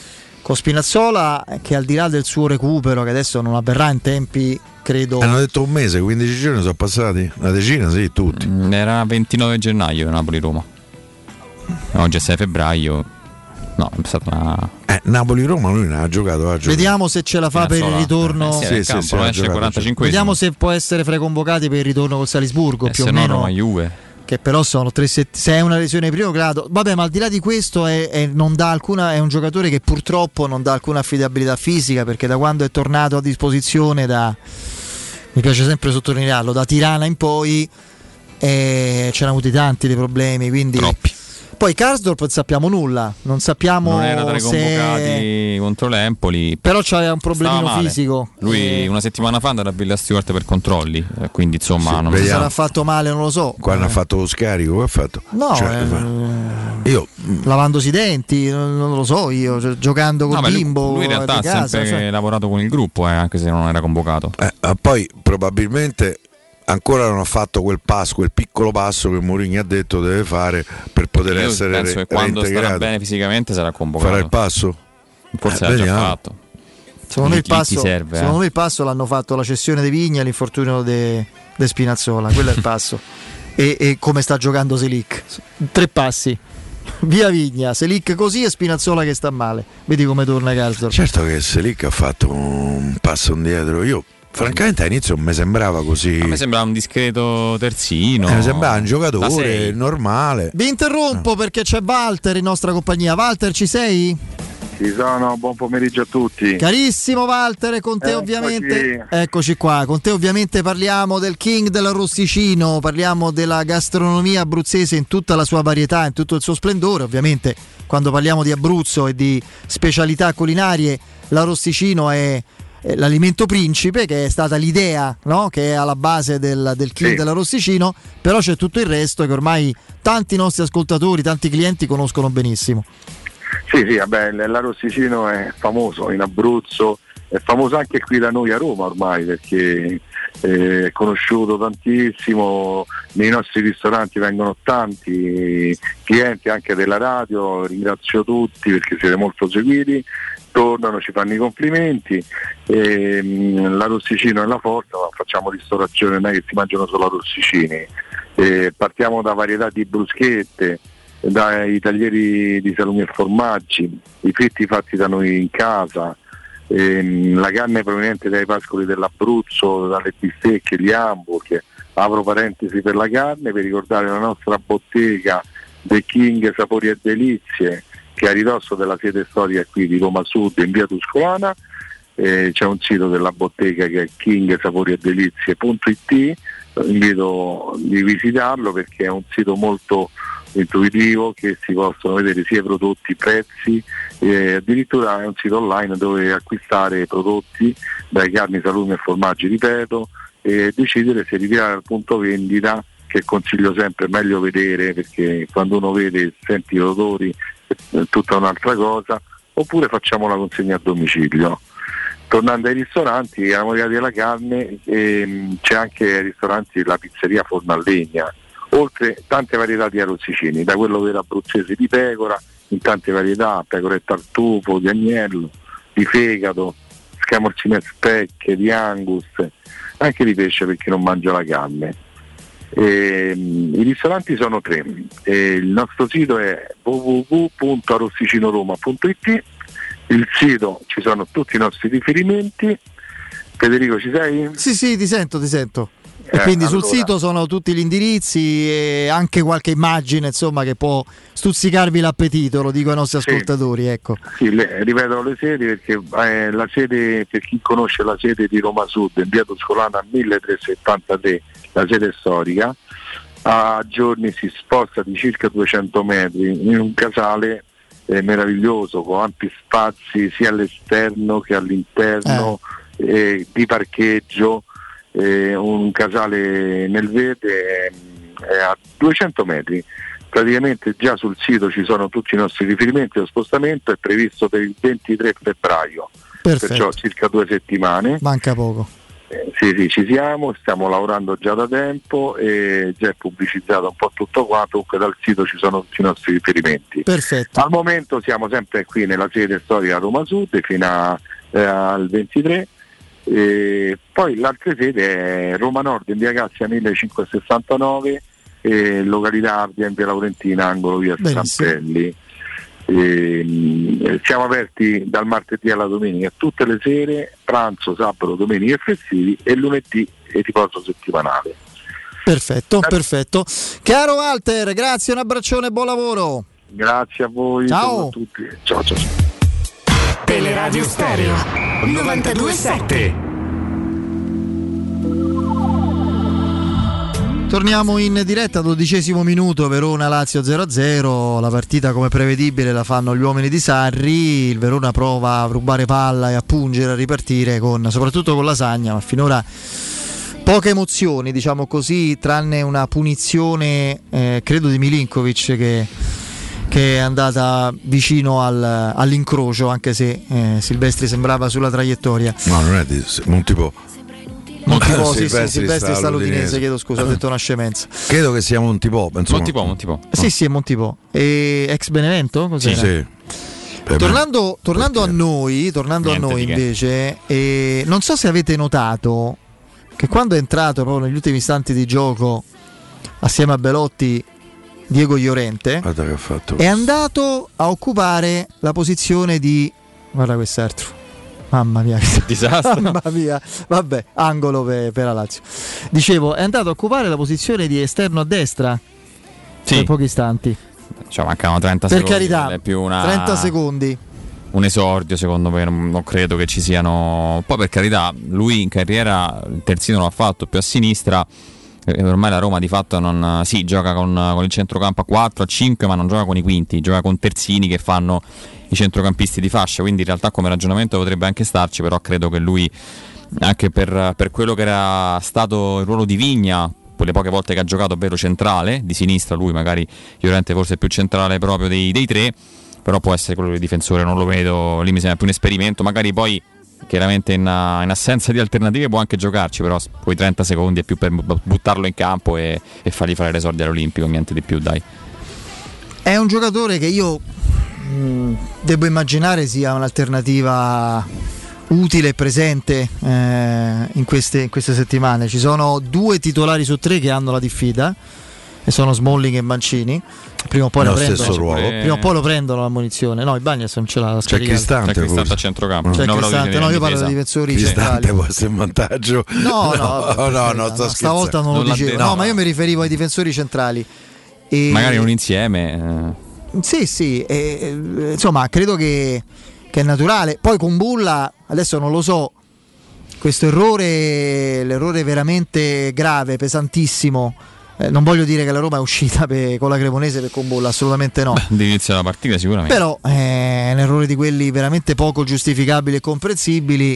con Spinazzola, che al di là del suo recupero, che adesso non avverrà in tempi, credo. Hanno detto un mese, quindici giorni sono passati, una decina, sì, tutti. Mm, era ventinove gennaio Napoli-Roma. Oggi è sei febbraio. No, è stata una. Eh, Napoli-Roma lui ne ha giocato. Ha giocato. Vediamo se ce la fa per il ritorno. Eh sì, sì, campo, sì, esce quarantacinque. Vediamo se può essere freconvocati per il ritorno con Salisburgo. Eh, più se o no meno. Roma-Juve. Che però sono tre set- se è una lesione di primo grado, vabbè, ma al di là di questo è, è, non dà alcuna, è un giocatore che purtroppo non dà alcuna affidabilità fisica, perché da quando è tornato a disposizione, da mi piace sempre sottolinearlo, da Tirana in poi eh, c'erano avuti tanti dei problemi, quindi troppi. Poi Karsdorp non sappiamo nulla, non sappiamo non era tra i convocati se... contro l'Empoli, però c'aveva un problemino fisico. Lui e... una settimana fa andava a Villa Stewart per controlli, quindi insomma sì, non si sarà fatto male, non lo so. Quando eh. ha fatto lo scarico, che ha fatto? No, cioè, eh, io lavandosi i denti, non, non lo so io, cioè, giocando con no, Bimbo. Lui, lui in realtà ha casa, sempre cioè... lavorato con il gruppo, eh, anche se non era convocato. Eh, poi probabilmente ancora non ha fatto quel passo, quel piccolo passo che Mourinho ha detto deve fare per poter Io essere penso re- che quando reintegrato. starà bene fisicamente sarà convocato. Farà il passo? Forse eh, l'ha già vediamo. fatto. Secondo me, il passo, serve, secondo eh. me il passo l'hanno fatto la cessione dei Vigna e l'infortunio de, de Spinazzola, quello è il passo. e, e come sta giocando Selic, tre passi, via Vigna, Selic così e Spinazzola che sta male, vedi come torna Karsdorp. Certo che Selic ha fatto un passo indietro, io francamente all'inizio mi sembrava così. A me sembrava un discreto terzino. Eh, mi sembrava un giocatore normale. Vi interrompo no. perché c'è Walter in nostra compagnia. Walter, ci sei? Ci sono, buon pomeriggio a tutti. Carissimo Walter, con te eccoci. ovviamente eccoci qua, con te ovviamente parliamo del King del Rosticino, parliamo della gastronomia abruzzese in tutta la sua varietà, in tutto il suo splendore. Ovviamente quando parliamo di Abruzzo e di specialità culinarie, l'Arrosticino è l'alimento principe, che è stata l'idea, no? Che è alla base del, del King sì. dell'Arrosticino, però c'è tutto il resto che ormai tanti nostri ascoltatori, tanti clienti conoscono benissimo. Sì, sì, vabbè, l'Arrosticino è famoso in Abruzzo, è famoso anche qui da noi a Roma ormai, perché è conosciuto tantissimo, nei nostri ristoranti vengono tanti clienti anche della radio, ringrazio tutti perché siete molto seguiti, tornano, ci fanno i complimenti, e, mh, l'Arrosticino è la forza, ma facciamo ristorazione, non è che si mangiano solo arrosticini, e partiamo da varietà di bruschette, dai taglieri di salumi e formaggi, i fritti fatti da noi in casa, ehm, la carne proveniente dai pascoli dell'Abruzzo, dalle bistecche, gli hamburger. Apro parentesi per la carne per ricordare la nostra bottega The King Sapori e Delizie, che è a ridosso della sede storica qui di Roma Sud in via Tuscolana. Eh, c'è un sito della bottega che è king sapori e delizie punto it, invito di visitarlo perché è un sito molto intuitivo, che si possono vedere sia i prodotti, i prezzi, eh, addirittura è un sito online dove acquistare prodotti dai carni, salumi e formaggi, ripeto, e decidere se ritirare al punto vendita, che consiglio sempre meglio vedere, perché quando uno vede, senti gli odori è tutta un'altra cosa, oppure facciamo la consegna a domicilio. Tornando ai ristoranti, alla varietà della carne, ehm, c'è anche ai ristoranti la pizzeria Forno a Legna, oltre tante varietà di arrozzicini, da quello vero abruzzese di pecora, in tante varietà, pecoretta al topo, di agnello, di fegato, scamorzine e specche, di angus, anche di pesce per chi non mangia la carne. E, i ristoranti sono tre, e il nostro sito è w w w punto arrosticinoroma punto it, il sito ci sono tutti i nostri riferimenti. Federico, ci sei? Sì, sì, ti sento, ti sento. E eh, quindi allora. sul sito sono tutti gli indirizzi e anche qualche immagine, insomma, che può stuzzicarvi l'appetito, lo dico ai nostri sì. ascoltatori, ecco. Sì, le, ripeto le sedi perché eh, la sede, per chi conosce la sede di Roma Sud in via Tuscolana milletrecentosettantatré, la sede storica, a giorni si sposta di circa duecento metri in un casale eh, meraviglioso, con ampi spazi sia all'esterno che all'interno, eh. Eh, di parcheggio, eh, un casale nel verde, eh, a duecento metri. Praticamente già sul sito ci sono tutti i nostri riferimenti, lo spostamento è previsto per il ventitré febbraio, perfetto. Perciò circa due settimane. Manca poco. Sì, sì, ci siamo, stiamo lavorando già da tempo e già è pubblicizzato un po' tutto quanto, comunque dal sito ci sono tutti i nostri riferimenti. Perfetto. Al momento siamo sempre qui nella sede storica Roma Sud fino a, eh, al ventitré, e poi l'altra sede è Roma Nord in via Cassia millecinquecentosessantanove e località Ardea in via Laurentina, angolo via Stampelli. E, siamo aperti dal martedì alla domenica tutte le sere, pranzo, sabato, domenica e festivi, e lunedì e riposo settimanale. Perfetto, perfetto. Caro Walter, grazie, un abbraccione e buon lavoro. Grazie a voi. Ciao a tutti. Ciao ciao. Teleradio Stereo novantadue sette. Torniamo in diretta, dodicesimo minuto, Verona-Lazio zero a zero, la partita come prevedibile la fanno gli uomini di Sarri, il Verona prova a rubare palla e a pungere, a ripartire con, soprattutto con Lasagna, ma finora poche emozioni, diciamo così, tranne una punizione eh, credo di Milinkovic che, che è andata vicino al, all'incrocio, anche se eh, Silvestri sembrava sulla traiettoria. No, non è di Montipo. Montipo, sì, sì, Silvestri sta all'Udinese, chiedo scusa, ho detto una scemenza. Credo che sia Montipo, Montipo, Montipo. Sì, sì, è Montipo. E ex Benevento? Cos'era? Sì, sì. Tornando, tornando a noi, tornando Niente a noi di che. invece, eh, non so se avete notato che quando è entrato proprio negli ultimi istanti di gioco assieme a Belotti Diego Llorente, guarda che ha fatto è andato a occupare la posizione di, guarda quest'altro, mamma mia, disastro. Mamma mia, vabbè, angolo per, per la Lazio. Dicevo, è andato a occupare la posizione di esterno a destra Sì. per pochi istanti. Cioè, mancano trenta Per secondi. carità, è più una, trenta secondi. un esordio, secondo me. Non, non credo che ci siano. Poi, per carità, lui in carriera il terzino l'ha fatto più a sinistra. eh, Ormai la Roma di fatto non. Sì, gioca con, con il centrocampo a quattro, a cinque, ma non gioca con i quinti, gioca con terzini che fanno i centrocampisti di fascia. Quindi in realtà come ragionamento potrebbe anche starci, però credo che lui, anche per, per quello che era stato il ruolo di Vigna, quelle poche volte che ha giocato, ovvero centrale, di sinistra, lui magari Llorente forse è più centrale proprio dei, dei tre, però può essere quello del difensore, non lo vedo, lì mi sembra più un esperimento, magari poi chiaramente in, in assenza di alternative può anche giocarci, però quei trenta secondi è più per buttarlo in campo e, e fargli fare l'esordio all'Olimpico, niente di più, dai. È un giocatore che io mh, devo immaginare sia un'alternativa utile e presente eh, in, queste, in queste settimane. Ci sono due titolari su tre che hanno la diffida e sono Smalling e Mancini. Prima o poi, lo prendono, prima o poi lo prendono la munizione. No, il Bagnas non ce l'ha. C'è Cristante, C'è Cristante a centrocampo. C'è No, Cristante, no, io parlo di difensori Cristante centrali. può essere in vantaggio. No, no, no, no, no, no, stavolta non lo Non dicevo. detto. No, ma io mi riferivo ai difensori centrali. E Magari non insieme. eh. Sì, sì, e, eh, insomma, credo che, che è naturale. Poi con Bulla, adesso non lo so, questo errore, l'errore veramente grave, pesantissimo. Eh, non voglio dire che la Roma è uscita per, con la Cremonese per Kumbulla, assolutamente no. All'inizio della partita sicuramente. Però è un errore di quelli veramente poco giustificabili e comprensibili.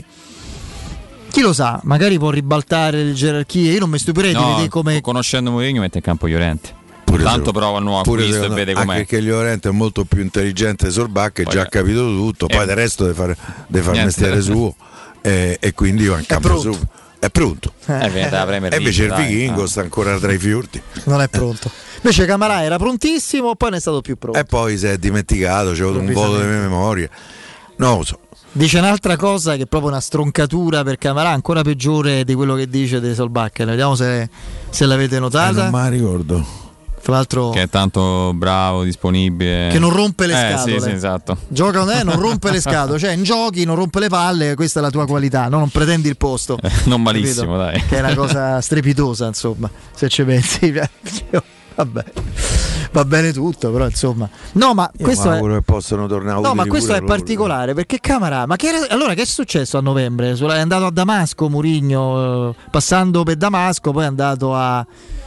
Chi lo sa, magari può ribaltare le gerarchie. Io non mi stupirei di No, vedere come. conoscendo Mourinho mette in campo Llorente. Pure Tanto se- prova il nuovo pure acquisto e secondo- vede anche com'è. perché Llorente è molto più intelligente di Sorbacca e Poi già ha eh, capito tutto, poi eh, del resto deve fare, deve fare il niente. mestiere suo e, e quindi va in campo pronto. su. È pronto. Eh, viene dalla Premier E invece il League, dai, vichingo ah. sta ancora tra i fiordi. Non è pronto. Invece Camarà era prontissimo, poi non è stato più pronto. E poi si è dimenticato, c'è avuto un voto di mia memoria. Non lo so. Dice un'altra cosa che è proprio una stroncatura per Camarà, ancora peggiore di quello che dice di Solbakken. Vediamo se, se l'avete Eh, notata. non me la ricordo. Tra l'altro, Che è tanto bravo, disponibile. che non rompe le Eh, scatole. sì, sì, esatto. Gioca con te, non rompe le scatole, cioè in giochi non rompe le palle, questa è la tua qualità, no? Non pretendi il posto. Eh, non malissimo, Capito? dai. Che è una cosa strepitosa, insomma, se ci pensi. Vabbè, va bene tutto, però insomma. No, ma Io questo mi è. auguro che possano tornare No, ma utili questo pure è loro. particolare perché Camarà, ma che era- allora che è successo a novembre? È andato a Damasco Mourinho, eh, passando per Damasco, poi è andato a,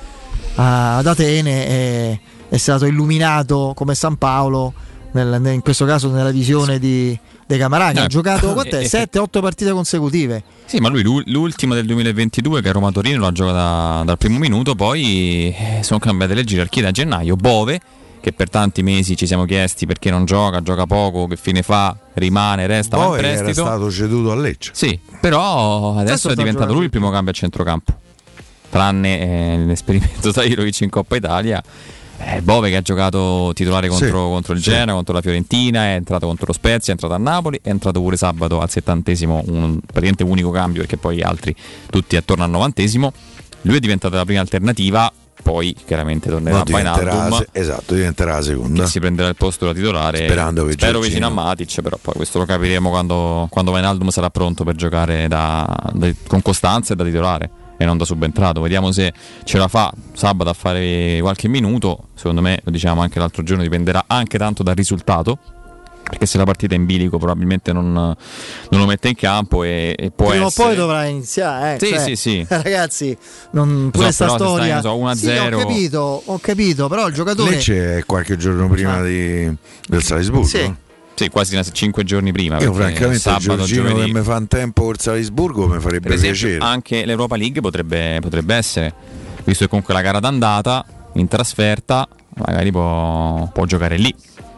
a- ad Atene e è stato illuminato come San Paolo, nel- nel- in questo caso nella visione di, di Camarà, che Eh, ha giocato quant'è? eh, sette otto partite consecutive. Sì, ma lui l'u- l'ultima del duemilaventidue che a Roma-Torino l'ha giocata dal primo minuto, poi eh, sono cambiate le gerarchie da gennaio. Bove, che per tanti mesi ci siamo chiesti perché non gioca, gioca poco, che fine fa, rimane, resta, va in Poi prestito. era stato ceduto a Lecce. Sì, però adesso è diventato lui il primo cambio a centrocampo, tranne eh, l'esperimento Tahirovic in Coppa Italia. Eh, Bove che ha giocato titolare contro, Sì, contro il sì. Genoa, contro la Fiorentina, è entrato contro lo Spezia, è entrato a Napoli, è entrato pure sabato al settantesimo, un praticamente unico cambio perché poi gli altri tutti attorno al novantesimo. Lui è diventato la prima alternativa, poi chiaramente tornerà No, a diventerà Wijnaldum, se- esatto, diventerà la seconda. che si prenderà il posto da titolare, Sperando che spero Giorgino- vicino a Matic, però poi questo lo capiremo quando, quando Wijnaldum sarà pronto per giocare da, da- con costanza e da titolare e non da subentrato. Vediamo se ce la fa sabato a fare qualche minuto. Secondo me, lo diciamo anche l'altro giorno, dipenderà anche tanto dal risultato, perché se la partita è in bilico probabilmente non, non lo mette in campo e, e può prima essere... o poi dovrà iniziare, eh. Sì, cioè, sì, sì. ragazzi, non, pure So, sta però se storia. stai, non so, Sì, uno a zero. ho capito, ho capito, però il giocatore Lecce è qualche giorno prima di, del Salisburgo. Sì. Sì, quasi una- cinque giorni prima. Io perché francamente sabato, Giorgino giovedì. che mi fa un tempo col Salisburgo mi farebbe Per esempio, piacere. anche l'Europa League potrebbe, potrebbe essere, visto che comunque la gara d'andata in trasferta magari può, può giocare lì,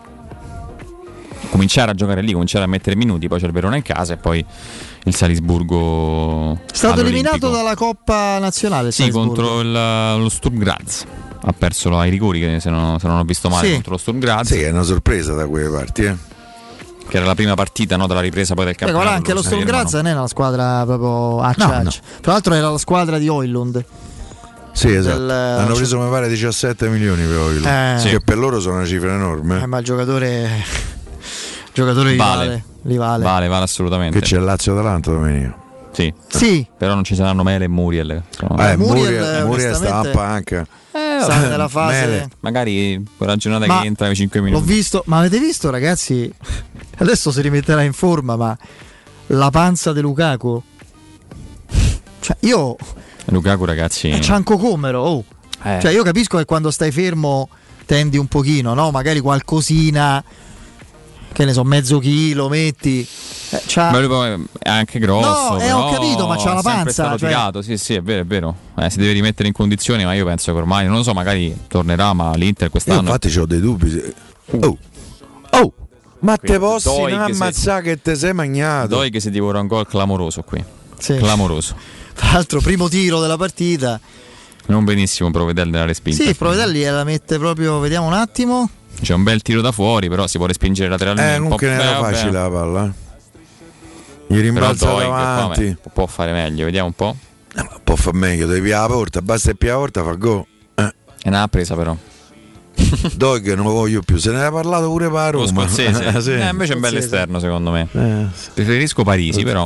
cominciare a giocare lì, cominciare a mettere minuti, poi c'è il Verona in casa e poi il Salisburgo è stato all'Olimpico. eliminato dalla Coppa Nazionale. il Sì, Salisburgo. contro il- lo Sturm Graz ha perso ai rigori, che se non, se non ho visto male, Sì. contro lo Sturm Graz, Sì, è una sorpresa da quelle parti, eh. che era la prima partita, no, dalla ripresa poi del Ecco, campionato. guarda, anche lo Sturm Graz non è una squadra proprio accia, No, no. accia. Tra l'altro era la squadra di Oilund. Sì, esatto. Del- Hanno preso, mi pare, diciassette milioni per Oilo. Eh. Sì. Che per loro sono una cifra enorme. Eh, ma il giocatore il giocatore li Vale. vale, li vale. Vale, vale assolutamente. Che c'è Lazio-Atalanta domenica. Sì. Sì. Però non ci saranno Mele e Muriel. Sono- Eh, Muriel, Muriel, Muriel sta onestamente, a panca. sta nella fase. Mele. Magari quella giornata Ma che entra nei cinque L'ho minuti. visto, ma avete visto, ragazzi? Adesso si rimetterà in forma, ma la panza di Lukaku. Cioè, io Lukaku, ragazzi. è Cianco Comero, oh. Eh. Cioè, io capisco che quando stai fermo tendi un pochino, no? Magari qualcosina, che ne so, mezzo chilo metti. Eh, c'ha- Ma lui poi è anche grosso. No, eh, però ho capito, ma c'ha la è sempre panza, stato cioè- tirato. Sì, sì, è vero, è vero. Eh, si deve rimettere in condizioni, ma io penso che ormai, non lo so, magari tornerà, ma l'Inter Io quest'anno. infatti ho dei dubbi. se- Oh, oh, ma te Quindi posso Doi non che se- ammazzare che te sei magnato? Doi che si divora un gol clamoroso qui. Sì. Clamoroso. Tra l'altro, primo tiro della partita. Non benissimo Provedel nella respinta. Sì, Provedelli la mette proprio, vediamo un attimo. C'è un bel tiro da fuori, però si può respingere lateralmente. Eh, un non po'. che ne era eh, vabbè. facile la palla. eh. Gli Però rimbalza Doi che davanti. qua può fare meglio, vediamo un po'. Eh, ma può far meglio, devi pigliare la porta, basta che piglia la porta, fa go. Eh. E ne ha presa però. Dog non lo voglio più, se ne era parlato pure per la Lo Roma. scozzese. Sì. Eh, invece è un bel Scozzese. esterno secondo me. Eh, Preferisco Parisi, però.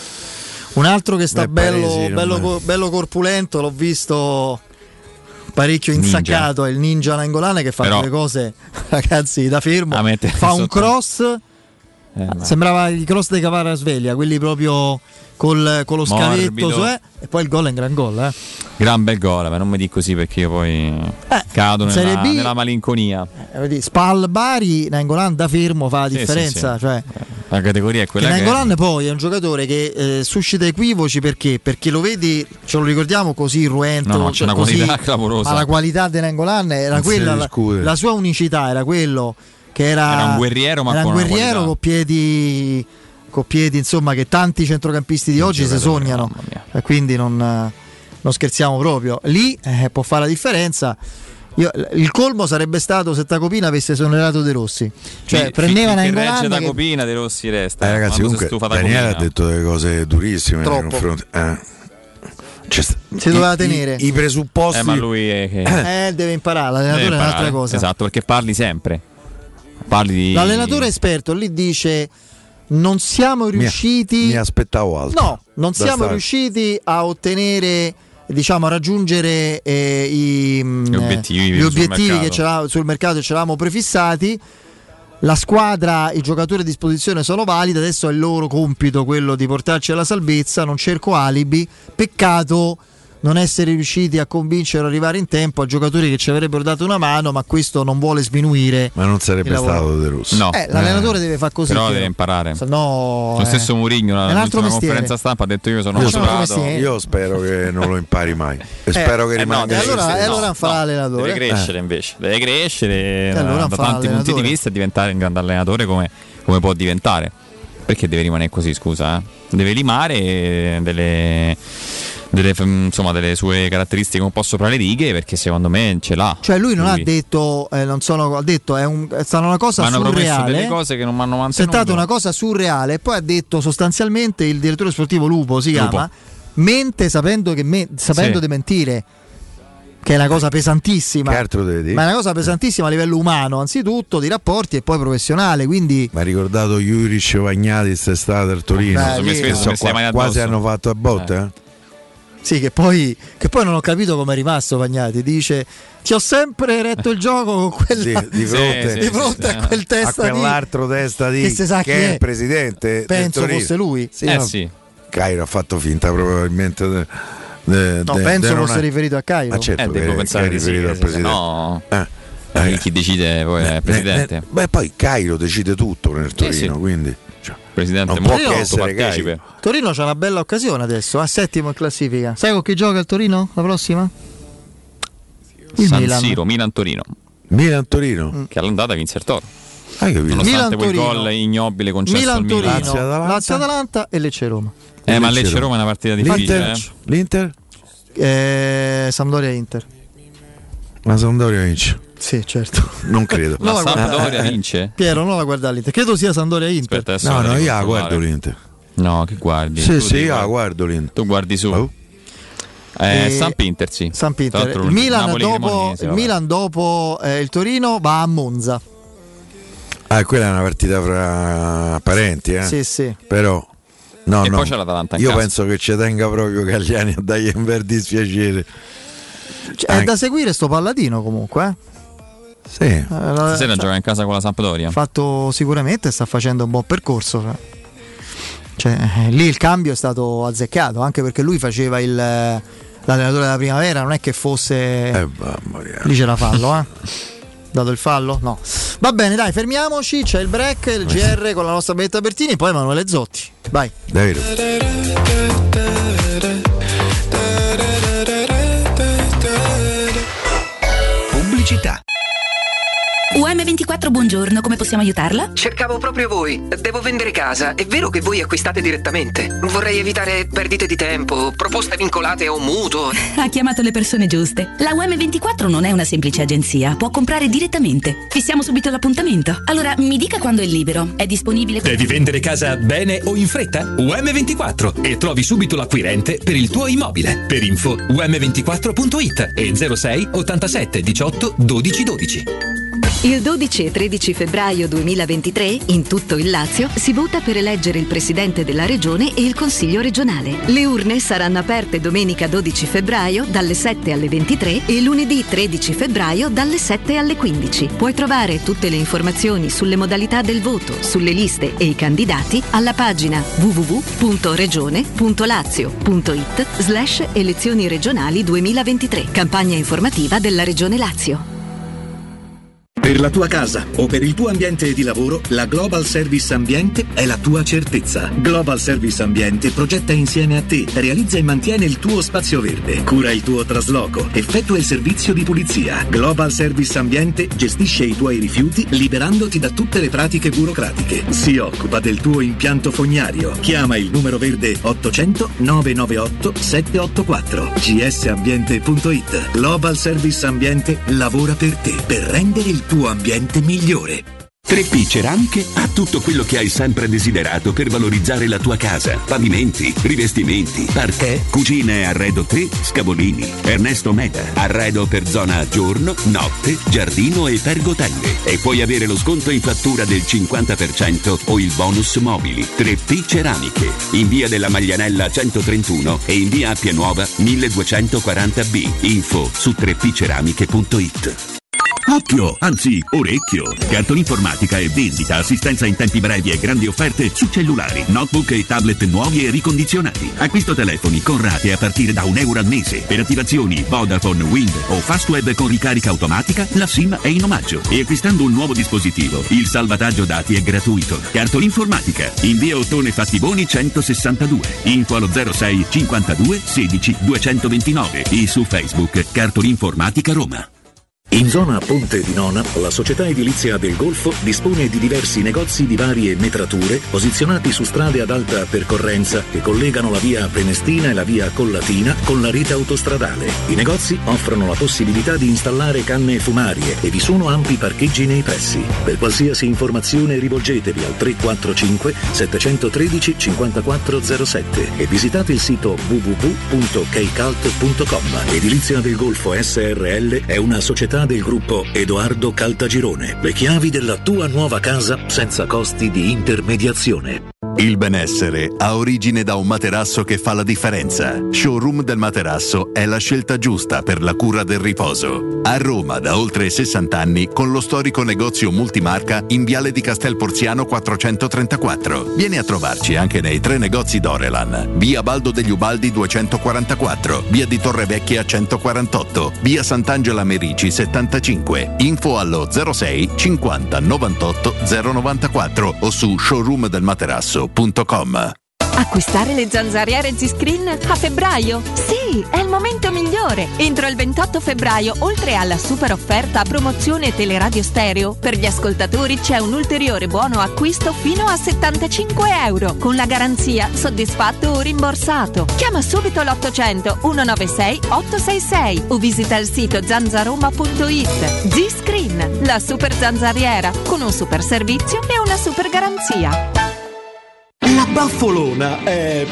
Un altro che sta Beh, bello, Paresi, non bello, me- co- bello corpulento, l'ho visto parecchio Ninja. insaccato, è il Ninja Nainggolan che fa Però- delle cose, ragazzi, da fermo. A mettere Fa un sotto- cross, Eh, ma- sembrava i cross dei Cavarsveglia, quelli proprio col, con lo scavetto Morbido. su, eh, e poi il gol è un gran gol. Eh. Gran bel gol, ma non mi dico così perché io poi cado in Serie nella, B- nella malinconia. Eh, vedi, Spal Bari, Nainggolan da fermo fa la Sì, differenza. sì, sì. Cioè, La categoria è che quella che è. Nainggolan poi è un giocatore che eh, suscita equivoci perché? Perché lo vedi, ce lo ricordiamo così irruento, No, no, c'è una così, qualità clamorosa. ma la qualità di Nainggolan era Non si quella, la, discute. la sua unicità era quello che era, Era un guerriero, ma era con un una guerriero qualità. con piedi, con piedi insomma che tanti centrocampisti di oggi si sognano, mamma mia. e quindi non, non scherziamo proprio. Lì eh, può fare la differenza. Io- il colmo sarebbe stato se Tacopina avesse esonerato De Rossi, cioè Fi- prendeva fi- Nainggolan regge da che- Copina De Rossi resta. Eh, ragazzi, Quando si comunque stufa da Daniele ha Copina. detto delle cose durissime nei Troppo. confronti. Eh. C'è sta- Si doveva i- tenere. I, i presupposti. Eh, ma lui è che eh, deve imparare, l'allenatore deve è un'altra imparare. cosa. Esatto, perché parli sempre. Parli di L'allenatore esperto lì dice non siamo riusciti Mi aspettavo altro. no, non Da siamo stare. riusciti a ottenere, diciamo, a raggiungere eh, i, mm, Gli obiettivi gli sul obiettivi mercato. che c'era- sul mercato ci eravamo prefissati. La squadra, i giocatori a disposizione sono validi, adesso è il loro compito quello di portarci alla salvezza, non cerco alibi. Peccato non essere riusciti a convincere o arrivare in tempo a giocatori che ci avrebbero dato una mano, ma questo non vuole sminuire. Ma non sarebbe stato De Rossi. No. Eh, l'allenatore eh. deve fare così. Però deve imparare. No, lo eh. stesso Mourinho nella conferenza stampa ha detto io sono io, maturato. Io spero che non lo impari mai. E eh. spero che rimanga. Eh no, e allora, e allora no, farà no, l'allenatore. Deve crescere eh. invece. Deve crescere da, allora da tanti punti di vista e diventare un grande allenatore come, come può diventare. Perché deve rimanere così, scusa? Eh? Deve limare delle. Delle, insomma, delle sue caratteristiche un po' sopra le righe, perché secondo me ce l'ha. Cioè lui non lui. ha detto eh, non sono, ha detto è, un, è stata una cosa ma hanno surreale, promesso delle cose che non mi hanno mantenuto. È stata una cosa surreale e poi ha detto sostanzialmente il direttore sportivo Lupo si Lupo. chiama mente sapendo, che me, sapendo sì. di mentire, che è una cosa pesantissima. Che altro devi dire? Ma è una cosa pesantissima a livello umano, anzitutto, di rapporti e poi professionale. Quindi mi ha ricordato Juric Vagnatis estate al Torino. Beh, lì, so, so, qua, quasi hanno fatto a botte, eh. eh? Sì, che poi, che poi non ho capito come è rimasto Vagnati. Dice: ti ho sempre retto il gioco con quella sì, di fronte, sì, di fronte sì, a quel testa a quell'altro di, testa di che, si sa che è è il presidente. Penso fosse lui. Sì, eh, no, sì. Cairo ha fatto finta probabilmente. De, de, no, de, penso de fosse una... riferito a Cairo. Ma certo eh, devo che, pensare che è riferito sì, al presidente. No. Eh. Eh, chi decide poi è il presidente. Ne, ne, beh, poi Cairo decide tutto nel Torino, sì, sì. quindi. Presidente non molto, può che molto partecipe. Cairo. Torino c'ha una bella occasione adesso, a settimo in classifica. Sai con chi gioca il Torino la prossima? Il San Milan. Siro, Milan-Torino. Milan-Torino. Mm. Che all'andata vinse il Toro. Hai capito? Nonostante quel gol ignobile concesso Milan, al Milan. Lazio-Atalanta. Lazio-Atalanta e Lecce-Roma. Eh, Lecce ma Lecce-Roma è una partita difficile. L'Inter? Eh? Eh, Sampdoria-Inter. La Sampdoria vince. Sì, certo. Non credo. La Sampdoria vince? Piero, non la guarda l'Inter. Credo sia Sampdoria-Inter. Aspetta, no, no, io la guardo l'Inter. No, che guardi? Sì, sì, io la guardo l'Inter. Tu guardi su. Oh. Eh, San Pinter, sì. San Pinter. Il Milan dopo, il Milan dopo eh, il Torino va a Monza. Ah, quella è una partita fra parenti, eh? Sì, sì. Però no, e no. poi c'è l'Atalanta in io casa. penso che ci tenga proprio Galliani a dargli un bel dispiacere. Cioè, è da seguire sto palladino comunque, eh? Sì. Eh, Stasera cioè, gioca in casa con la Sampdoria. Fatto sicuramente, sta facendo un buon percorso. Cioè, lì il cambio è stato azzeccato, anche perché lui faceva il l'allenatore della primavera, non è che fosse eh, lì c'era fallo, eh? Dato il fallo? No. Va bene, dai, fermiamoci, c'è il break, il G R con la nostra Benetta Bertini, poi Emanuele Zotti. Vai. Davvero. Pubblicità. U M ventiquattro, buongiorno, come possiamo aiutarla? Cercavo proprio voi. Devo vendere casa. È vero che voi acquistate direttamente? Vorrei evitare perdite di tempo, proposte vincolate o mutuo. Ha chiamato le persone giuste. La U M ventiquattro non è una semplice agenzia, può comprare direttamente. Fissiamo subito l'appuntamento. Allora, mi dica quando è libero. È disponibile? Devi vendere casa bene o in fretta? U M ventiquattro e trovi subito l'acquirente per il tuo immobile. Per info u m ventiquattro punto it e zero sei ottantasette diciotto dodici dodici. Il dodici e tredici febbraio duemilaventitré, in tutto il Lazio, si vota per eleggere il presidente della regione e il consiglio regionale. Le urne saranno aperte domenica dodici febbraio dalle sette alle ventitré e lunedì tredici febbraio dalle sette alle quindici. Puoi trovare tutte le informazioni sulle modalità del voto, sulle liste e i candidati alla pagina w w w punto regione punto lazio punto it slash elezioni regionali duemilaventitré. Campagna informativa della Regione Lazio. Per la tua casa o per il tuo ambiente di lavoro, la Global Service Ambiente è la tua certezza. Global Service Ambiente progetta insieme a te, realizza e mantiene il tuo spazio verde, cura il tuo trasloco, effettua il servizio di pulizia. Global Service Ambiente gestisce i tuoi rifiuti liberandoti da tutte le pratiche burocratiche. Si occupa del tuo impianto fognario. Chiama il numero verde ottocento nove nove otto sette otto quattro g s ambiente punto it. Global Service Ambiente lavora per te, per rendere il tuo ambiente migliore. tre P Ceramiche ha tutto quello che hai sempre desiderato per valorizzare la tua casa. Pavimenti, rivestimenti, parquet, cucine e arredo tre, Scavolini. Ernesto Meda, arredo per zona giorno, notte, giardino e pergotelle. E puoi avere lo sconto in fattura del cinquanta per cento o il bonus mobili. tre P Ceramiche, in via della Maglianella centotrentuno e in via Appia Nuova milleduecentoquaranta B. Info su tre p ceramiche punto it. Occhio, anzi orecchio. Cartolinformatica e vendita, assistenza in tempi brevi e grandi offerte su cellulari, notebook e tablet nuovi e ricondizionati. Acquisto telefoni con rate a partire da un euro al mese. Per attivazioni Vodafone, Wind o Fastweb con ricarica automatica, la SIM è in omaggio. E acquistando un nuovo dispositivo, il salvataggio dati è gratuito. Cartolinformatica, in via Ottone Fattiboni centosessantadue. Info allo zero sei cinquantadue sedici duecentoventinove e su Facebook Cartolinformatica Roma. In zona Ponte di Nona, la società edilizia del Golfo dispone di diversi negozi di varie metrature posizionati su strade ad alta percorrenza che collegano la via Prenestina e la via Collatina con la rete autostradale. I negozi offrono la possibilità di installare canne fumarie e vi sono ampi parcheggi nei pressi. Per qualsiasi informazione rivolgetevi al tre quattro cinque sette uno tre cinque quattro zero sette e visitate il sito w w w punto keycult punto com. Edilizia del Golfo S R L è una società del gruppo Edoardo Caltagirone. Le chiavi della tua nuova casa senza costi di intermediazione. Il benessere ha origine da un materasso che fa la differenza. Showroom del Materasso è la scelta giusta per la cura del riposo. A Roma da oltre sessanta anni con lo storico negozio multimarca in Viale di Castel Porziano quattrocentotrentaquattro. Vieni a trovarci anche nei tre negozi Dorelan. Via Baldo degli Ubaldi duecentoquarantaquattro, Via di Torrevecchia centoquarantotto, Via Sant'Angela Merici settantacinque. Info allo zero sei cinquanta novantotto zero novantaquattro o su showroom del materasso punto com. Acquistare le zanzariere Z-Screen a febbraio? Sì, è il momento migliore! Entro il ventotto febbraio, oltre alla super offerta a promozione Teleradio Stereo, per gli ascoltatori c'è un ulteriore buono acquisto fino a settantacinque euro, con la garanzia soddisfatto o rimborsato. Chiama subito l'ottocento centonovantasei ottocentosessantasei o visita il sito zanzaroma punto it. Z-Screen, la super zanzariera, con un super servizio e una super garanzia. La Baffolona è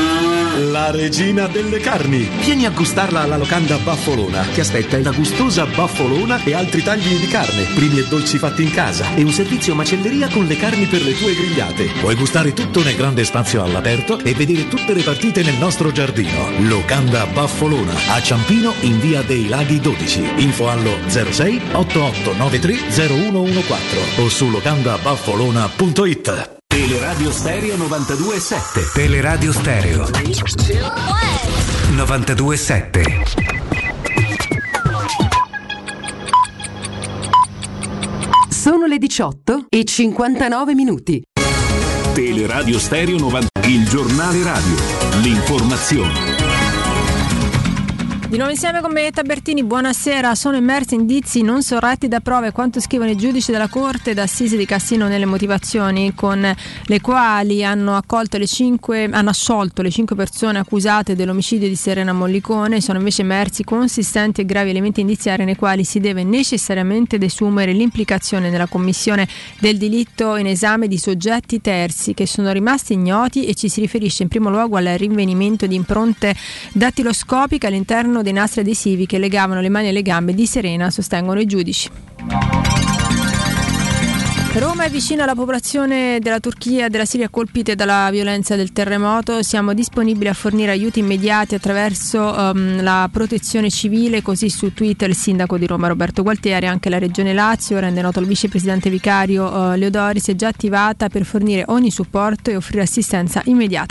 la regina delle carni. Vieni a gustarla alla locanda Baffolona. Ti aspetta una gustosa baffolona e altri tagli di carne, primi e dolci fatti in casa e un servizio macelleria con le carni per le tue grigliate. Puoi gustare tutto nel grande spazio all'aperto e vedere tutte le partite nel nostro giardino. Locanda Baffolona a Ciampino in via dei Laghi dodici. Info allo zero sei ottantotto novantatré zero uno quattordici o su locanda baffolona punto it. Teleradio Stereo novantadue e sette. Teleradio Stereo novantadue e sette. Sono le diciotto e cinquantanove minuti. Teleradio Stereo novanta. Il giornale radio. L'informazione. Di nuovo insieme con Benedetta Bertini, buonasera. Sono emersi indizi non sorretti da prove, quanto scrivono i giudici della Corte d'Assise di Cassino nelle motivazioni con le quali hanno, accolto le cinque, hanno assolto le cinque persone accusate dell'omicidio di Serena Mollicone. Sono invece emersi consistenti e gravi elementi indiziari nei quali si deve necessariamente desumere l'implicazione nella commissione del delitto in esame di soggetti terzi che sono rimasti ignoti, e ci si riferisce in primo luogo al rinvenimento di impronte dattiloscopiche all'interno dei nastri adesivi che legavano le mani e le gambe di Serena, sostengono i giudici. Roma è vicina alla popolazione della Turchia e della Siria colpite dalla violenza del terremoto. Siamo disponibili a fornire aiuti immediati attraverso um, la protezione civile, così su Twitter il sindaco di Roma Roberto Gualtieri. Anche la regione Lazio, rende noto il vicepresidente vicario uh, Leodori, si è già attivata per fornire ogni supporto e offrire assistenza immediata.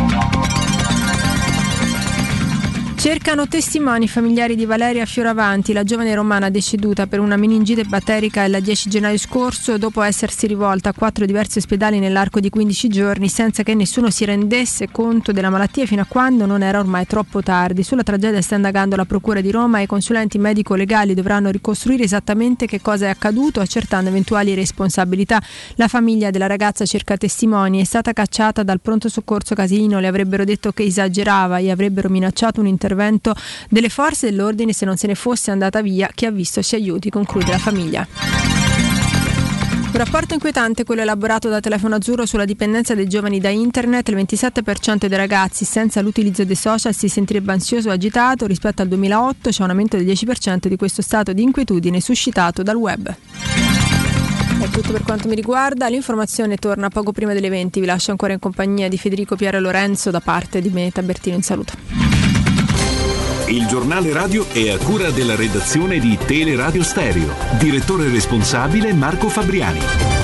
Cercano testimoni familiari di Valeria Fioravanti, la giovane romana deceduta per una meningite batterica il dieci gennaio scorso dopo essersi rivolta a quattro diversi ospedali nell'arco di quindici giorni senza che nessuno si rendesse conto della malattia, fino a quando non era ormai troppo tardi. Sulla tragedia sta indagando la Procura di Roma e i consulenti medico-legali dovranno ricostruire esattamente che cosa è accaduto, accertando eventuali responsabilità. La famiglia della ragazza cerca testimoni, è stata cacciata dal pronto soccorso Casilino, le avrebbero detto che esagerava e avrebbero minacciato un intervento delle forze dell'ordine se non se ne fosse andata via. Chi ha visto si aiuti, conclude la famiglia. Un rapporto inquietante, quello elaborato da Telefono Azzurro sulla dipendenza dei giovani da internet. Il ventisette per cento dei ragazzi senza l'utilizzo dei social si sentirebbe ansioso o agitato. Rispetto al duemilaotto c'è un aumento del dieci per cento di questo stato di inquietudine suscitato dal web. È tutto per quanto mi riguarda, l'informazione torna poco prima delle venti. Vi lascio ancora in compagnia di Federico Piero Lorenzo da parte di Benedetta Bertini. Un saluto. Il giornale radio è a cura della redazione di Teleradio Stereo. Direttore responsabile Marco Fabriani.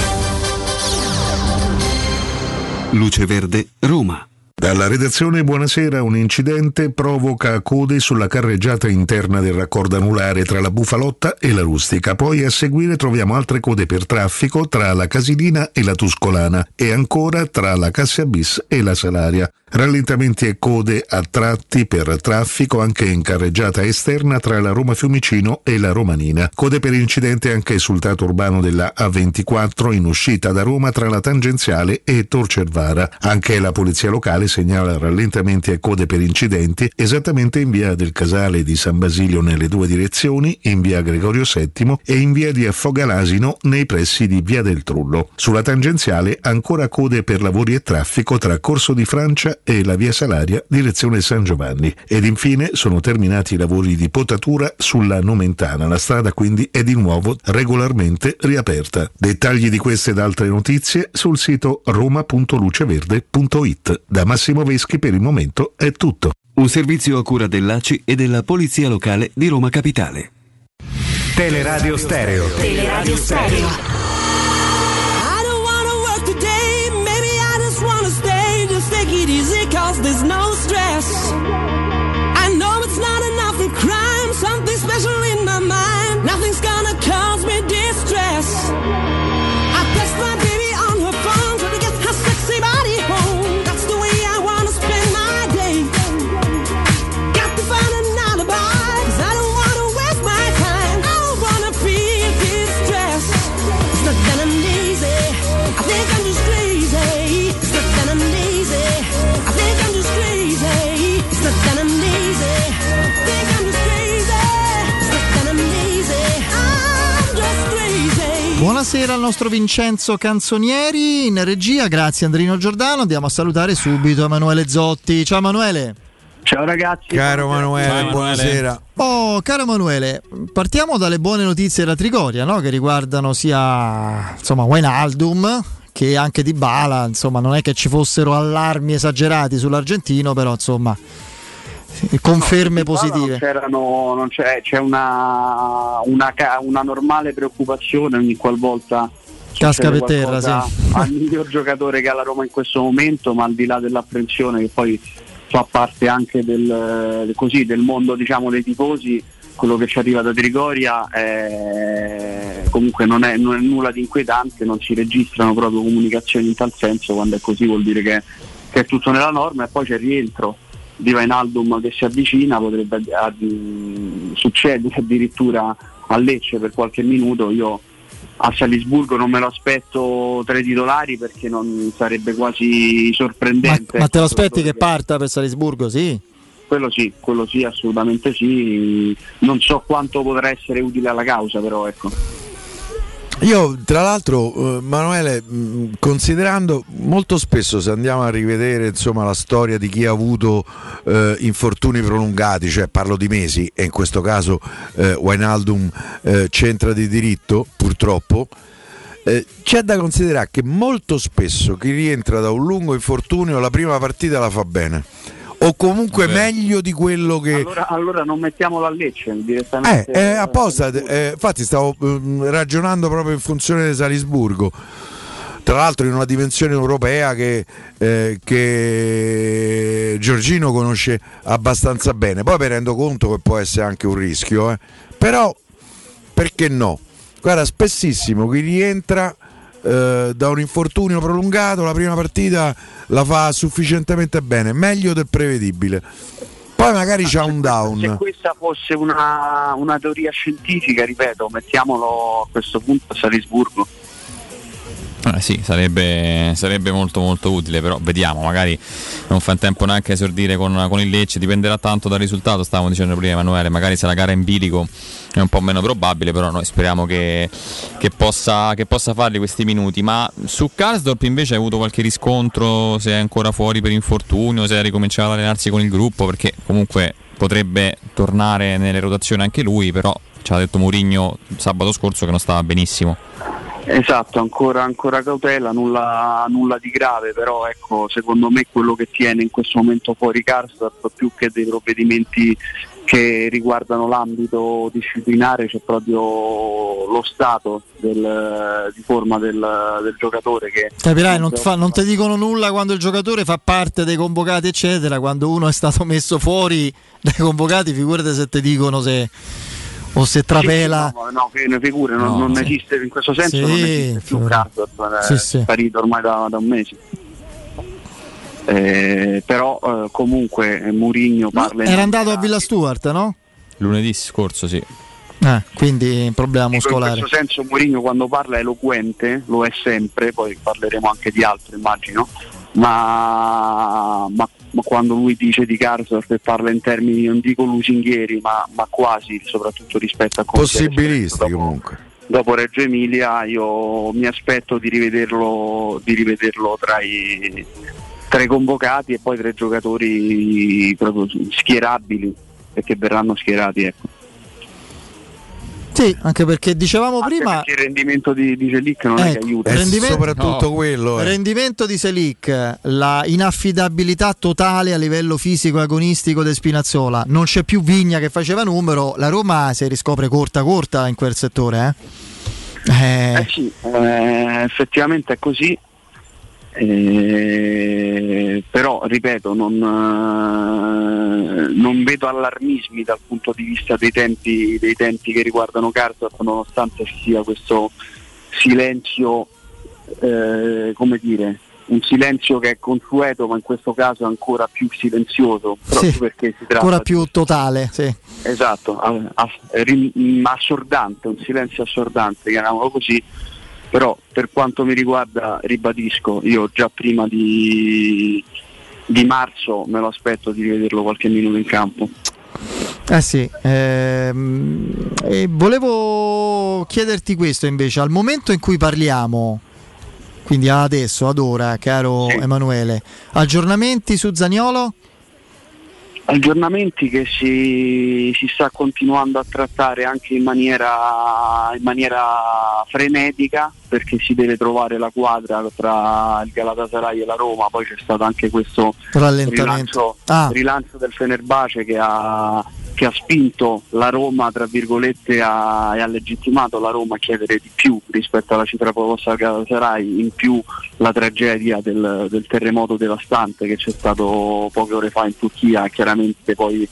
Luce Verde, Roma. Dalla redazione buonasera, un incidente provoca code sulla carreggiata interna del raccordo anulare tra la Bufalotta e la Rustica. Poi a seguire troviamo altre code per traffico tra la Casilina e la Tuscolana e ancora tra la Cassia Bis e la Salaria. Rallentamenti e code a tratti per traffico anche in carreggiata esterna tra la Roma Fiumicino e la Romanina. Code per incidente anche sul tratto urbano della A ventiquattro in uscita da Roma tra la tangenziale e Tor Cervara. Anche la polizia locale segnala rallentamenti e code per incidenti esattamente in via del Casale di San Basilio nelle due direzioni, in via Gregorio settimo e in via di Affogalasino nei pressi di via del Trullo. Sulla tangenziale ancora code per lavori e traffico tra Corso di Francia e la via Salaria direzione San Giovanni. Ed infine sono terminati i lavori di potatura sulla Nomentana. La strada quindi è di nuovo regolarmente riaperta. Dettagli di queste ed altre notizie sul sito roma punto luceverde punto it. Da Massimo Veschi per il momento è tutto. Un servizio a cura dell'A C I e della Polizia Locale di Roma Capitale. Teleradio Stereo. Teleradio Stereo. Take it easy cause there's no stress. I know it's not enough for crime. Something special in my mind. Nothing's gonna cause me distress. I text my baby on her phone trying to get her sexy body home. That's the way I wanna spend my day. Got to find an alibi cause I don't wanna waste my time. I don't wanna feel distress. It's not that I'm lazy, I think I'm just crazy. It's not that I'm lazy, I think I'm just crazy. It's not that I'm lazy, I think I'm just crazy. It's not that I'm lazy, I'm just crazy. Buonasera al nostro Vincenzo Canzonieri in regia, grazie Andrino Giordano. Andiamo a salutare subito Emanuele Zotti. Ciao Emanuele. Ciao ragazzi. Caro Emanuele, Ciao, buonasera. Oh, caro Emanuele, partiamo dalle buone notizie della Trigoria, no? Che riguardano sia insomma Wijnaldum che anche Dybala. Insomma, non è che ci fossero allarmi esagerati sull'argentino, però insomma conferme no, positive. Non c'erano, non c'è, c'è una, una, una normale preoccupazione ogni qualvolta casca per terra, sì. Al miglior giocatore che ha la Roma in questo momento, ma al di là dell'apprensione che poi fa parte anche del, così, del mondo, diciamo, dei tifosi, quello che ci arriva da Trigoria è, comunque non è, non è nulla di inquietante, non si registrano proprio comunicazioni in tal senso. Quando è così vuol dire che, che è tutto nella norma. E poi c'è il rientro di Wijnaldum che si avvicina, potrebbe ad, succedere addirittura a Lecce per qualche minuto. Io a Salisburgo non me lo aspetto tra i titolari perché non sarebbe quasi sorprendente. Ma, ma te lo aspetti che parta per Salisburgo? Sì. Quello sì, quello sì, assolutamente sì. Non so quanto potrà essere utile alla causa, però ecco. Io tra l'altro, eh, Manuele, mh, considerando molto spesso, se andiamo a rivedere insomma la storia di chi ha avuto eh, infortuni prolungati, cioè parlo di mesi, e in questo caso eh, Wijnaldum eh, c'entra di diritto purtroppo, eh, c'è da considerare che molto spesso chi rientra da un lungo infortunio la prima partita la fa bene, o comunque Vabbè. meglio di quello che allora, allora non mettiamolo a Lecce direttamente. Eh, eh apposta, eh, infatti stavo eh, ragionando proprio in funzione di Salisburgo, tra l'altro in una dimensione europea che, eh, che Giorgino conosce abbastanza bene. Poi mi rendo conto che può essere anche un rischio, eh. Però perché no? Guarda, spessissimo chi rientra Uh, da un infortunio prolungato la prima partita la fa sufficientemente bene, meglio del prevedibile. Poi magari c'ha un down. Se questa fosse una, una teoria scientifica, ripeto, mettiamolo a questo punto a Salisburgo. Eh sì, sarebbe, sarebbe molto molto utile, però vediamo, magari non fa in tempo neanche a esordire con, con il Lecce, dipenderà tanto dal risultato, stavamo dicendo prima Emanuele, magari se la gara è in bilico è un po' meno probabile, però noi speriamo che, che, possa, che possa farli questi minuti. Ma su Karsdorp invece hai avuto qualche riscontro, se è ancora fuori per infortunio, se ha ricominciato ad allenarsi con il gruppo, perché comunque potrebbe tornare nelle rotazioni anche lui, però ci ha detto Mourinho sabato scorso che non stava benissimo. Esatto, ancora, ancora cautela, nulla, nulla di grave, però ecco, secondo me quello che tiene in questo momento fuori Karsdorp più che dei provvedimenti che riguardano l'ambito disciplinare, c'è proprio lo stato del, di forma del, del giocatore che capirai, non, fa, non ti dicono nulla quando il giocatore fa parte dei convocati eccetera, quando uno è stato messo fuori dai convocati figurate se ti dicono se o se trapela. Sì, no, no, figure, non, no, non sì. esiste in questo senso, sì, non esiste più Karsdorp, sì, è sì. sparito ormai da, da un mese. Eh, però eh, comunque Mourinho parla era andato a Villa Stuart, no? Lunedì scorso, sì. Eh, quindi problema muscolare. In questo senso Mourinho quando parla è eloquente, lo è sempre, poi parleremo anche di altro immagino, ma, ma, ma quando lui dice di Karsdorp e parla in termini non dico lusinghieri ma, ma quasi, soprattutto rispetto a possibilisti dopo, comunque dopo Reggio Emilia io mi aspetto di rivederlo di rivederlo tra i tra i convocati e poi tra i giocatori proprio schierabili, perché verranno schierati, ecco. Sì, anche perché dicevamo anche prima perché il rendimento di, di Selic non ecco, è che aiuta, il rendimento, soprattutto no, quello il eh. rendimento di Selic, la inaffidabilità totale a livello fisico e agonistico di Spinazzola, non c'è più Vigna che faceva numero, la Roma si riscopre corta corta in quel settore eh, eh. eh sì, eh, effettivamente è così. Eh, però ripeto non, eh, non vedo allarmismi dal punto di vista dei tempi dei tempi che riguardano Karsdorp, nonostante ci sia questo silenzio eh, come dire un silenzio che è consueto ma in questo caso ancora più silenzioso proprio sì, perché si tratta ancora più di... totale sì. Esatto, a, a, assordante, un silenzio assordante, chiamiamolo così. Però per quanto mi riguarda ribadisco, io già prima di, di marzo me lo aspetto di vederlo qualche minuto in campo. Eh sì, ehm, e volevo chiederti questo invece, al momento in cui parliamo, quindi adesso, ad ora, caro sì. Emanuele, aggiornamenti su Zaniolo? Aggiornamenti che si, si sta continuando a trattare anche in maniera, in maniera frenetica, perché si deve trovare la quadra tra il Galatasaray e la Roma. Poi c'è stato anche questo rilancio, ah. rilancio del Fenerbahce che ha, che ha spinto la Roma, tra virgolette, a, e ha legittimato la Roma a chiedere di più rispetto alla cifra proposta al Galatasaray, in più la tragedia del, del terremoto devastante che c'è stato poche ore fa in Turchia, chiaramente poi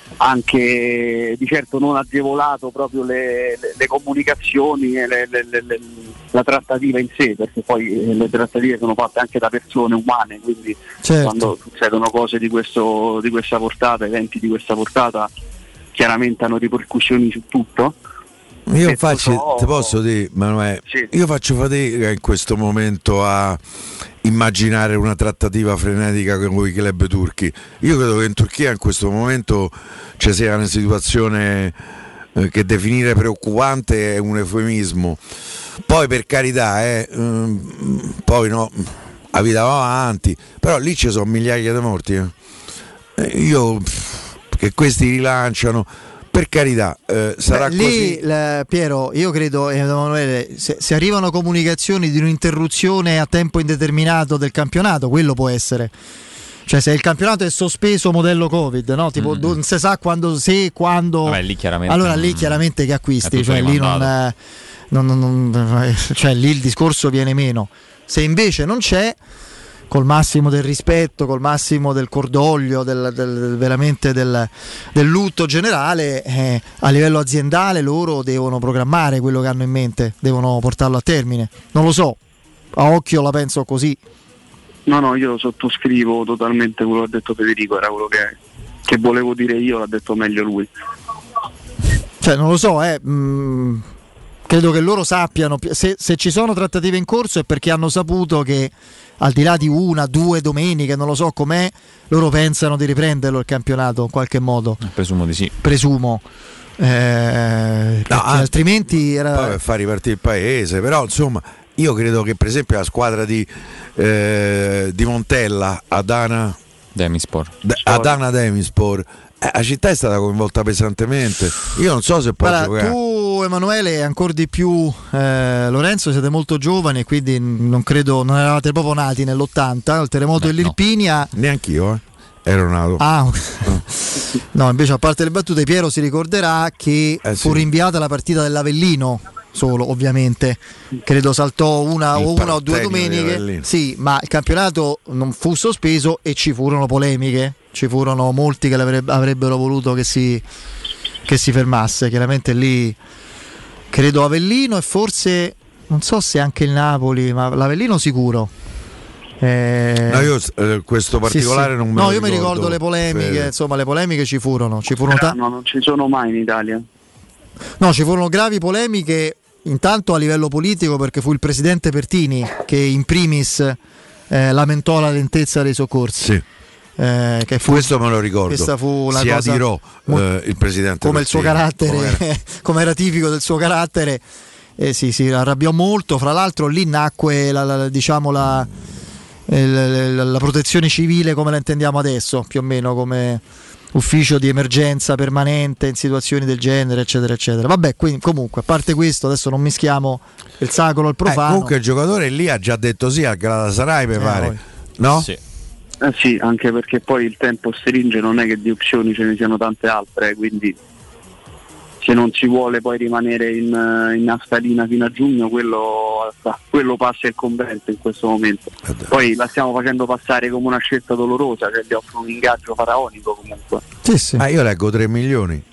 anche di certo non agevolato proprio le, le, le comunicazioni e le, le, le, la trattativa in sé, perché poi le trattative sono fatte anche da persone umane, quindi certo. Quando succedono cose di, questo, di questa portata, eventi di questa portata, chiaramente hanno ripercussioni su tutto. Io faccio, so, ti posso dire, Manuele, sì. Io faccio fatica in questo momento a immaginare una trattativa frenetica con i club turchi. Io credo che in Turchia in questo momento ci sia una situazione eh, che definire preoccupante è un eufemismo. Poi per carità, eh, ehm, poi no, la vita va avanti, però lì ci sono migliaia di morti. Eh. Io che questi rilanciano. Per carità, eh, sarà Beh, così. Lì, la, Piero, io credo, Emanuele, se, se arrivano comunicazioni di un'interruzione a tempo indeterminato del campionato, quello può essere. Cioè se il campionato è sospeso modello Covid, no? Tipo mm-hmm. non si sa quando, se, quando. Vabbè, lì chiaramente allora lì chiaramente che acquisti, cioè lì non, non, non, non, cioè lì il discorso viene meno. Se invece non c'è, col massimo del rispetto, col massimo del cordoglio, del, del, veramente del, del lutto generale, eh, a livello aziendale loro devono programmare quello che hanno in mente, devono portarlo a termine. Non lo so, a occhio la penso così. No, no, io sottoscrivo totalmente quello che ha detto Federico, era quello che, che volevo dire io, l'ha detto meglio lui. Cioè non lo so, eh, mh, credo che loro sappiano, se, se ci sono trattative in corso è perché hanno saputo che al di là di una, due domeniche, non lo so com'è, loro pensano di riprenderlo il campionato in qualche modo. Presumo di sì. Presumo. Eh, no, altrimenti era... Poi per far ripartire il paese, però insomma io credo che per esempio la squadra di, eh, di Montella, Adana Demispor, De, Adana Demispor, eh, la città è stata coinvolta pesantemente. Io non so se può Guarda, giocare. Tu Emanuele e ancora di più eh, Lorenzo siete molto giovani e quindi non credo, non eravate proprio nati nell'ottanta, il terremoto Beh, dell'Irpinia. No. Neanch'io, eh. E Ronaldo. Ah, no, invece a parte le battute, Piero si ricorderà che Eh, fu sì. rinviata la partita dell'Avellino. Solo, ovviamente, credo saltò una Il o una o due Partenio di domeniche. Avellino. Sì, ma il campionato non fu sospeso e ci furono polemiche. Ci furono molti che l'avreb- avrebbero voluto che si, che si fermasse. Chiaramente lì credo Avellino e forse non so se anche il Napoli, ma l'Avellino sicuro. Eh, No, io eh, questo particolare sì, sì. non me No, lo io mi ricordo le polemiche, Fede. insomma, le polemiche ci furono, ci furono ta- No, non ci sono mai in Italia. No, ci furono gravi polemiche intanto a livello politico perché fu il presidente Pertini che in primis eh, lamentò la lentezza dei soccorsi. Sì. Eh, che fu, Questo me lo ricordo. Questa fu una si cosa adirò mo- eh, il presidente come il suo Pertini. carattere, Com'era? come era tipico del suo carattere. Eh, sì, si arrabbiò molto. Fra l'altro lì nacque la, la- diciamo la, il- la protezione civile come la intendiamo adesso, più o meno come ufficio di emergenza permanente in situazioni del genere, eccetera, eccetera. Vabbè, quindi, comunque, a parte questo, adesso non mischiamo il sacro al Eh, profano. comunque il giocatore lì ha già detto sì al Galatasaray, mi Eh, pare. poi. No? Sì. Eh sì, anche perché poi il tempo stringe, non è che di opzioni ce ne siano tante altre, quindi se non si vuole poi rimanere in, in naftalina fino a giugno, quello, quello passa il convento in questo momento. Poi la stiamo facendo passare come una scelta dolorosa, cioè gli offre un ingaggio faraonico comunque. Sì, sì. Ah, io leggo tre milioni.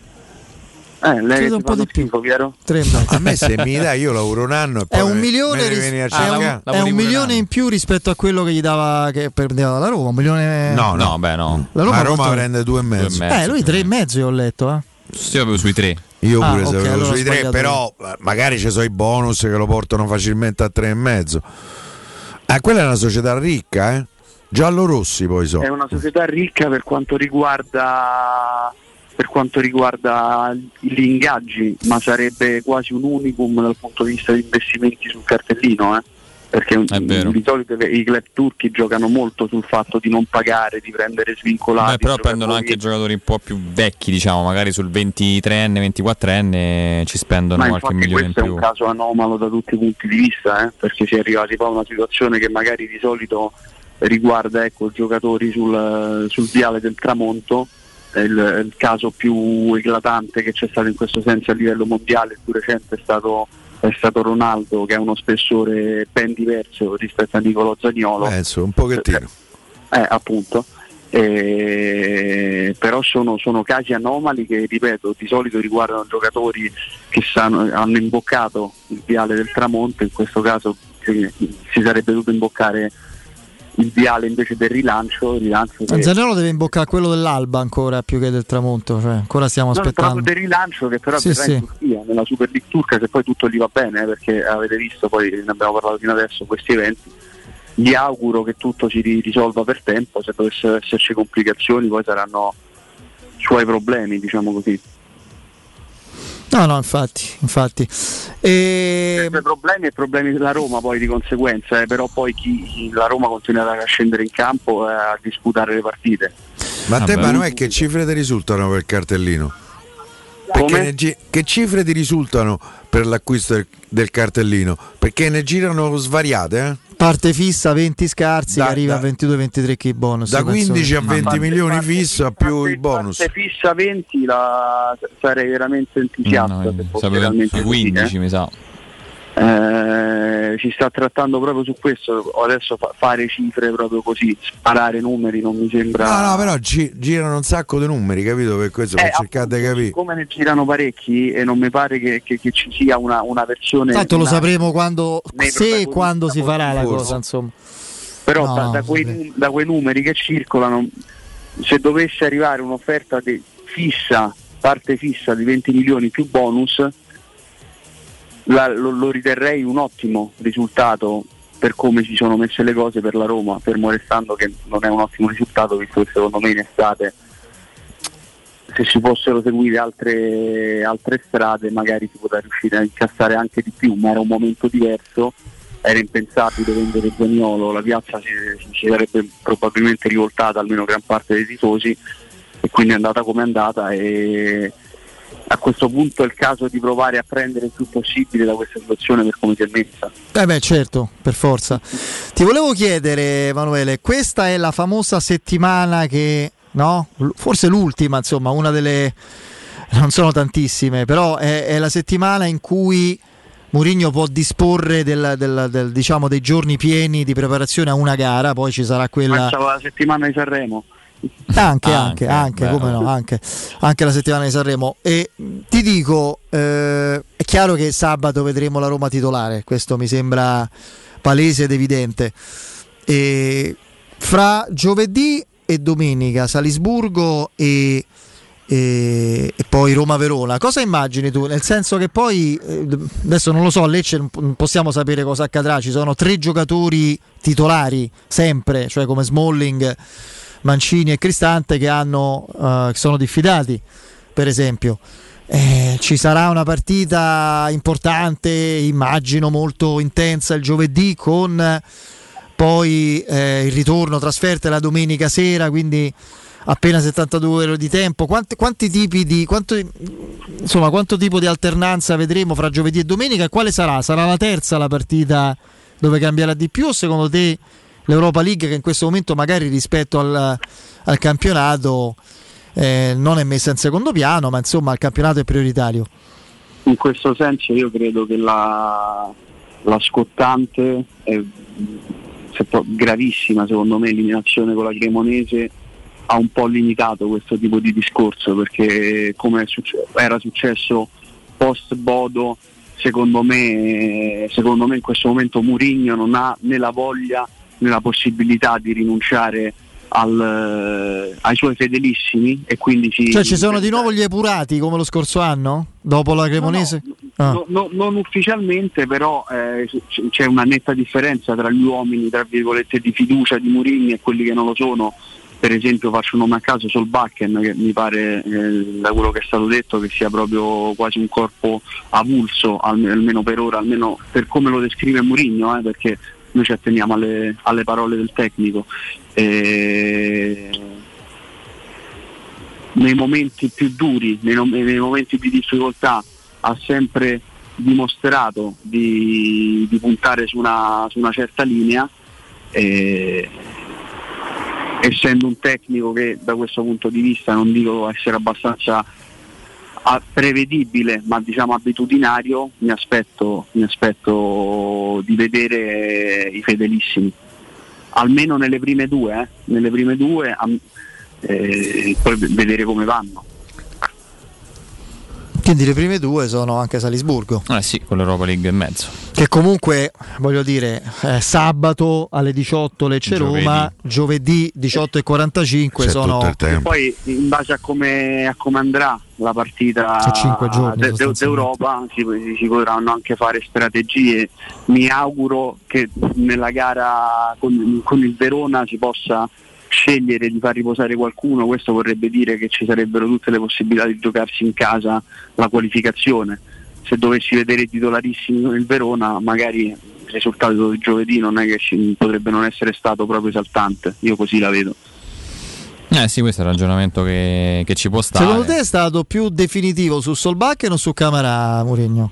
Eh, lei Credo che un po' ti di fa schifo, Piero? Tre e mezzo. A me se mi dai, io lavoro un anno e poi È un me- milione, me ne ris- vieni a è cercare. un, è un milione in più rispetto a quello che gli dava che prendeva dalla Roma. Un milione. No, no, No, beh, no. La Roma a Roma quanto- prende due e mezzo. Due e mezzo. Eh, lui tre e mezzo io ho letto, eh. Sì, avevo sui tre. Io Ah, pure ok, sapevo allora ho sui tre, sbagliato però eh, magari ci sono i bonus che lo portano facilmente a tre e mezzo. Ah, quella è una società ricca, eh? Giallorossi poi so. È una società ricca per quanto riguarda per quanto riguarda gli ingaggi, ma sarebbe quasi un unicum dal punto di vista di investimenti sul cartellino, eh? Perché È vero. di solito i club turchi giocano molto sul fatto di non pagare, di prendere svincolati. Beh, però prendono anche giocatori un po' più vecchi, diciamo, magari sul ventitreenne, ventiquattrenne ci spendono Ma qualche infatti milione in questo è più. un caso anomalo da tutti i punti di vista, eh? Perché si è arrivati poi a una situazione che magari di solito riguarda, ecco, giocatori sul, sul viale del tramonto. È il, è il caso più eclatante che c'è stato in questo senso a livello mondiale, il più recente è stato, è stato Ronaldo, che ha uno spessore ben diverso rispetto a Nicolò Zaniolo. Eh, insomma, un pochettino. Eh, appunto. Eh, però sono, sono casi anomali che, ripeto, di solito riguardano giocatori che sanno, hanno imboccato il viale del tramonto. In questo caso si, si sarebbe dovuto imboccare il viale invece del rilancio, il rilancio che... Zaniolo deve imboccare quello dell'Alba ancora più che del tramonto, cioè ancora stiamo No, aspettando. proprio del rilancio che però Sì, avverrà sì. in Turchia, nella Super League turca, se poi tutto gli va bene, eh, perché avete visto, poi ne abbiamo parlato fino adesso, questi eventi. Gli auguro che tutto si ri- risolva per tempo, se dovessero esserci complicazioni poi saranno suoi problemi, diciamo così. No, no, infatti, infatti. E... Sempre problemi e problemi della Roma poi di conseguenza, eh, però poi chi, chi- la Roma continuerà a scendere in campo e a disputare le partite. Ma a te Vabbè. Manuel che cifre ti risultano per il cartellino? Perché Come? ne gi- che cifre ti risultano per l'acquisto del, del cartellino? Perché ne girano svariate, eh? Parte fissa venti scarsi Da- che arriva da- a ventidue ventitré chi bonus. Da io penso quindici che- a venti parte- milioni parte- fisso a più i bonus. Se fissa venti la, sarei veramente entusiasta. No, se fosse sapevo realmente sui così, quindici, eh. mi sa. Eh, ci sta trattando proprio su questo. Adesso fa- fare cifre proprio così, sparare numeri non mi sembra. No, no, però gi- girano un sacco di numeri, capito? Per questo Eh, per cercare di capire. Come ne girano parecchi e non mi pare che, che- che ci sia una, una versione. Tanto lo una- sapremo quando, nei se e protagonisti quando si farà la forse. cosa, insomma. Però No, da, da quei, vabbè. nu- da quei numeri che circolano, se dovesse arrivare un'offerta di- fissa, parte fissa di venti milioni più bonus, la- lo, lo riterrei un ottimo risultato per come si sono messe le cose per la Roma, fermo restando che non è un ottimo risultato, visto che secondo me in estate, se si fossero seguire altre, altre strade, magari si potrà riuscire a incassare anche di più, ma era un momento diverso. Era impensabile vendere Zaniolo, la piazza si, si sarebbe probabilmente rivoltata, almeno gran parte dei tifosi, e quindi è andata come è andata, e a questo punto è il caso di provare a prendere il più possibile da questa situazione per come si è messa. Eh beh, certo, per forza. Ti volevo chiedere, Emanuele, questa è la famosa settimana che no? Forse l'ultima, insomma, una delle, non sono tantissime, però è, è la settimana in cui Mourinho può disporre del, del, del, diciamo, dei giorni pieni di preparazione a una gara, poi ci sarà quella... Pensavo la settimana di Sanremo. Anche, anche, anche, anche come no, anche, anche la settimana di Sanremo. E ti dico, eh, è chiaro che sabato vedremo la Roma titolare, questo mi sembra palese ed evidente. E fra giovedì e domenica Salisburgo e, e, e poi Roma-Verona, cosa immagini tu? Nel senso che poi, eh, adesso non lo so, a Lecce non possiamo sapere cosa accadrà, ci sono tre giocatori titolari sempre, cioè come Smalling, Mancini e Cristante, che hanno uh, sono diffidati, per esempio. Eh, ci sarà una partita importante, immagino molto intensa il giovedì, con poi eh, il ritorno trasferta la domenica sera, quindi appena settantadue ore di tempo. Quanti, quanti tipi di quanto, insomma, quanto tipo di alternanza vedremo fra giovedì e domenica, e quale sarà? Sarà la terza la partita dove cambierà di più, o secondo te l'Europa League, che in questo momento magari rispetto al, al campionato eh, non è messa in secondo piano, ma insomma il campionato è prioritario? In questo senso io credo che la, la scottante è, se può, gravissima, secondo me l'eliminazione con la Cremonese ha un po' limitato questo tipo di discorso, perché come succe- era successo post Bodo, secondo me, secondo me in questo momento Mourinho non ha né la voglia nella possibilità di rinunciare al, ai suoi fedelissimi, e quindi ci, cioè ci sono di nuovo gli epurati come lo scorso anno dopo la Cremonese? No, no, ah. no, no, non ufficialmente, però eh, c'è una netta differenza tra gli uomini, tra virgolette, di fiducia di Mourinho e quelli che non lo sono. Per esempio, faccio un nome a caso, Solbakken, che mi pare eh, da quello che è stato detto che sia proprio quasi un corpo avulso, almeno per ora, almeno per come lo descrive Mourinho, eh, perché noi ci atteniamo alle, alle parole del tecnico. E nei momenti più duri, nei, nei momenti di difficoltà, ha sempre dimostrato di, di puntare su una, su una certa linea, e, essendo un tecnico che da questo punto di vista non dico essere abbastanza prevedibile, ma diciamo abitudinario, mi aspetto, mi aspetto di vedere i fedelissimi almeno nelle prime due, eh? nelle prime due eh, poi vedere come vanno. Quindi le prime due sono anche Salisburgo. Eh sì, con l'Europa League e mezzo. Che comunque, voglio dire, eh, sabato alle diciotto Lecce-Roma, giovedì diciotto e quarantacinque C'è sono... E poi in base a come, a come andrà la partita giorni, de, de, d'Europa si, si potranno anche fare strategie. Mi auguro che nella gara con, con il Verona si possa scegliere di far riposare qualcuno. Questo vorrebbe dire che ci sarebbero tutte le possibilità di giocarsi in casa la qualificazione. Se dovessi vedere i titolarissimi con il Verona, magari il risultato di giovedì non è che ci, potrebbe non essere stato proprio esaltante. Io così la vedo. Eh sì, questo è il ragionamento che, che ci può stare. Secondo te è stato più definitivo su Solbakken o su Camarà, Mourinho?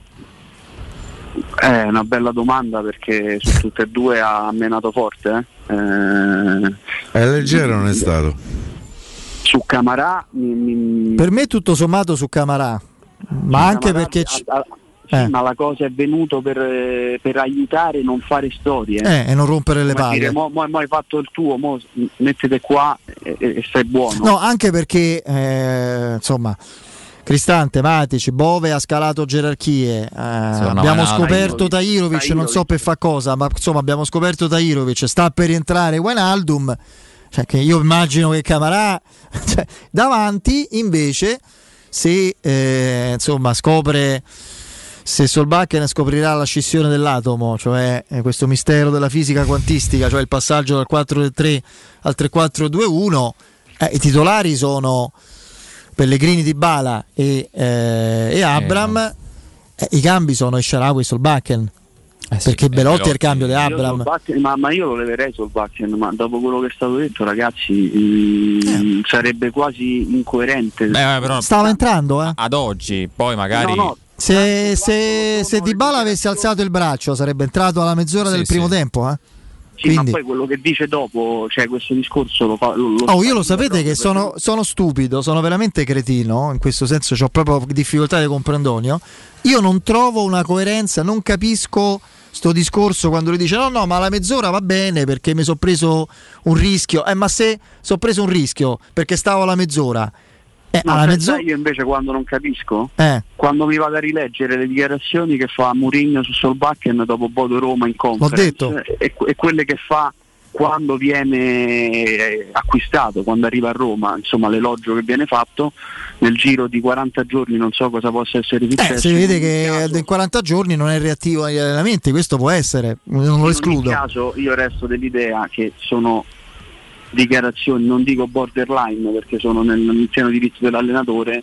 È una bella domanda, perché su tutte e due ha menato forte. Eh? Eh, è leggero, non è stato. Su Camarà mi, mi... per me tutto sommato su Camarà, ma su anche Camarà, perché c- a, a, sì, eh. ma la cosa è venuto per, per aiutare, non fare storie eh, e non rompere le Come palle. Dire, mo, mo, mo hai fatto il tuo, mo mettete qua e, e stai buono. No, anche perché eh, insomma Cristante, Matic, Bove ha scalato gerarchie, eh, abbiamo scoperto Tahirovic, non so per fa cosa, ma insomma abbiamo scoperto Tahirovic, sta per rientrare Wijnaldum, cioè che io immagino che Camarà cioè, davanti invece se eh, insomma scopre, se Solbakken scoprirà la scissione dell'atomo, cioè eh, questo mistero della fisica quantistica, cioè il passaggio dal quattro tre tre al tre quattro due uno, eh, i titolari sono Pellegrini, Dybala e, eh, e Abram, eh, i cambi sono Esharawi e Solbakken. Eh sì, perché Belotti è il cambio di Abram. Ma, ma io lo leverei Solbakken, ma dopo quello che è stato detto, ragazzi, mh, eh. sarebbe quasi incoerente. Beh, però, stava entrando eh? ad oggi, poi magari no, no. se, se, se Dybala avesse alzato il braccio sarebbe entrato alla mezz'ora sì, del primo sì. tempo eh? Sì, Quindi... ma poi quello che dice dopo, cioè questo discorso lo fa. Lo, lo oh, io lo sapete che sono, sono stupido, sono veramente cretino, in questo senso ho proprio difficoltà di comprendonio. Io non trovo una coerenza, non capisco sto discorso quando lui dice no no ma la mezz'ora va bene perché mi sono preso un rischio, eh ma se sono preso un rischio perché stavo alla mezz'ora. Eh, no, alla mezz'ora... io invece quando non capisco, eh. quando mi vado a rileggere le dichiarazioni che fa Mourinho su Solbakken dopo Bodo Roma in conference, L'ho detto. E, e quelle che fa quando viene acquistato, quando arriva a Roma, insomma l'elogio che viene fatto nel giro di quaranta giorni, non so cosa possa essere successo. Eh, si vede che in quaranta giorni non è reattivo agli allenamenti, questo può essere, non lo escludo. In ogni caso io resto dell'idea che sono dichiarazioni, non dico borderline perché sono nel, nel pieno diritto dell'allenatore,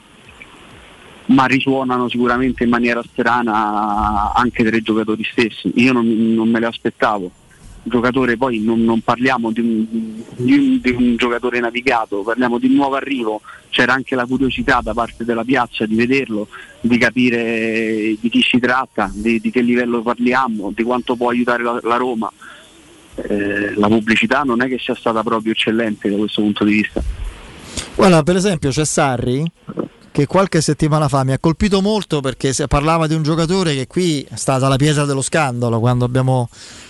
ma risuonano sicuramente in maniera strana anche tra i giocatori stessi. Io non, non me le aspettavo. Giocatore, poi non, non parliamo di un, di, un, di un giocatore navigato, parliamo di un nuovo arrivo. C'era anche la curiosità da parte della piazza di vederlo, di capire di chi si tratta, di, di che livello parliamo, di quanto può aiutare la, la Roma. Eh, la pubblicità non è che sia stata proprio eccellente da questo punto di vista. Guarda, per esempio c'è Sarri che qualche settimana fa mi ha colpito molto perché si parlava di un giocatore che qui è stata la pietra dello scandalo quando abbiamo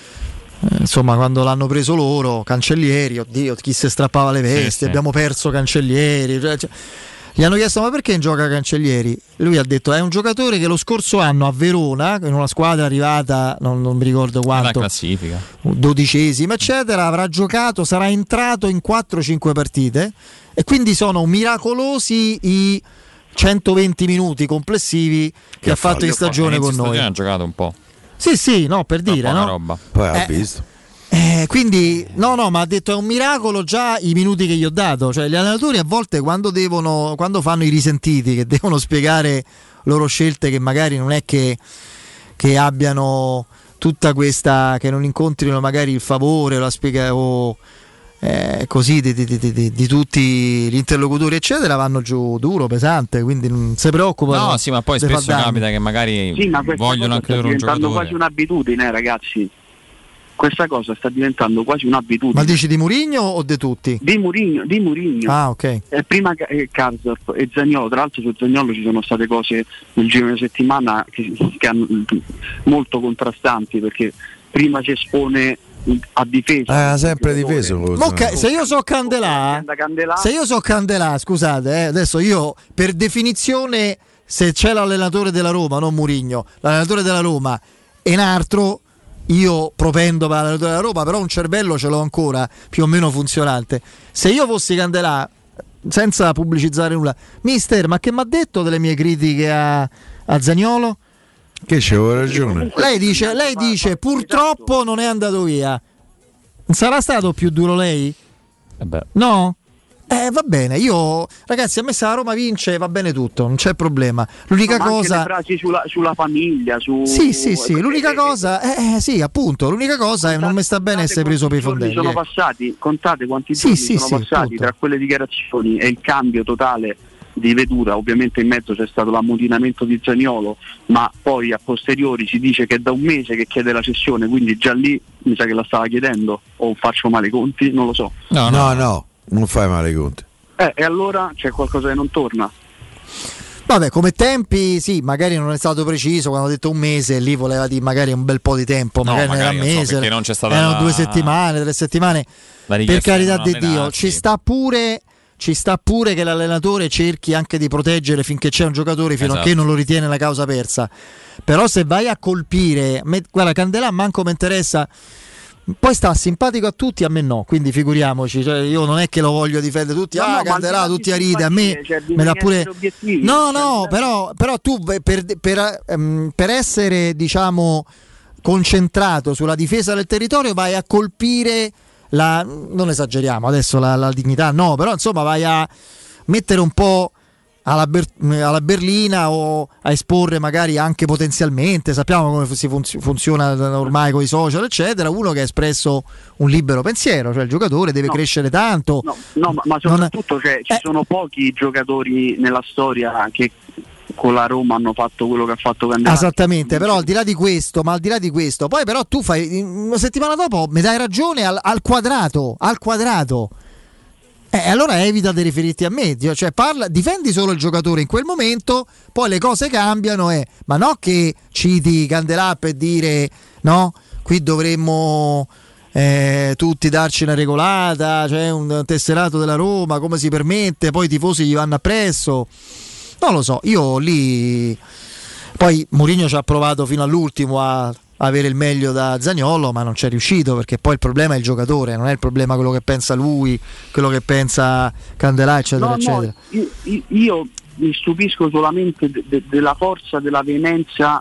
eh, insomma quando l'hanno preso loro, Cancellieri, oddio chi si strappava le vesti, sì, sì. Abbiamo perso Cancellieri, cioè, cioè, gli hanno chiesto ma perché gioca Cancellieri? Lui ha detto è un giocatore che lo scorso anno a Verona, in una squadra arrivata non, non mi ricordo quanto, la classifica dodicesima eccetera, avrà giocato, sarà entrato in quattro cinque partite e quindi sono miracolosi i centoventi minuti complessivi che, che ha fatto in stagione con noi. Ha giocato un po'. Sì, sì, no, per dire, no? Roba. Poi ha eh, visto. Eh, quindi no no ma ha detto è un miracolo già i minuti che gli ho dato, cioè gli allenatori a volte quando devono quando fanno i risentiti che devono spiegare loro scelte che magari non è che, che abbiano tutta questa, che non incontrino magari il favore o la spiega o eh, così di, di, di, di, di tutti gli interlocutori eccetera, vanno giù duro, pesante, quindi non si preoccupano. No sì, ma poi spesso capita che magari sì, ma vogliono anche loro un giocatore. Sta diventando quasi un'abitudine, ragazzi. Questa cosa sta diventando quasi un'abitudine. Ma dici di Mourinho o di tutti? Di Mourinho, di Mourinho. Ah, ok. Eh, prima eh, Karsdorp e Zaniolo, tra l'altro su Zaniolo ci sono state cose nel giro di una settimana che, che hanno, molto contrastanti, perché prima ci espone a difesa. Ah, sempre difeso. Mocca, se io so Candelà, Candelà, se io so Candelà, scusate, eh, adesso io per definizione se c'è l'allenatore della Roma, non Mourinho, l'allenatore della Roma è un altro. Io propendo per l'allenatore della Roma, però un cervello ce l'ho ancora più o meno funzionante. Se io fossi Candelà, senza pubblicizzare nulla, mister, ma che mi ha detto delle mie critiche a, a Zaniolo? Che c'avevo ragione. Lei dice, lei dice purtroppo non è andato via. Non sarà stato più duro lei? Eh beh. No? Eh va bene, io ragazzi a me se la Roma vince va bene tutto, non c'è problema. L'unica no, cosa anche le frasi sulla, sulla famiglia, su Sì, sì, sì, l'unica eh, cosa eh, eh, sì, appunto, l'unica cosa è non mi sta bene essere preso per i fondelli. Sono eh. passati, contate quanti sì, giorni sì, sono sì, passati tutto. Tra quelle dichiarazioni e il cambio totale di vedura. Ovviamente in mezzo c'è stato l'ammutinamento di Zaniolo, ma poi a posteriori si dice che è da un mese che chiede la cessione, quindi già lì mi sa che la stava chiedendo, o faccio male i conti, non lo so. No, no, no, no non fai male i conti. Eh, e allora c'è qualcosa che non torna. Vabbè, come tempi sì, magari non è stato preciso, quando ha detto un mese lì voleva dire magari un bel po' di tempo, no, magari, magari non era un mese, so, non c'è stata erano la... due settimane, tre settimane, per carità di Dio, ci sta pure ci sta pure che l'allenatore cerchi anche di proteggere finché c'è un giocatore fino esatto. a che non lo ritiene la causa persa, però se vai a colpire, me, guarda Candelà manco mi interessa. Poi sta simpatico a tutti, a me no, quindi figuriamoci, cioè io non è che lo voglio difendere tutti, no, ah no, Candelà tutti a ride, a me cioè, me dà pure no no però, però tu per, per, um, per essere diciamo concentrato sulla difesa del territorio vai a colpire la, non esageriamo adesso la, la dignità, no, però insomma vai a mettere un po' alla, ber- alla berlina o a esporre magari anche potenzialmente, sappiamo come si funz- funziona ormai con i social eccetera, uno che ha espresso un libero pensiero, cioè il giocatore deve no. crescere tanto no, no ma, ma soprattutto non... cioè, ci eh. sono pochi giocatori nella storia che con la Roma hanno fatto quello che ha fatto Candela. Esattamente, però al di là di questo, ma al di là di questo, poi però tu fai una settimana dopo mi dai ragione al, al quadrato, al quadrato. Eh, allora evita di riferirti a me, cioè parla, difendi solo il giocatore in quel momento, poi le cose cambiano, eh. Ma no che citi Candelà per dire no, qui dovremmo eh, tutti darci una regolata, cioè un tesserato della Roma, come si permette, poi i tifosi gli vanno appresso. Non lo so, io lì poi Mourinho ci ha provato fino all'ultimo a avere il meglio da Zaniolo, ma non c'è riuscito, perché poi il problema è il giocatore, non è il problema quello che pensa lui, quello che pensa Candelà, eccetera, no, eccetera. No, io, io mi stupisco solamente de, de, della forza, della veemenza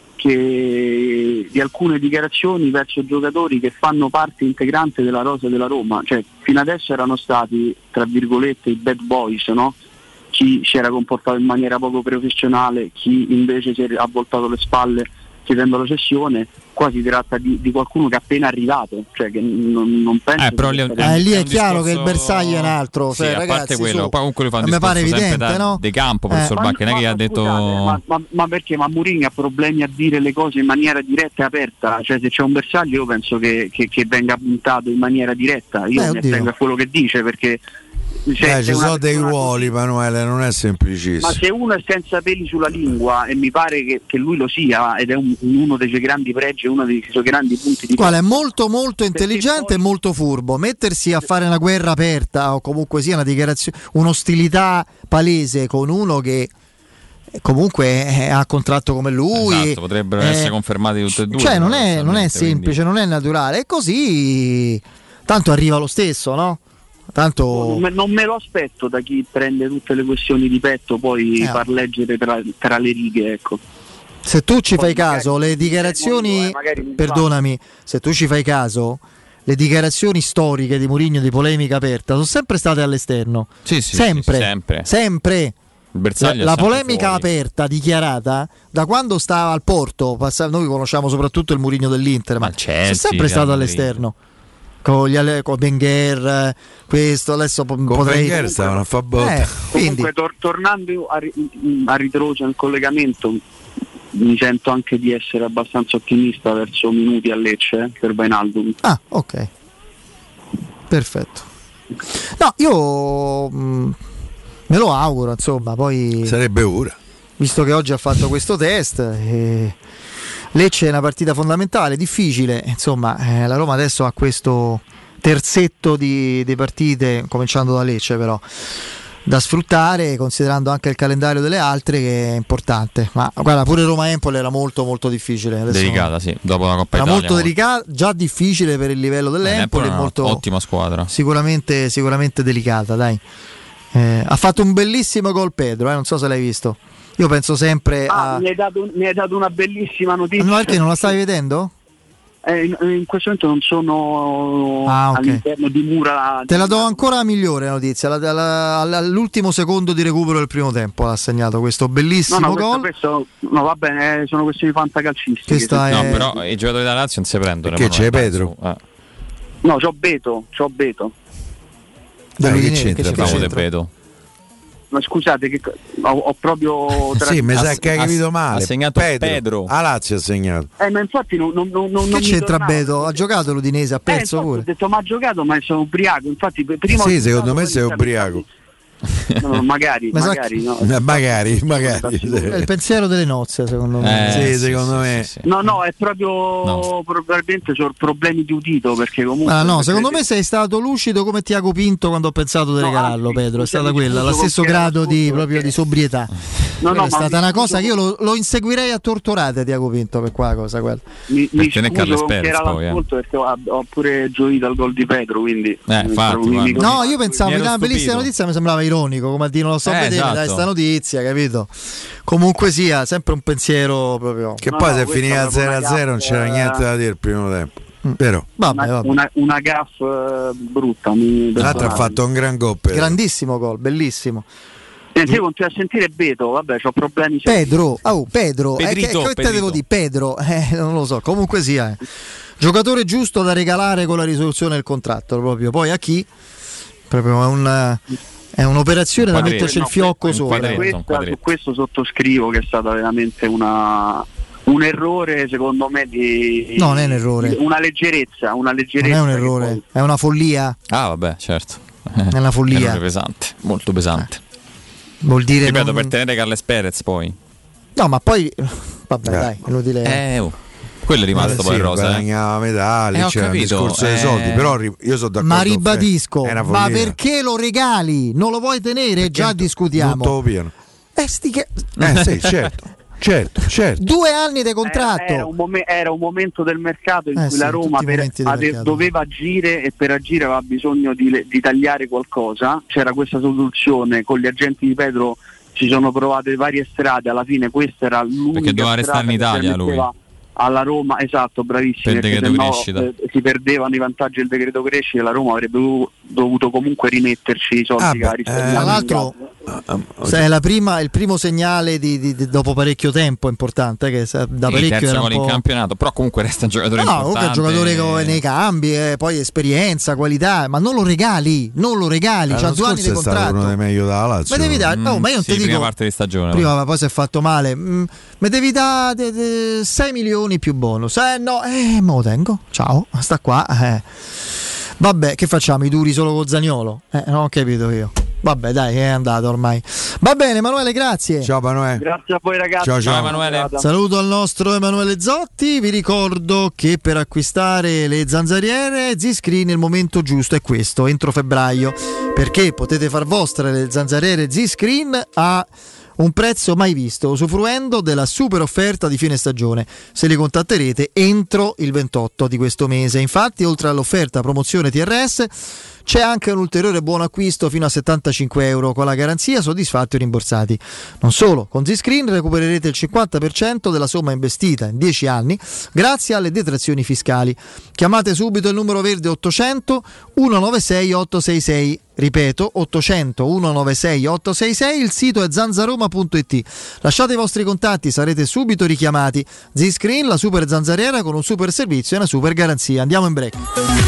che, di alcune dichiarazioni verso giocatori che fanno parte integrante della rosa della Roma, cioè fino adesso erano stati, tra virgolette, i bad boys, no? Chi si era comportato in maniera poco professionale, chi invece si è, ha voltato le spalle chiedendo la cessione. Qua si tratta di, di qualcuno che è appena arrivato, cioè che non, non penso eh, però lì, eh, è lì è, è chiaro discorso... che il bersaglio è un altro, sì, cioè, a ragazzi, parte quello, su, poi comunque lui fa un mi discorso pare evidente, da, no? De Campo, professor eh. Bacchi, non è che ha detto ma, ma, ma perché? Ma Mourinho ha problemi a dire le cose in maniera diretta e aperta, cioè se c'è un bersaglio io penso che, che, che venga puntato in maniera diretta, io Beh, mi attengo a quello che dice, perché Cioè, eh, ci sono dei ruoli, Emanuele, non è semplicissimo. Ma se uno è senza peli sulla lingua, e mi pare che, che lui lo sia, ed è un, uno dei suoi grandi pregi, uno dei suoi grandi punti di quale è molto molto intelligente poi... e molto furbo. Mettersi a fare una guerra aperta o comunque sia una dichiarazione, un'ostilità palese con uno che comunque ha contratto come lui, esatto, potrebbero eh, essere confermati tutte e due. Cioè non è, non è semplice, quindi... non è naturale, e così tanto arriva lo stesso, no? Tanto... Non, me, non me lo aspetto da chi prende tutte le questioni di petto, poi eh. far leggere tra, tra le righe, ecco. Se tu ci poi fai caso, le dichiarazioni, eh, perdonami, se tu ci fai caso, le dichiarazioni storiche di Mourinho di polemica aperta sono sempre state all'esterno. Sì, sì, sempre, sì, sempre. sempre. La, la polemica fuori. Aperta dichiarata da quando stava al Porto, noi conosciamo soprattutto il Mourinho dell'Inter, ma, ma è sempre stato all'esterno. Con gli ale- con Wenger, questo adesso con potrei Wenger stavano a fa botta. Eh, comunque tor- tornando a, ri- a ritroso nel collegamento, mi sento anche di essere abbastanza ottimista verso minuti a Lecce eh, per Wijnaldum. Ah, ok, perfetto. No, io mh, me lo auguro, insomma, poi sarebbe ora, visto che oggi ha fatto questo test. E... Lecce è una partita fondamentale, difficile, insomma, eh, la Roma adesso ha questo terzetto di, di partite, cominciando da Lecce però, da sfruttare, considerando anche il calendario delle altre, che è importante. Ma guarda, pure Roma-Empoli era molto molto difficile. Adesso delicata, sì, dopo la Coppa era Italia. Molto delicata, già difficile per il livello dell'Empoli, eh, molto ottima squadra. Sicuramente, sicuramente delicata, dai. Eh, ha fatto un bellissimo gol Pedro, eh, non so se l'hai visto. Io penso sempre ah, a... mi hai dato, mi hai dato una bellissima notizia. No, perché non la stavi vedendo? Eh, in, in questo momento non sono ah, okay. all'interno di mura. Te la do ancora migliore la notizia. La, la, la, all'ultimo secondo di recupero del primo tempo ha segnato questo bellissimo no, no, gol. Questo, questo, no, va bene, sono questioni fantacalcistiche. È... No, però i giocatori della Lazio non si prendono. Che c'è Pedro? Eh. No, c'ho Beto, c'ho Beto. Dai, che c'entra? Che c'entra? Beto? Ma scusate, che ho, ho proprio tra... sì, mi sa che hai capito male. Ha segnato Pedro. Pedro. A Lazio ha segnato. Eh, ma infatti non, non, non, non che c'entra tornavo. Beto? Ha giocato l'Udinese, ha perso eh, pure. Ho detto ma ha giocato, ma sono ubriaco. Infatti prima sì, secondo me sei ubriaco. No, magari, ma magari, no. magari, magari. È il pensiero delle nozze, secondo me. Eh, sì, sì, secondo sì, me. Sì, sì. No, no, è proprio no. Probabilmente ho problemi di udito, perché comunque. Ah, no, secondo me sei stato lucido come Tiago Pinto quando ho pensato di no, regalarlo, anzi, Pedro. È stata quella, lo stesso grado di, proprio di sobrietà. No, no, è stata una cosa che io lo, lo inseguirei a torturate Tiago Pinto per quella cosa. Quella. Mi, mi scuso Perez, era poi, l'ascolto eh. perché ho, ho pure gioito al gol di Pedro, quindi. Eh, infatti, mi, mi no, io pensavo che una bellissima notizia, mi sembrava ironico, come a dire non lo so eh, vedere, esatto. Dai, sta notizia, capito? Comunque sia, sempre un pensiero proprio. Che no, poi no, se finiva zero a zero non c'era niente da dire il primo tempo. Mm. Però vabbè, vabbè. Una, una gaff uh, brutta. Mi l'altro ha fatto un gran gol. Grandissimo gol, bellissimo. Eh, io continuo a sentire Beto, vabbè, ho problemi. Pedro, oh, Pedro, Pedrito, eh, che, che Pedrito. te devo dire? Pedro, eh, non lo so, comunque sia. Eh. Giocatore giusto da regalare con la risoluzione del contratto, proprio. Poi a chi? Proprio un, È un'operazione Un da quadretto, metterci il no, fiocco un sopra. quadretto. Questa, quadretto. su questo sottoscrivo che è stata veramente una un errore, secondo me, di No, non è un errore. una leggerezza, una Non leggerezza è un che errore, poi- è una follia. Ah, vabbè, certo. È una follia. Errore pesante, molto pesante. Vuol dire Ripeto, non- per tenere Carles Perez poi. No, ma poi vabbè, dai, inutile. Eh, oh. Quello è rimasto Eh poi sì, il rosa. Eh. guadagnava medaglie, Eh, ho c'era il capito, discorso dei eh. soldi, però ri- io sono d'accordo. Ma con Fede, ribadisco, è una ma follia. perché lo regali? Non lo vuoi tenere? Già Non discutiamo. te lo piano. Eh, sti che- Eh sì, certo, certo, certo. Due anni di contratto. Era un, momen- era un momento del mercato in Eh cui sì, la Roma tutti i per- momenti del ade- mercato. doveva agire e per agire aveva bisogno di, le- di tagliare qualcosa. C'era questa soluzione, con gli agenti di Pedro si sono provate varie strade, alla fine questa era l'unica Perché doveva restare in strada che Italia, lui. permetteva alla Roma, esatto, bravissimo, Per il perché decreto sennò, crescita. eh, si perdevano i vantaggi del decreto crescita, la Roma avrebbe dovu- dovuto comunque rimetterci i soldi Ah, che beh, ha risparmiato. eh, tra l'altro, Se è la prima, il primo segnale di, di- di- dopo parecchio tempo importante, che se- da Il parecchio terzo era un gol in po'... campionato, però comunque resta un giocatore No, comunque è un importante. giocatore co- nei cambi, eh, poi esperienza, qualità, ma non lo regali, non lo regali, c'ha L'anno due anni scorso di è stato contratto. uno dei meglio dalla Lazio. Ma devi dare, no, ma io non Sì, ti dico prima parte di stagione. prima, ma poi si è fatto male. Mm, mi devi dare sei milioni più bonus. Eh no, eh, me lo tengo. Ciao, sta qua. Eh. Vabbè, che facciamo? I duri solo con Zaniolo? Eh, non ho capito io. Vabbè, dai, è andato ormai. Va bene, Emanuele, grazie. Ciao Emanuele. Grazie a voi ragazzi. Ciao, ciao. Emanuele. Saluto al nostro Emanuele Zotti. Vi ricordo che per acquistare le zanzariere Z-Screen il momento giusto è questo, entro febbraio, perché potete far vostre le zanzariere Z-Screen a un prezzo mai visto, usufruendo della super offerta di fine stagione se li contatterete entro il ventotto di questo mese. Infatti, oltre all'offerta promozione T R S, c'è anche un ulteriore buon acquisto fino a settantacinque euro con la garanzia soddisfatti o rimborsati. Non solo, con Z-Screen recupererete il cinquanta per cento della somma investita in dieci anni grazie alle detrazioni fiscali. Chiamate subito il numero verde ottocento centonovantasei ottocentosessantasei. Ripeto, ottocento centonovantasei ottocentosessantasei, il sito è zanzaroma punto it. Lasciate i vostri contatti, sarete subito richiamati. Z-Screen, la super zanzariera con un super servizio e una super garanzia. Andiamo in break.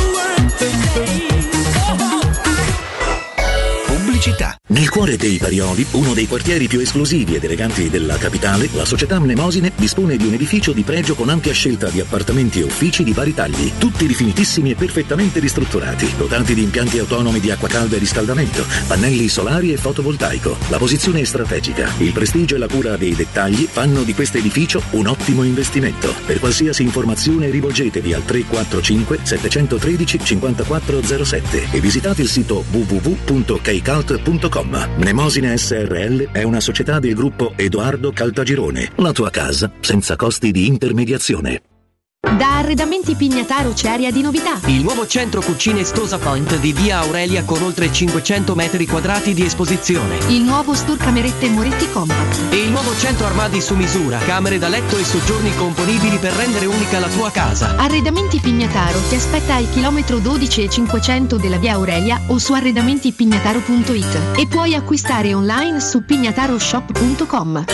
Pubblicità. Nel cuore dei Parioli, uno dei quartieri più esclusivi ed eleganti della capitale, la società Mnemosine dispone di un edificio di pregio con ampia scelta di appartamenti e uffici di vari tagli, tutti rifinitissimi e perfettamente ristrutturati, dotati di impianti autonomi di acqua calda e riscaldamento, pannelli solari e fotovoltaico. La posizione è strategica, il prestigio e la cura dei dettagli fanno di questo edificio un ottimo investimento. Per qualsiasi informazione rivolgetevi al tre quattro cinque sette uno tre cinque zero sette e visitate il sito w w w punto keycult punto com. Mnemosine S R L è una società del gruppo Edoardo Caltagirone. La tua casa senza costi di intermediazione. Da Arredamenti Pignataro c'è aria di novità. Il nuovo centro cucine Stosa Point di via Aurelia con oltre cinquecento metri quadrati di esposizione. Il nuovo store camerette Moretti Compact. E il nuovo centro armadi su misura, camere da letto e soggiorni componibili per rendere unica la tua casa. Arredamenti Pignataro ti aspetta al chilometro dodici e cinquecento della via Aurelia o su arredamentipignataro punto it e puoi acquistare online su pignataroshop punto com.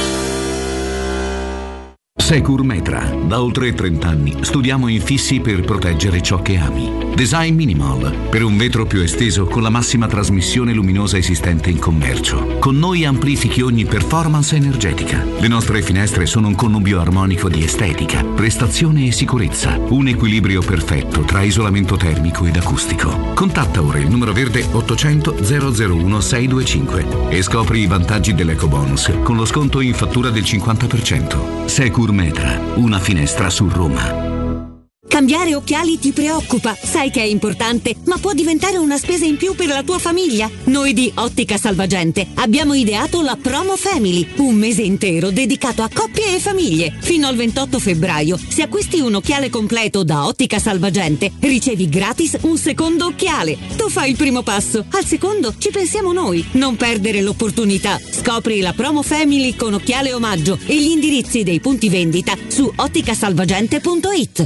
Securmetra. Da oltre trenta anni studiamo infissi per proteggere ciò che ami. Design minimal, per un vetro più esteso con la massima trasmissione luminosa esistente in commercio. Con noi amplifichi ogni performance energetica. Le nostre finestre sono un connubio armonico di estetica, prestazione e sicurezza. Un equilibrio perfetto tra isolamento termico ed acustico. Contatta ora il numero verde ottocento zero zero uno sei due cinque e scopri i vantaggi dell'ecobonus con lo sconto in fattura del cinquanta per cento. Securmetra, una finestra su Roma. Cambiare occhiali ti preoccupa, sai che è importante, ma può diventare una spesa in più per la tua famiglia. Noi di Ottica Salvagente abbiamo ideato la Promo Family, un mese intero dedicato a coppie e famiglie. Fino al ventotto febbraio, se acquisti un occhiale completo da Ottica Salvagente, ricevi gratis un secondo occhiale. Tu fai il primo passo, al secondo ci pensiamo noi. Non perdere l'opportunità. Scopri la Promo Family con occhiale omaggio e gli indirizzi dei punti vendita su otticasalvagente punto it.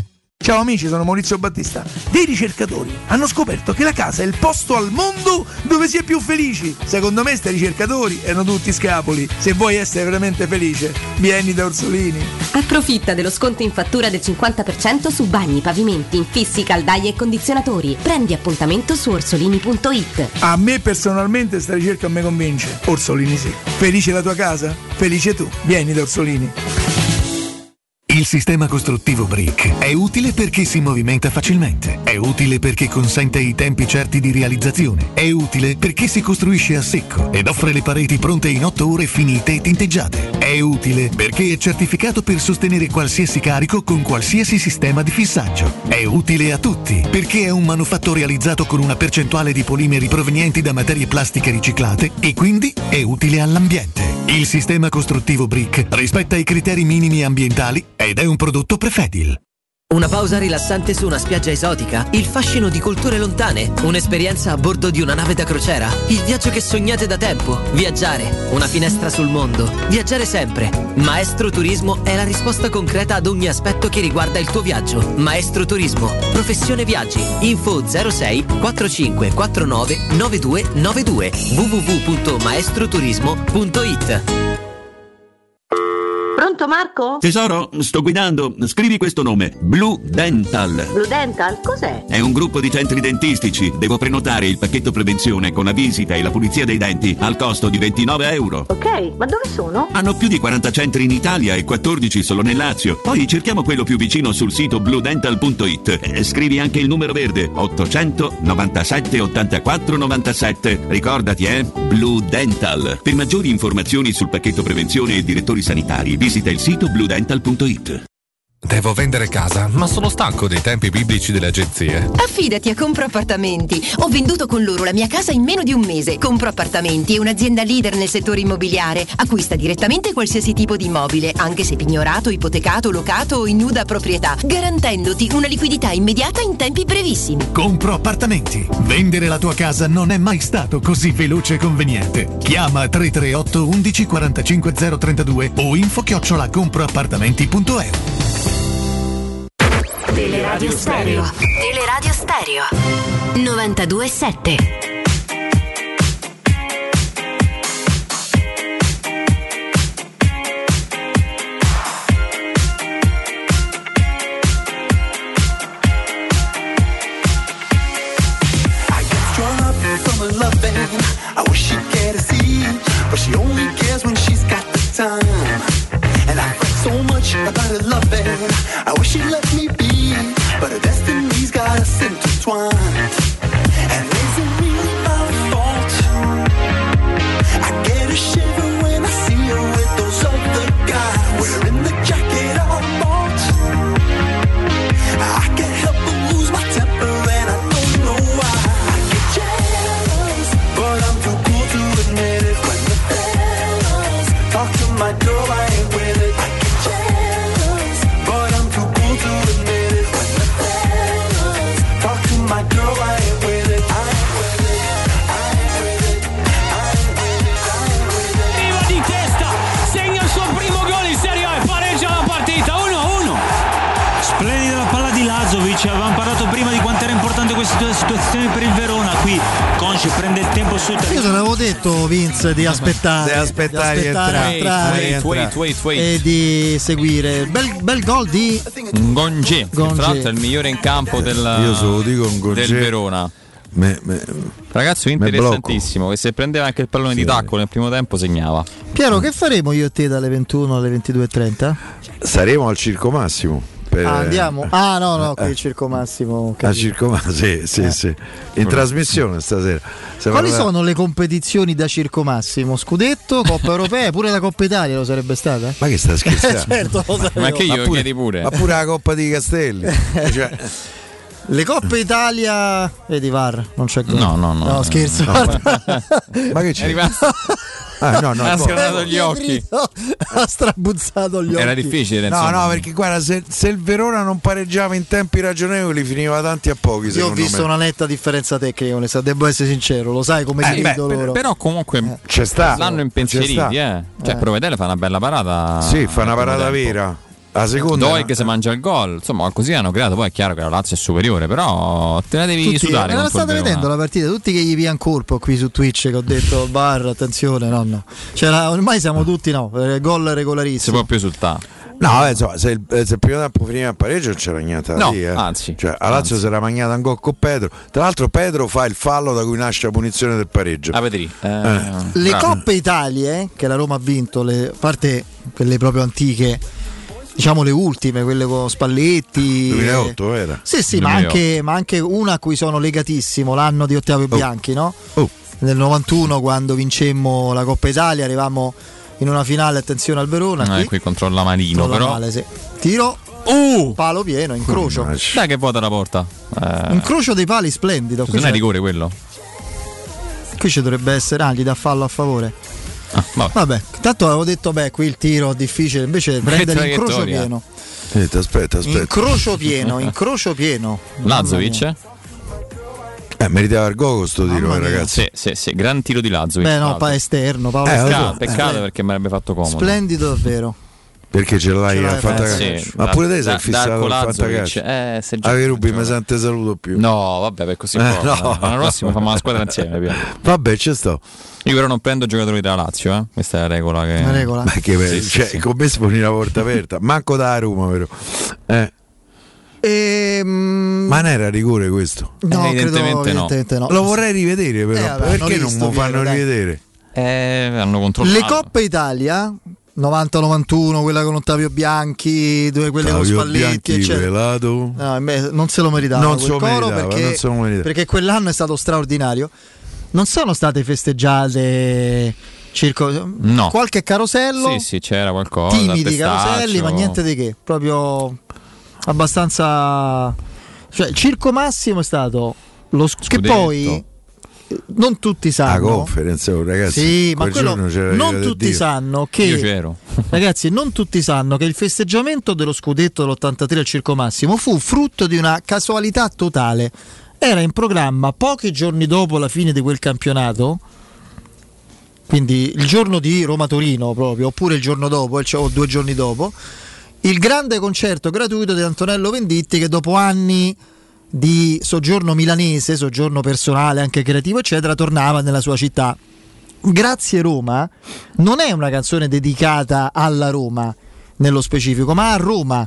Ciao amici, sono Maurizio Battista. Dei ricercatori hanno scoperto che la casa è il posto al mondo dove si è più felici. Secondo me sti ricercatori erano tutti scapoli. Se vuoi essere veramente felice, vieni da Orsolini. Approfitta dello sconto in fattura del cinquanta per cento su bagni, pavimenti, infissi, caldaie e condizionatori. Prendi appuntamento su orsolini punto it. A me personalmente sta ricerca mi convince. Orsolini sì. Felice la tua casa? Felice tu. Vieni da Orsolini. Il sistema costruttivo Brick è utile perché si movimenta facilmente, è utile perché consente i tempi certi di realizzazione, è utile perché si costruisce a secco ed offre le pareti pronte in otto ore finite e tinteggiate, è utile perché è certificato per sostenere qualsiasi carico con qualsiasi sistema di fissaggio, è utile a tutti perché è un manufatto realizzato con una percentuale di polimeri provenienti da materie plastiche riciclate e quindi è utile all'ambiente. Il sistema costruttivo Brick rispetta i criteri minimi ambientali ed è un prodotto Prefedil. Una pausa rilassante su una spiaggia esotica, il fascino di culture lontane, un'esperienza a bordo di una nave da crociera, il viaggio che sognate da tempo, viaggiare, una finestra sul mondo, viaggiare sempre. Maestro Turismo è la risposta concreta ad ogni aspetto che riguarda il tuo viaggio. Maestro Turismo, professione viaggi, info zero sei quarantacinque quarantanove novantadue novantadue w w w punto maestroturismo punto it. Pronto Marco? Tesoro, sto guidando. Scrivi questo nome: Blue Dental. Blue Dental? Cos'è? È un gruppo di centri dentistici. Devo prenotare il pacchetto prevenzione con la visita e la pulizia dei denti al costo di ventinove euro. Ok, ma dove sono? Hanno più di quaranta centri in Italia e quattordici solo nel Lazio. Poi cerchiamo quello più vicino sul sito blue dental punto it. E scrivi anche il numero verde: ottocento novantasette ottantaquattro novantasette. Ricordati, eh? Blue Dental. Per maggiori informazioni sul pacchetto prevenzione e direttori sanitari, visita il sito blue dental punto it. Devo vendere casa, ma sono stanco dei tempi biblici delle agenzie. Affidati a Compro Appartamenti. Ho venduto con loro la mia casa in meno di un mese. Compro Appartamenti è un'azienda leader nel settore immobiliare. Acquista direttamente qualsiasi tipo di immobile, anche se pignorato, ipotecato, locato o in nuda proprietà, garantendoti una liquidità immediata in tempi brevissimi. Compro Appartamenti. Vendere la tua casa non è mai stato così veloce e conveniente. Chiama tre tre otto undici quarantacinque zero trentadue o info chiocciola comproappartamenti punto e u. Teleradio Stereo. Teleradio Stereo. novantadue sette. I wish she'd get a seat, but she only cares when she's got the time. And I fret so much about her loving. I wish she'd let me be, but her destiny's got us intertwined. And is it really my fault? I get a shiver when I see her with those other guys, wearing the jacket I bought. I can't help but lose my temper and I don't know why. I get jealous, but I'm too cool to admit it. When the fellas talk to my girl, I ain't with it. I get jealous, but I'm too cool to admit it. When the fellas talk to my girl, I ain't with it. I ain't with it. I ain't with it. I ain't with it. I ain't with it. Arriva di testa, segna il suo primo gol in Serie A e pareggia la partita uno a uno. Splendida la palla di Lazovic, avevamo parlato prima di quanto era importante questa situazione per il Verona. Qui Conci prende il tempo su. Io te l'avevo detto, Vince, di aspettare, di aspettare, di aspettare di entrare, entrare wait, wait, wait. e di seguire. Bel, bel gol di Gonge, tra l'altro è il migliore in campo del, Io solo dico un del Verona. Me, me, Ragazzo interessantissimo, che se prendeva anche il pallone sì. di tacco nel primo tempo segnava. Piero, che faremo io e te dalle ventuno alle ventidue e trenta? Saremo al Circo Massimo. Per... Ah, andiamo? Ah, no, no, qui il Circo Massimo. Al Circo Massimo, sì, sì, eh. sì. In trasmissione stasera. Se Quali parla... sono le competizioni da Circo Massimo? Scudetto, Coppa Europea, pure la Coppa Italia lo sarebbe stata? Ma che sta scherzando? Certo, lo ma che io pure, chiedi pure. Ma pure la Coppa di Castelli. Cioè... Le Coppe Italia e di V A R non c'è gol. No, no, no. No, scherzo. No, ma che c'è? È rimasto... Ah, no, no, ha sgranato gli occhi, ha strabuzzato gli occhi. Era difficile. No, insomma. no, perché guarda, se, se il Verona non pareggiava in tempi ragionevoli, finiva tanti a pochi. Io ho visto me. una netta differenza tecnica, onesta, devo essere sincero, lo sai come eh, si beh, loro. Però comunque eh. c'è sta. L'hanno impensieriti, eh. Cioè, eh. Provedele fa una bella parata. Sì, fa una parata vera. La seconda Doig se mangia il gol, insomma qualcosina hanno creato. Poi è chiaro che la Lazio è superiore, però te la devi tutti, sudare. me la contro il state Verona. vedendo la partita, tutti che gli pian colpo qui su Twitch che ho detto bar, attenzione, no no. C'era, ormai siamo tutti no, eh, gol Si regolarissimo. può più esultare. No, eh, insomma, se il, se il primo tempo finiva a pareggio non c'era niente da No, dire, eh. anzi, cioè, a Lazio si era mangiata un gol con Pedro. Tra l'altro Pedro fa il fallo da cui nasce la punizione del pareggio. Ah, vedrì. Eh, Eh. Le bravo. Coppe Italie che la Roma ha vinto, le, a parte quelle proprio antiche, diciamo le ultime, quelle con Spalletti. duemilaotto era? Sì, sì, ma duemilaotto. anche, ma anche una a cui sono legatissimo, l'anno di Ottavio Bianchi, no? Oh. Nel novantuno, quando vincemmo la Coppa Italia, arrivammo in una finale, attenzione al Verona. Eh, qui. qui contro il Lamarino, Controlla però. male, sì. Tiro, Uh! palo pieno, incrocio. Dai che vuota la porta. Eh, Incrocio dei pali splendido. Qui, non è c'è- rigore quello? qui ci dovrebbe essere, ah, gli dà fallo a favore. Ah, vabbè. Vabbè, tanto avevo detto, beh, qui il tiro è difficile, invece prende l'incrocio traiettoria. pieno. Aspetta, aspetta, aspetta. Incrocio pieno, incrocio pieno. Lazovic? Eh, meritava il gol con sto tiro, Mamma eh, mia. ragazzi. Sì, sì, sì, gran tiro di Lazovic. Beh, tra no, l'altro. pa esterno, Paolo Eh, lo esterno. so. Peccato, peccato perché mi avrebbe fatto comodo. Splendido davvero. Perché ce l'hai Ce a l'hai fantacalcio. Eh, sì, Ma da- pure te sei da- fissato Darko al Lazovic, fantacalcio. eh, se già- Avevi Rubi, mi sente saluto più. No, vabbè, per così Eh, poco. no. L'anno prossimo facciamo la squadra insieme. Piero. Vabbè, ci sto. Io però non prendo giocatori della Lazio, eh. Questa è la regola che. Una regola. Ma che Sì, sì, cioè, sì. con me si pone la porta aperta. Manco da Roma, vero? Eh. Ehm, Ma non era rigore questo? no, Eh, credo, evidentemente no. evidentemente no. Lo vorrei rivedere, però. Eh, vabbè, hanno perché non visto, lo fanno Piero, dai. rivedere? Eh, hanno controllato. Le Coppe Italia novanta novantuno, quella con Ottavio Bianchi, due quelle con Ottavio Spalletti, Bianchi, eccetera. Velato. No, beh, non se lo meritava Non quel se lo coro meritava, perché, non se lo meritava. perché quell'anno è stato straordinario. Non sono state festeggiate circo, No. qualche carosello, Sì, sì, c'era qualcosa. timidi Testaccio. caroselli, ma niente di che, proprio abbastanza. Cioè, il circo massimo è stato lo sc- che Scudetto. poi eh, non tutti La sanno. conference, oh, ragazzi. Sì, ma quel quello giorno c'era non l'ira del tutti Dio. sanno Io che c'ero. ragazzi, non tutti sanno che il festeggiamento dello scudetto dell'ottantatré al Circo Massimo fu frutto di una casualità totale. Era in programma pochi giorni dopo la fine di quel campionato, quindi il giorno di Roma-Torino proprio, oppure il giorno dopo, cioè, o due giorni dopo, il grande concerto gratuito di Antonello Venditti, che dopo anni di soggiorno milanese, soggiorno personale, anche creativo, eccetera, tornava nella sua città. Grazie Roma non è una canzone dedicata alla Roma nello specifico, ma a Roma.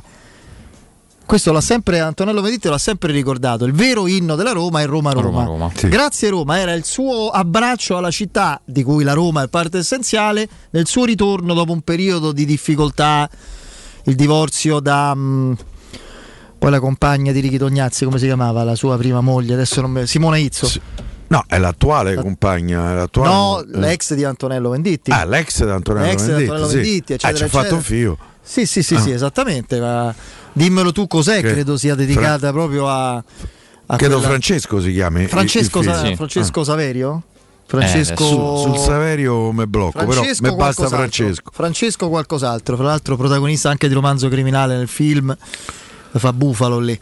Questo l'ha sempre Antonello Venditti l'ha sempre ricordato. Il vero inno della Roma è Roma-Roma. Roma-Roma, sì. Grazie Roma era il suo abbraccio alla città, di cui la Roma è parte essenziale, nel suo ritorno dopo un periodo di difficoltà, il divorzio da mh, poi la compagna di Ricky Tognazzi, come si chiamava la sua prima moglie, adesso non me... Simona Izzo. Sì. No, è l'attuale compagna. È l'attuale, No, eh. l'ex di Antonello Venditti. Ah, l'ex di Antonello L'ex di Venditti. Antonello sì. Venditti, eccetera, Ah, ci ha eccetera. fatto un fio. Sì, sì, sì, Ah. sì, esattamente. Ma dimmelo tu cos'è, Che- credo sia dedicata proprio a, a Credo quella- Francesco si chiami. il- Francesco, il Sa- figlio. Sì. Francesco Saverio? Eh, Francesco Su- sul Saverio me blocco, Francesco però me basta qualcos'altro. Francesco. Francesco qualcos'altro, fra l'altro protagonista anche di Romanzo Criminale nel film, fa Bufalo lì.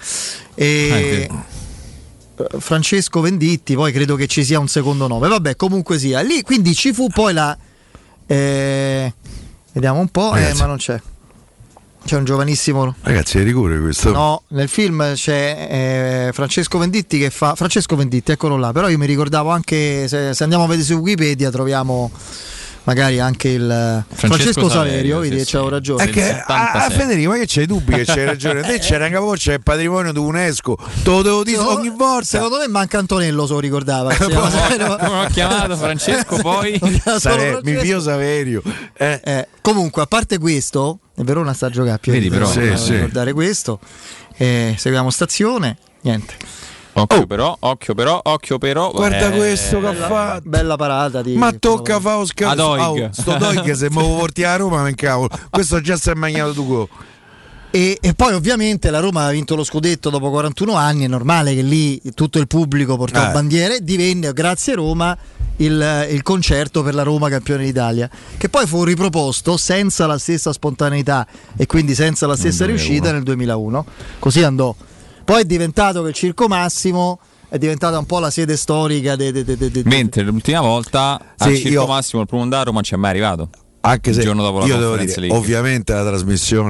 E Francesco Venditti, poi credo che ci sia un secondo nome. Vabbè, comunque sia. Lì quindi ci fu poi la eh, vediamo un po', eh, Ragazzi. ma non c'è. C'è un giovanissimo. Ragazzi, è rigore questo. No, nel film c'è eh, Francesco Venditti che fa Francesco Venditti, eccolo là. Però io mi ricordavo anche, se, se andiamo a vedere su Wikipedia troviamo magari anche il Francesco, Francesco Saverio, Saverio, vedi sì, che c'avevo sì. ragione. È che a, a settantasei. Federico, ma che c'hai dubbi che c'hai ragione? Te c'era anche voi, c'è il patrimonio di UNESCO, te lo devo dire Secondo- ogni volta. Secondo me manca Antonello, se lo ricordava. Si Come chiama Saverio. come ho chiamato Francesco poi? Lo chiama solo Sare- mi Francesco. fio Saverio. Eh. Eh, comunque, a parte questo, il Verona sta a giocare più. Vedi, però, Sì, sì. ricordare questo. Eh, seguiamo stazione. Niente. Occhio però, occhio però, occhio però. Guarda eh, questo che ha fatto. Bella parata di. Ma tocca fa lo A scatto. Doig. Oh, sto Doig se me lo porti a Roma, me cavolo. Questo già si è mangiato tu go. E, e poi ovviamente la Roma ha vinto lo scudetto dopo quarantuno anni, è normale che lì tutto il pubblico portò Eh. bandiere, divenne grazie a Roma il, il concerto per la Roma campione d'Italia, che poi fu riproposto senza la stessa spontaneità e quindi senza la stessa duemilauno. riuscita nel duemilauno, così andò. Poi è diventato che il Circo Massimo è diventata un po' la sede storica de, de, de, de, de- Mentre l'ultima volta al Sì, Circo io- Massimo il primo da Roma non ci è mai arrivato. Anche Il se giorno dopo la io devo Conference dire, League. ovviamente la trasmissione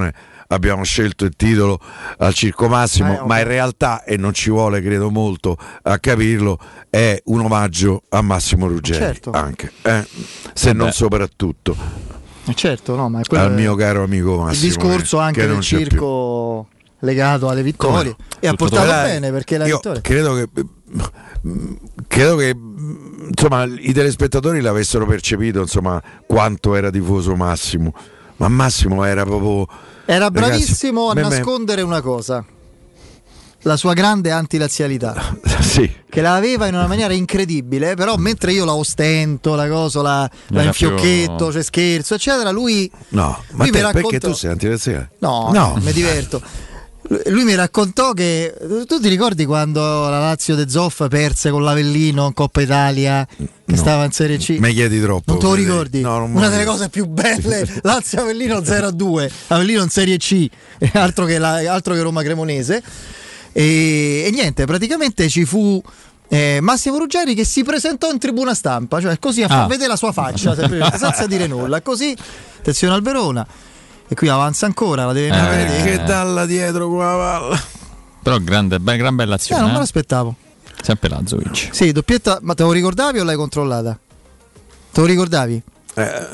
abbiamo scelto il titolo al Circo Massimo, eh, ma in realtà, e non ci vuole credo molto a capirlo, è un omaggio a Massimo Ruggeri, certo. anche, eh? se non Beh. soprattutto. Eh certo, no, ma quello Al è mio caro amico Massimo. il discorso che, anche che del non c'è più. circo legato alle vittorie. Come? E ha Tutto portato bene. bene perché la Io vittoria. credo che credo che insomma i telespettatori l'avessero percepito, insomma, quanto era tifoso Massimo, ma Massimo era proprio Era ragazzi, bravissimo a me- me- nascondere una cosa: la sua grande antilazialità. sì. Che la aveva in una maniera incredibile, però mentre io la ostento, la cosa, la, la Era infiocchetto, più- c'è scherzo, eccetera, lui No, ma Lui te, mi racconta- perché tu sei antilaziale? No, no, mi diverto. Lui mi raccontò che tu ti ricordi quando la Lazio de Zoff perse con l'Avellino in Coppa Italia, che No. stava in Serie C? Mi chiedi troppo. Non te lo Federico. ricordi? No, non me Una lo delle ricordo. cose più belle, Lazio Avellino zero a due, Avellino in Serie C, altro che, la, altro che Roma Cremonese. E, e niente, praticamente ci fu eh, Massimo Ruggeri che si presentò in tribuna stampa, cioè così a Ah. far vedere la sua faccia, sempre, senza dire nulla, così, attenzione al Verona. E qui avanza ancora, la deve Eh, vedere. Che dalla dietro con la palla. Però grande, be- gran bella Eh, azione. non me eh. l'aspettavo. Sempre Lazovic. Sì, doppietta, ma te lo ricordavi o l'hai controllata? Te lo ricordavi? Eh.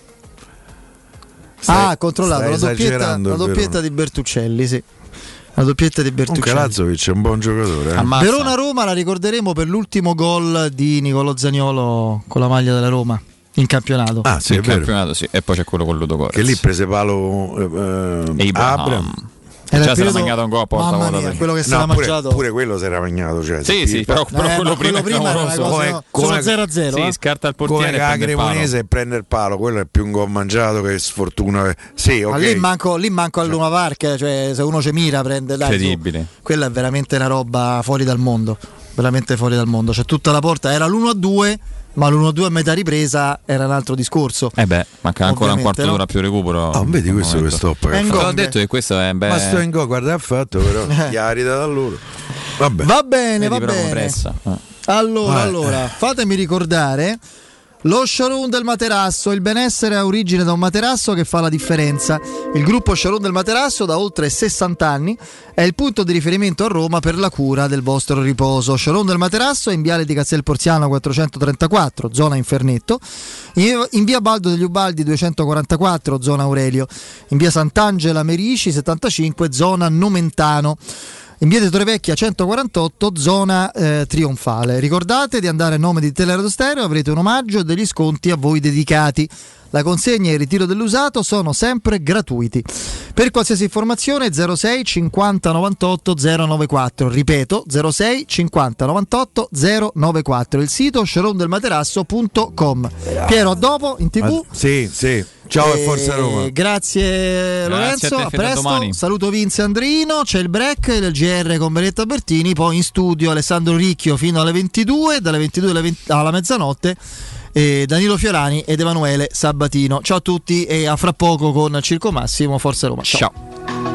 ah, Stai- controllato, stai la doppietta, esagerando, la il doppietta Verona. di Bertuccelli, sì. La doppietta di Comunque Bertuccelli. Lazovic è un buon giocatore. Eh? Ammazza. Verona-Roma la ricorderemo per l'ultimo gol di Nicolò Zaniolo con la maglia della Roma in campionato. Ah, sì, in è vero. campionato, sì. E poi c'è quello con Ludogorets. Che lì prese palo eh, E Abraham. Abram. Era Già il si era periodo- mangiato un gol a porta Mamma vuota mia, per- quello che si No, era pure, mangiato. pure quello si era magnato. Cioè, Sì, sì, però, però Eh, quello ma prima, quello prima era una clamoroso. cosa- Come- sono come- zero a zero. Sì, eh. scarta il come portiere e la prende il palo. Cremonese prende il palo, quello è più un gol mangiato che sfortuna. Sì, ok. Ma lì manco, lì manco al Luna Park, cioè se uno ci mira prende dai, su. Incredibile. Quella è veramente una roba fuori dal mondo, veramente fuori dal mondo. C'è tutta la porta, era l'uno a due, ma l'uno a due a metà ripresa era un altro discorso. Eh beh, manca ancora un Ovviamente, quarto no? d'ora più recupero. Oh, vedi questo che stop che Engong. fa. Però ho detto che questo è beh, Ma sto in go, guarda ha fatto però chiarita da loro. Vabbè. Va bene, vedi va però come bene. pressa. Eh. Allora, Eh, allora, fatemi ricordare lo showroom del materasso. Il benessere ha origine da un materasso che fa la differenza. Il gruppo showroom del materasso da oltre sessanta anni è il punto di riferimento a Roma per la cura del vostro riposo. Showroom del materasso è in viale di Castel Porziano quattrocentotrentaquattro, zona Infernetto, in in via Baldo degli Ubaldi duecentoquarantaquattro, zona Aurelio, in via Sant'Angela Merici settantacinque, zona Nomentano, in via di Torrevecchia centoquarantotto, zona eh, Trionfale. Ricordate di andare a nome di Teleradio Stereo, avrete un omaggio e degli sconti a voi dedicati. La consegna e il ritiro dell'usato sono sempre gratuiti. Per qualsiasi informazione zero sei cinquanta novantotto zero novantaquattro, ripeto zero sei cinquanta novantotto zero novantaquattro, il sito showroom del materasso punto com. Piero, a dopo in tv. Ma- sì, sì. Ciao e forza Roma. Grazie Lorenzo, a te, a, fino a presto. domani. Saluto Vince Andrino, c'è il break del G R con Benedetta Bertini, poi in studio Alessandro Ricchio fino alle ventidue, dalle ventidue alle venti alla mezzanotte e Danilo Fiorani ed Emanuele Sabatino. Ciao a tutti e a fra poco con Circo Massimo, forza Roma. Ciao. Ciao.